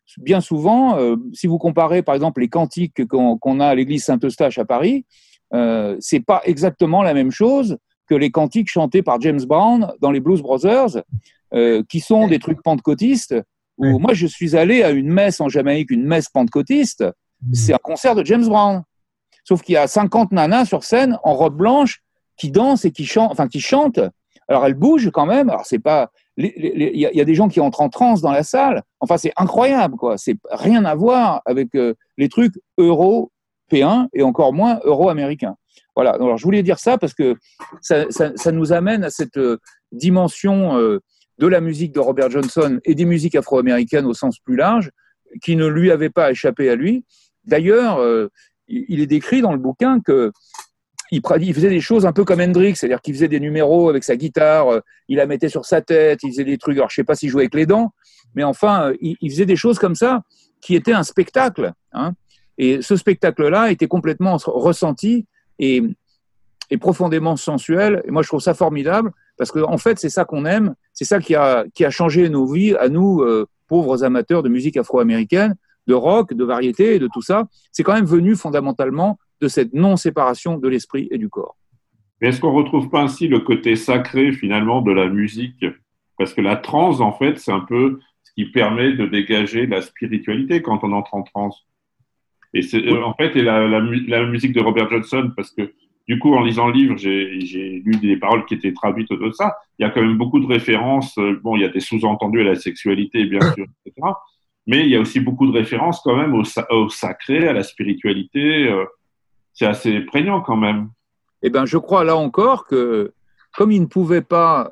bien souvent, si vous comparez par exemple les cantiques qu'on a à l'église Saint-Eustache à Paris, c'est pas exactement la même chose que les cantiques chantés par James Brown dans les Blues Brothers, qui sont des trucs pentecôtistes. Où moi, je suis allé à une messe en Jamaïque, une messe pentecôtiste, c'est un concert de James Brown. Sauf qu'il y a 50 nanas sur scène en robe blanche qui dansent et qui chantent. Alors elles bougent quand même. Alors c'est pas, il y a des gens qui entrent en transe dans la salle. Enfin, c'est incroyable, quoi. C'est rien à voir avec les trucs européens et encore moins euro-américains. Voilà. Alors je voulais dire ça parce que ça nous amène à cette dimension de la musique de Robert Johnson et des musiques afro-américaines au sens plus large, qui ne lui avait pas échappé à lui. D'ailleurs, il est décrit dans le bouquin que il faisait des choses un peu comme Hendrix, c'est-à-dire qu'il faisait des numéros avec sa guitare, il la mettait sur sa tête, il faisait des trucs, alors je sais pas s'il jouait avec les dents, mais enfin, il faisait des choses comme ça qui étaient un spectacle, hein. Et ce spectacle-là était complètement ressenti et profondément sensuel. Et moi, je trouve ça formidable parce que en fait, c'est ça qu'on aime, c'est ça qui a changé nos vies à nous, pauvres amateurs de musique afro-américaine, de rock, de variété et de tout ça. C'est quand même venu fondamentalement de cette non-séparation de l'esprit et du corps. Mais est-ce qu'on ne retrouve pas ainsi le côté sacré, finalement, de la musique? Parce que la transe, en fait, c'est un peu ce qui permet de dégager la spiritualité quand on entre en transe. Et c'est, en fait, et la musique de Robert Johnson, parce que, du coup, en lisant le livre, j'ai lu des paroles qui étaient traduites de ça. Il y a quand même beaucoup de références. Bon, il y a des sous-entendus à la sexualité, bien sûr, etc. Mais il y a aussi beaucoup de références quand même au sacré, à la spiritualité. C'est assez prégnant quand même. Eh bien, je crois là encore que, comme il ne pouvait pas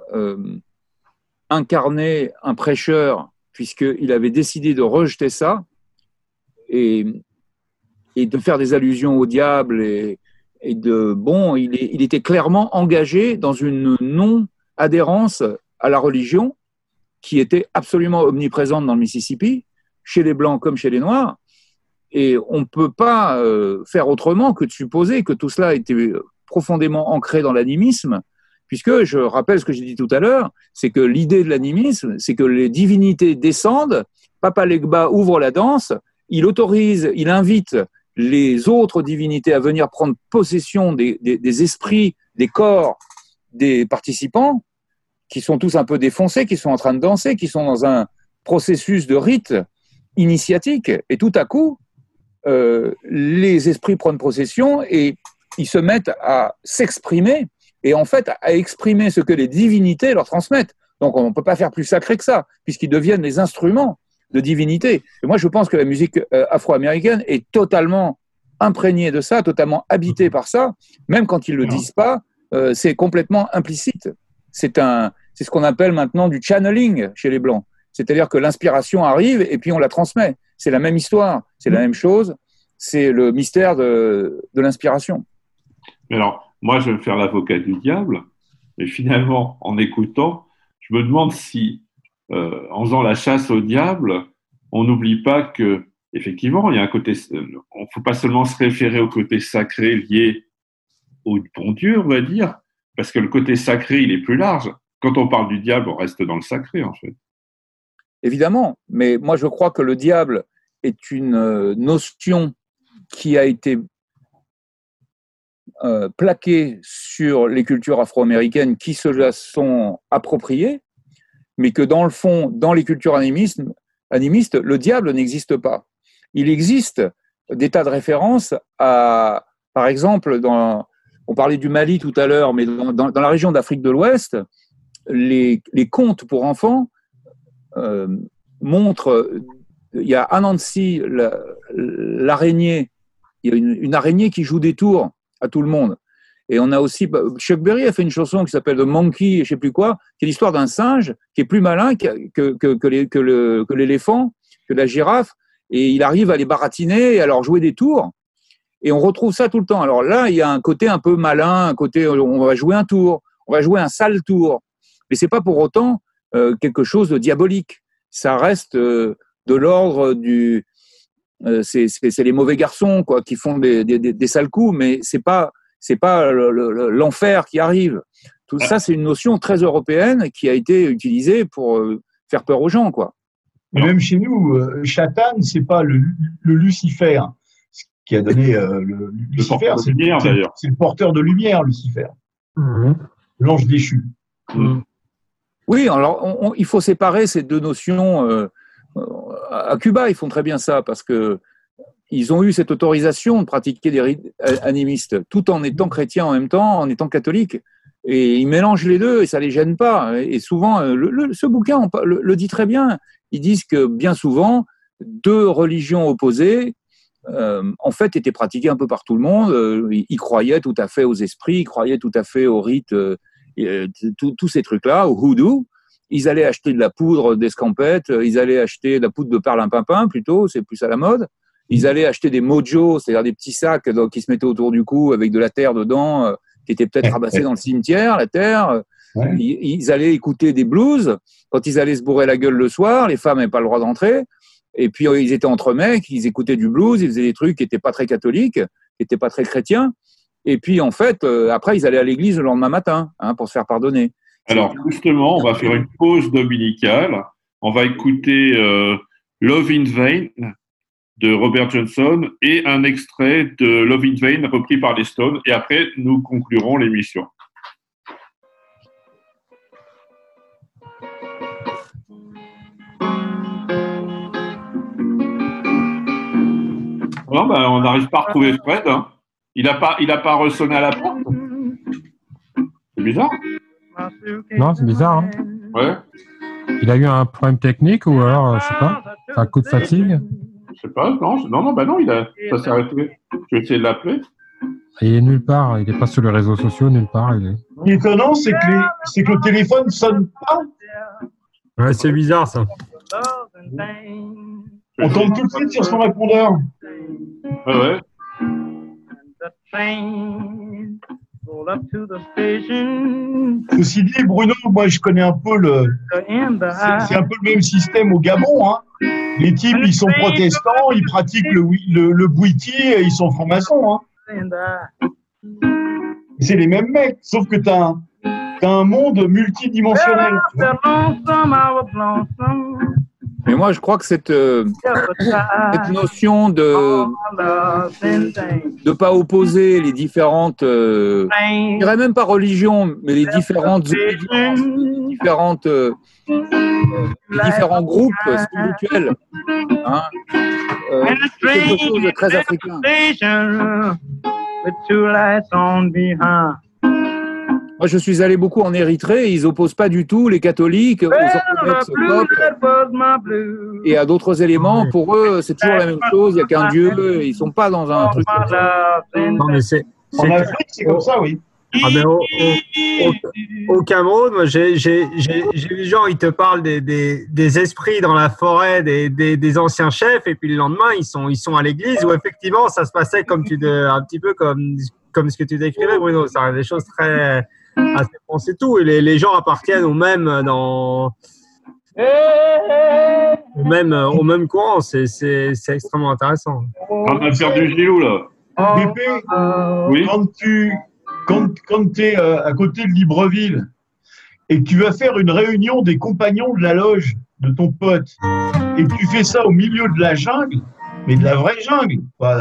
incarner un prêcheur, puisqu'il avait décidé de rejeter ça et de faire des allusions au diable, il était clairement engagé dans une non-adhérence à la religion qui était absolument omniprésente dans le Mississippi, chez les Blancs comme chez les Noirs. Et on ne peut pas faire autrement que de supposer que tout cela était profondément ancré dans l'animisme, puisque, je rappelle ce que j'ai dit tout à l'heure, c'est que l'idée de l'animisme, c'est que les divinités descendent, Papa Legba ouvre la danse, il invite les autres divinités à venir prendre possession des esprits, des corps des participants, qui sont tous un peu défoncés, qui sont en train de danser, qui sont dans un processus de rite initiatique, et tout à coup, les esprits prennent possession et ils se mettent à s'exprimer et en fait à exprimer ce que les divinités leur transmettent. Donc on ne peut pas faire plus sacré que ça, puisqu'ils deviennent les instruments de divinité. Et moi je pense que la musique afro-américaine est totalement imprégnée de ça, totalement habitée par ça, même quand ils ne le disent pas, c'est complètement implicite. C'est ce qu'on appelle maintenant du channeling chez les Blancs. C'est-à-dire que l'inspiration arrive et puis on la transmet. C'est la même histoire, c'est la même chose, c'est le mystère de l'inspiration. Mais alors, moi, je vais me faire l'avocat du diable, et finalement, en écoutant, je me demande si, en faisant la chasse au diable, on n'oublie pas que, effectivement, il y a un côté, on ne faut pas seulement se référer au côté sacré lié au bon Dieu, on va dire, parce que le côté sacré, il est plus large. Quand on parle du diable, on reste dans le sacré, en fait. Évidemment, mais moi je crois que le diable est une notion qui a été plaquée sur les cultures afro-américaines qui se la sont appropriées, mais que dans le fond, dans les cultures animistes, le diable n'existe pas. Il existe des tas de références à, par exemple, on parlait du Mali tout à l'heure, mais dans la région d'Afrique de l'Ouest, les contes pour enfants montre, il y a Anansi, l'araignée, il y a une araignée qui joue des tours à tout le monde. Et on a aussi, Chuck Berry a fait une chanson qui s'appelle The Monkey, je ne sais plus quoi, qui est l'histoire d'un singe qui est plus malin que l'éléphant, que la girafe, et il arrive à les baratiner et à leur jouer des tours. Et on retrouve ça tout le temps. Alors là, il y a un côté un peu malin, un côté, on va jouer un tour, on va jouer un sale tour. Mais ce n'est pas pour autant quelque chose de diabolique. Ça reste de l'ordre du... c'est les mauvais garçons quoi, qui font des sales coups, mais c'est pas l'enfer qui arrive. Tout ça, c'est une notion très européenne qui a été utilisée pour faire peur aux gens, quoi. Mais même chez nous, Satan, c'est pas le Lucifer, ce qui a donné le Lucifer, porteur de lumière, d'ailleurs. C'est le porteur de lumière, Lucifer. L'ange déchu. Oui, alors il faut séparer ces deux notions. À Cuba, ils font très bien ça parce que ils ont eu cette autorisation de pratiquer des rites animistes tout en étant chrétiens en même temps, en étant catholiques. Et ils mélangent les deux et ça les gêne pas. Et souvent, ce bouquin le dit très bien. Ils disent que bien souvent, deux religions opposées, en fait, étaient pratiquées un peu par tout le monde. Ils croyaient tout à fait aux esprits, ils croyaient tout à fait aux rites, tous ces trucs-là, au hoodoo. Ils allaient acheter de la poudre d'escampette, ils allaient acheter de la poudre de perlimpinpin plutôt, c'est plus à la mode. Ils allaient acheter des mojos, c'est-à-dire des petits sacs qui se mettaient autour du cou avec de la terre dedans, qui était peut-être ramassée dans le cimetière, la terre. Ouais. Ils allaient écouter des blues. Quand ils allaient se bourrer la gueule le soir, les femmes n'avaient pas le droit d'entrer. Et puis, ils étaient entre mecs, ils écoutaient du blues, ils faisaient des trucs qui n'étaient pas très catholiques, qui n'étaient pas très chrétiens. Et puis, en fait, après, ils allaient à l'église le lendemain matin pour se faire pardonner. Alors, justement, on va faire une pause dominicale. On va écouter Love in Vain de Robert Johnson et un extrait de Love in Vain repris par les Stones. Et après, nous conclurons l'émission. Non, on n'arrive pas à retrouver Fred. Hein. Il a pas ressonné à la porte. C'est bizarre. Non, c'est bizarre. Hein. Ouais. Il a eu un problème technique ou alors, je sais pas, un coup de fatigue. Je sais pas. Non, ça s'est arrêté. Je vais essayer de l'appeler. Il est nulle part. Il n'est pas sur les réseaux sociaux, nulle part. Ce qui est étonnant, c'est que le téléphone sonne pas. Ouais, c'est bizarre ça. On tombe tout de suite sur son répondeur. Ouais. Ceci dit, Bruno, moi je connais un peu c'est un peu le même système au Gabon. Hein. Les types, ils sont protestants, ils pratiquent le bouiti et ils sont francs-maçons. Hein. C'est les mêmes mecs, sauf que t'as un monde multidimensionnel. Mais moi, je crois que cette notion de pas opposer les différentes, je dirais même pas religions, mais les différentes différents groupes spirituels, hein, quelque chose de très africain. Moi, je suis allé beaucoup en Érythrée, ils opposent pas du tout les catholiques aux orthodoxes et à d'autres éléments. Pour eux, c'est toujours la même chose, il n'y a qu'un Dieu, ils sont pas dans un truc comme ça. Non, mais en Afrique, c'est comme ça, oui. Ah ben, au Cameroun, moi, j'ai vu des gens, ils te parlent des esprits dans la forêt, des anciens chefs, et puis le lendemain, ils sont à l'église où effectivement, ça se passait un petit peu comme ce que tu décrivais, Bruno. Ça des choses très assez pensées tout, et les gens appartiennent au même au même courant. C'est extrêmement intéressant. On a perdu Gilou là. Pépé, oui. Quand tu es à côté de Libreville et que tu vas faire une réunion des compagnons de la loge de ton pote et que tu fais ça au milieu de la jungle, mais de la vraie jungle,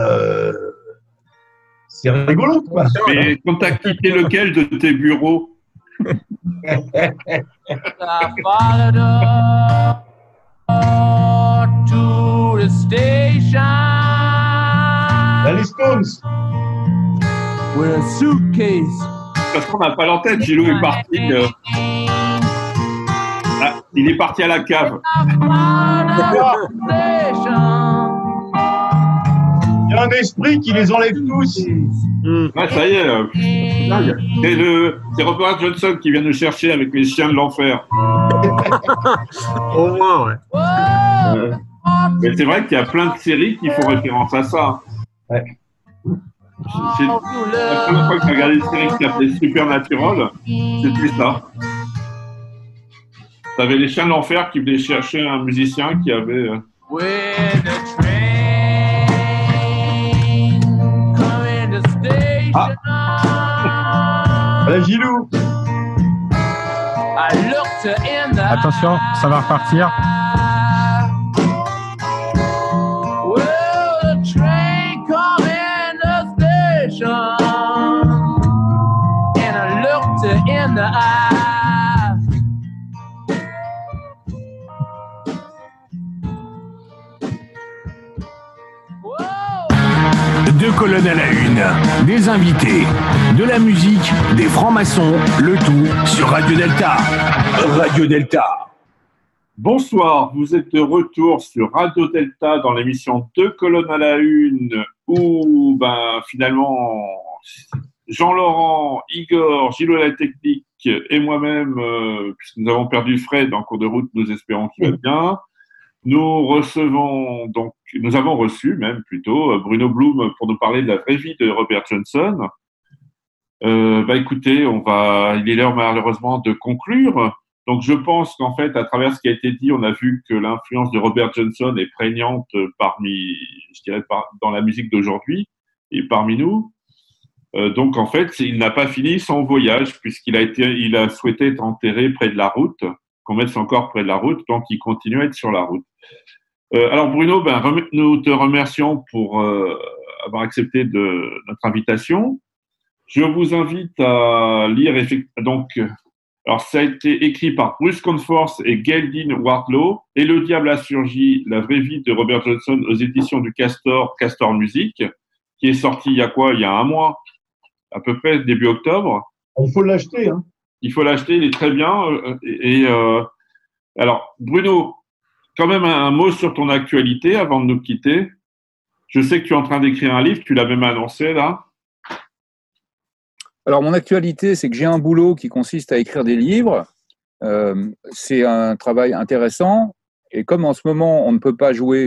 c'est rigolo, quoi. Mais quand tu as quitté lequel de tes bureaux? Les Stones. With a suitcase. Parce qu'on n'a pas l'entête, Gilou est parti. Il est parti à la cave. Il y a un esprit qui les enlève tous. Ouais, ça y est. C'est Robert Johnson qui vient nous chercher avec les chiens de l'enfer. Au moins, ouais. Mais c'est vrai qu'il y a plein de séries qui font référence à ça. Ouais. C'est la première fois que j'ai regardé une série qui s'appelait Supernatural, c'était ça. T'avais les chiens de l'enfer qui venaient chercher un musicien qui avait. Voilà Gilou. Attention, ça va repartir. laughter in the eye. Deux colonnes à la une, des invités, de la musique, des francs-maçons, le tout sur Radio Delta. Radio Delta. Bonsoir, vous êtes de retour sur Radio Delta dans l'émission Deux colonnes à la une où finalement Jean-Laurent, Igor, Gilles à la technique et moi-même, puisque nous avons perdu Fred en cours de route, nous espérons qu'il va bien. Nous avons reçu même plutôt Bruno Blum pour nous parler de la vraie vie de Robert Johnson. Écoutez, il est l'heure malheureusement de conclure. Donc je pense qu'en fait, à travers ce qui a été dit, on a vu que l'influence de Robert Johnson est prégnante dans la musique d'aujourd'hui et parmi nous. Donc en fait, il n'a pas fini son voyage puisqu'il a souhaité être enterré près de la route, qu'on mette son corps près de la route, donc il continue à être sur la route. Alors Bruno, nous te remercions pour avoir accepté de notre invitation. Je vous invite à lire alors ça a été écrit par Bruce Conforth et Geraldine Wardlaw, et Le diable a surgi, la vraie vie de Robert Johnson aux éditions du Castor Music, qui est sorti il y a un mois, à peu près début octobre. Il faut l'acheter, hein. Il faut l'acheter, il est très bien. Alors, Bruno, quand même un mot sur ton actualité avant de nous quitter. Je sais que tu es en train d'écrire un livre, tu l'as même annoncé là. Alors, mon actualité, c'est que j'ai un boulot qui consiste à écrire des livres. C'est un travail intéressant. Et comme en ce moment, on ne peut pas jouer,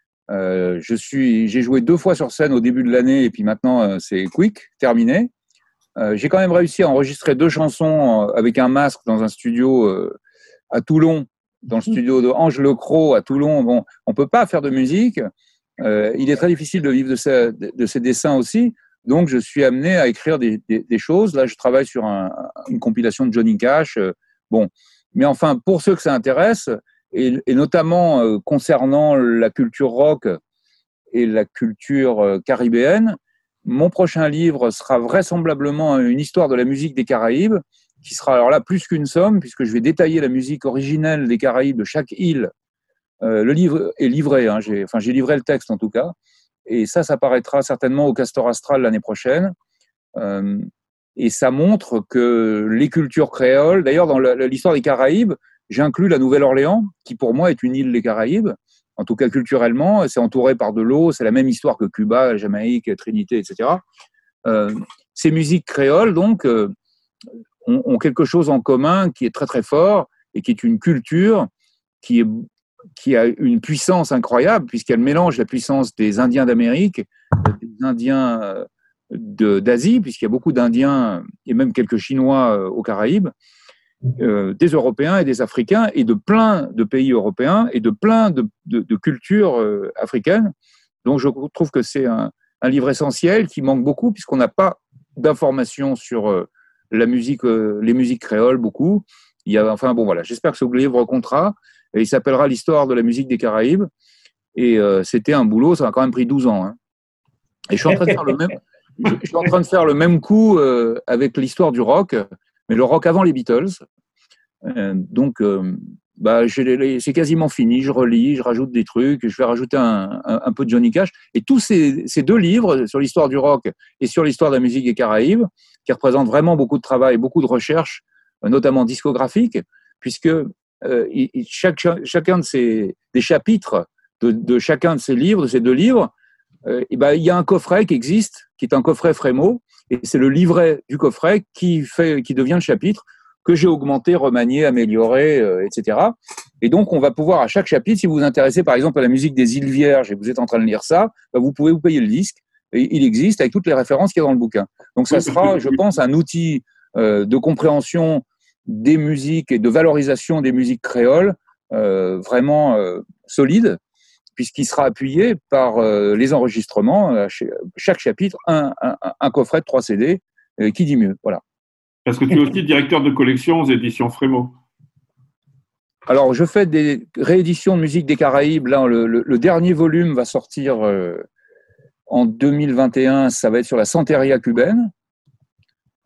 j'ai joué 2 fois sur scène au début de l'année et puis maintenant, c'est terminé. J'ai quand même réussi à enregistrer 2 chansons avec un masque dans un studio à Toulon, dans le studio de Ange Lecros à Toulon. Bon, on peut pas faire de musique. Il est très difficile de vivre de ses dessins aussi. Donc, je suis amené à écrire des choses. Là, je travaille sur une compilation de Johnny Cash. Mais enfin, pour ceux que ça intéresse, et notamment concernant la culture rock et la culture caribéenne, mon prochain livre sera vraisemblablement une histoire de la musique des Caraïbes, qui sera alors là plus qu'une somme, puisque je vais détailler la musique originelle des Caraïbes de chaque île. Le livre est livré, hein, j'ai livré le texte en tout cas, et ça paraîtra certainement au Castor Astral l'année prochaine. Et ça montre que les cultures créoles, d'ailleurs dans l'histoire des Caraïbes, j'inclus la Nouvelle-Orléans, qui pour moi est une île des Caraïbes, en tout cas culturellement, c'est entouré par de l'eau, c'est la même histoire que Cuba, la Jamaïque, Trinité, etc. Ces musiques créoles, donc, ont quelque chose en commun qui est très très fort et qui est une culture qui a une puissance incroyable puisqu'elle mélange la puissance des Indiens d'Amérique, des Indiens d'Asie, puisqu'il y a beaucoup d'Indiens et même quelques Chinois aux Caraïbes, des Européens et des Africains et de plein de pays européens et de plein de cultures africaines. Donc je trouve que c'est un livre essentiel qui manque beaucoup puisqu'on n'a pas d'informations sur les musiques créoles, beaucoup. J'espère que ce livre comptera et il s'appellera l'histoire de la musique des Caraïbes et c'était un boulot, ça a quand même pris 12 ans. Hein. Et je suis en train de faire le même coup avec l'histoire du rock, mais le rock avant les Beatles. C'est quasiment fini. Je relis, je rajoute des trucs, je vais rajouter un peu de Johnny Cash. Et tous ces 2 livres sur l'histoire du rock et sur l'histoire de la musique des Caraïbes, qui représentent vraiment beaucoup de travail, beaucoup de recherche, notamment discographique, puisque chacun des chapitres de chacun de ces livres, de ces 2 livres, il y a un coffret qui existe, qui est un coffret Frémo, et c'est le livret du coffret qui devient le chapitre que j'ai augmenté, remanié, amélioré, etc. Et donc, on va pouvoir à chaque chapitre, si vous vous intéressez par exemple à la musique des îles Vierges et vous êtes en train de lire ça, vous pouvez vous payer le disque, et il existe avec toutes les références qu'il y a dans le bouquin. Donc, ça sera, je pense, un outil de compréhension des musiques et de valorisation des musiques créoles vraiment solide, puisqu'il sera appuyé par les enregistrements, chaque chapitre, un coffret de 3 CD, qui dit mieux. Voilà. Parce que tu es aussi directeur de collection aux éditions Frémo. Alors, je fais des rééditions de musique des Caraïbes. Là, le dernier volume va sortir en 2021. Ça va être sur la Santeria cubaine.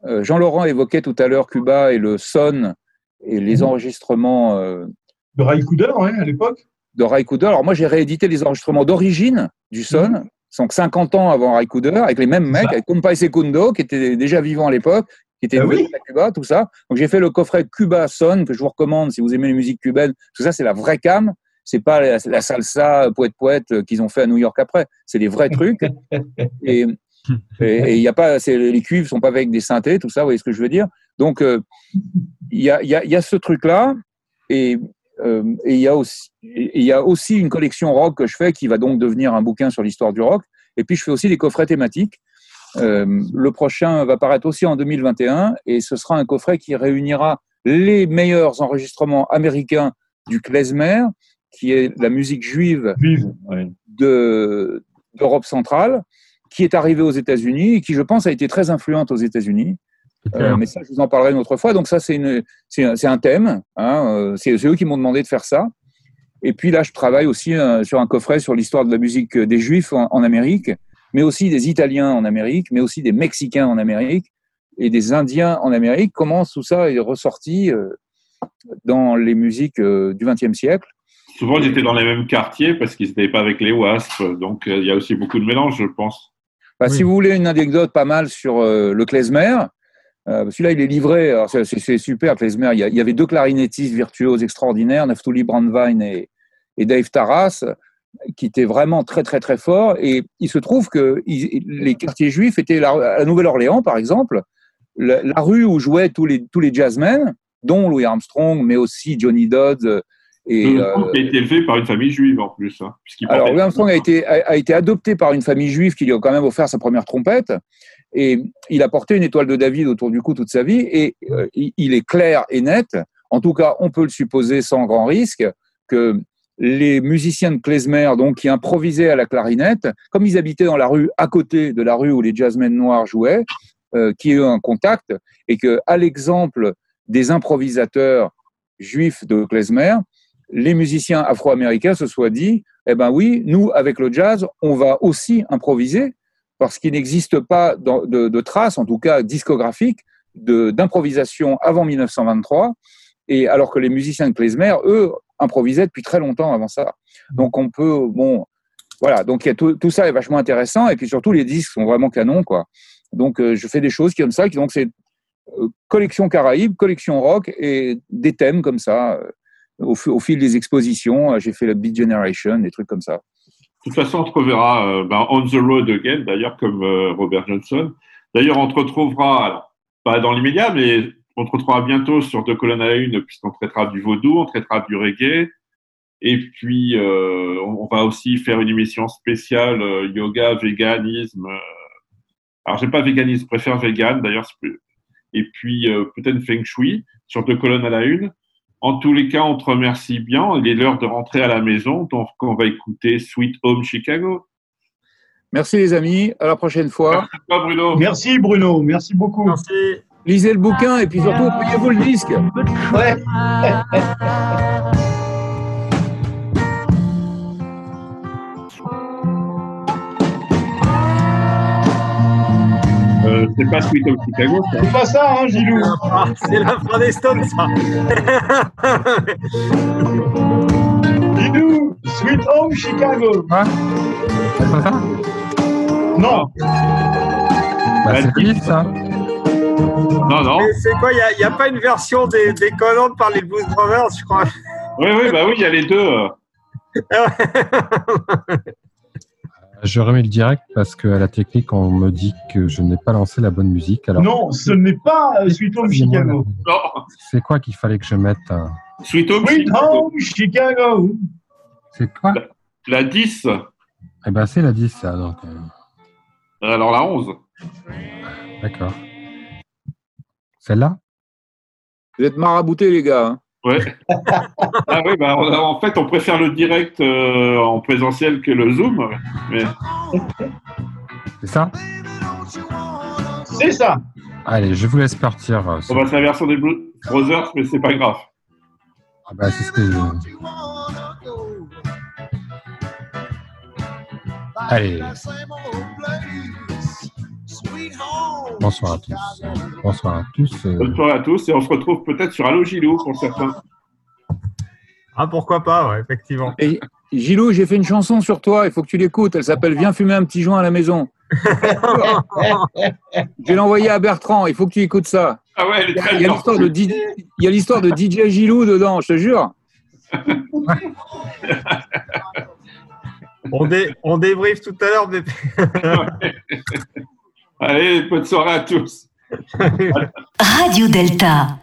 Jean-Laurent évoquait tout à l'heure Cuba et le son et les enregistrements de Ray Cooder, ouais, à l'époque. De Ray Cooder. Alors moi, j'ai réédité les enregistrements d'origine du son, donc 50 ans avant Ray Cooder, avec les mêmes mecs, avec Compa et Secundo, qui étaient déjà vivants à l'époque, qui étaient venus à Cuba, tout ça. Donc j'ai fait le coffret Cuba Son, que je vous recommande si vous aimez les musiques cubaines. Tout ça, c'est la vraie cam. C'est pas la salsa poète qu'ils ont fait à New York après. C'est des vrais trucs. Et il y a pas, les cuivres sont pas avec des synthés, tout ça. Vous voyez ce que je veux dire? Donc il y a ce truc-là, et il y a aussi une collection rock que je fais qui va donc devenir un bouquin sur l'histoire du rock. Et puis je fais aussi des coffrets thématiques. Le prochain va paraître aussi en 2021, et ce sera un coffret qui réunira les meilleurs enregistrements américains du klezmer, qui est la musique juive d'Europe centrale, qui est arrivée aux États-Unis et qui, je pense, a été très influente aux États-Unis. Mais ça, je vous en parlerai une autre fois. Donc ça, c'est un thème. Hein, c'est eux qui m'ont demandé de faire ça. Et puis là, je travaille aussi sur un coffret sur l'histoire de la musique des Juifs en Amérique, mais aussi des Italiens en Amérique, mais aussi des Mexicains en Amérique et des Indiens en Amérique. Comment tout ça est ressorti dans les musiques du XXe siècle. Souvent, ils étaient dans les mêmes quartiers parce qu'ils n'étaient pas avec les WASP. Donc, il y a aussi beaucoup de mélange, je pense. Si vous voulez une anecdote pas mal sur le klezmer, celui-là, il est livré. Alors, c'est super, klezmer. Il y avait 2 clarinettistes virtuoses extraordinaires, Naftuli Brandwein et Dave Taras, qui étaient vraiment très, très, très forts. Et il se trouve que les quartiers juifs étaient à Nouvelle-Orléans, par exemple, la rue où jouaient tous les jazzmen, dont Louis Armstrong, mais aussi Johnny Dodds. Qui a été élevé par une famille juive en plus. Hein, alors, Louis Armstrong a été adopté par une famille juive qui lui a quand même offert sa première trompette. Et il a porté une étoile de David autour du cou toute sa vie. Et il est clair et net, en tout cas, on peut le supposer sans grand risque, que les musiciens de klezmer, donc, qui improvisaient à la clarinette, comme ils habitaient dans la rue à côté de la rue où les jazzmen noirs jouaient, qui a eu un contact, et qu'à l'exemple des improvisateurs juifs de klezmer, les musiciens afro-américains se soient dit, eh ben oui, nous, avec le jazz, on va aussi improviser, parce qu'il n'existe pas de traces, en tout cas discographiques, d'improvisation avant 1923, et alors que les musiciens de klezmer, eux, improvisaient depuis très longtemps avant ça. Donc on peut, voilà, donc tout ça est vachement intéressant, et puis surtout les disques sont vraiment canons, quoi. Donc je fais des choses comme ça, donc c'est collection Caraïbes, collection rock, et des thèmes comme ça. Au fil des expositions, j'ai fait la Beat Generation, des trucs comme ça. De toute façon, on te reverra On the Road Again, d'ailleurs, comme Robert Johnson. D'ailleurs, on te retrouvera, alors, pas dans l'immédiat, mais on te retrouvera bientôt sur 2 colonnes à la une, puisqu'on traitera du vaudou, on traitera du reggae. Et puis, on va aussi faire une émission spéciale yoga, véganisme. Alors, j'aime pas véganisme, je préfère vegan, d'ailleurs. Et puis, peut-être feng shui, sur 2 colonnes à la une. En tous les cas, on te remercie bien. Il est l'heure de rentrer à la maison, donc on va écouter Sweet Home Chicago. Merci les amis, à la prochaine fois. Merci à toi, Bruno. Merci Bruno, merci beaucoup. Merci. Lisez le bouquin et puis surtout, payez-vous le disque. Ouais. C'est pas Sweet Home Chicago, ça. C'est pas ça, hein, Gilou. C'est la fin des Stones, ça. Gilou, Sweet Home Chicago. Quoi? C'est pas ça? Non. C'est plus ça. Non. Mais c'est quoi? Il n'y a pas une version déconnante par les Blues Brothers, je crois. Oui, il y a les deux. Je remets le direct parce qu'à la technique, on me dit que je n'ai pas lancé la bonne musique. Alors, non, ce n'est pas Sweet Home Chicago. Non. C'est quoi qu'il fallait que je mette Sweet Home Chicago. C'est quoi? La 10. Eh ben, c'est la 10, ça. Donc, Alors la 11. D'accord. Celle-là? Vous êtes maraboutés, les gars. Hein. Ouais. Ah oui, en fait, on préfère le direct en présentiel que le Zoom. Mais... C'est ça? C'est ça. Allez, je vous laisse partir. C'est la version des Brothers, mais c'est pas grave. Ah bah, c'est ce que je... Allez. Sweet home Bonsoir à tous. Bonsoir à tous. Bonsoir à tous et on se retrouve peut-être sur Allo Gilou pour certains. Ah, pourquoi pas, ouais, effectivement. Et Gilou, j'ai fait une chanson sur toi, il faut que tu l'écoutes. Elle s'appelle « Viens fumer un petit joint à la maison ». Je vais l'envoyer à Bertrand, il faut que tu écoutes ça. Ah ouais, elle est très il y a l'histoire de DJ Gilou dedans, je te jure. On débriefe tout à l'heure. Mais... Allez, bonne soirée à tous. Radio Delta.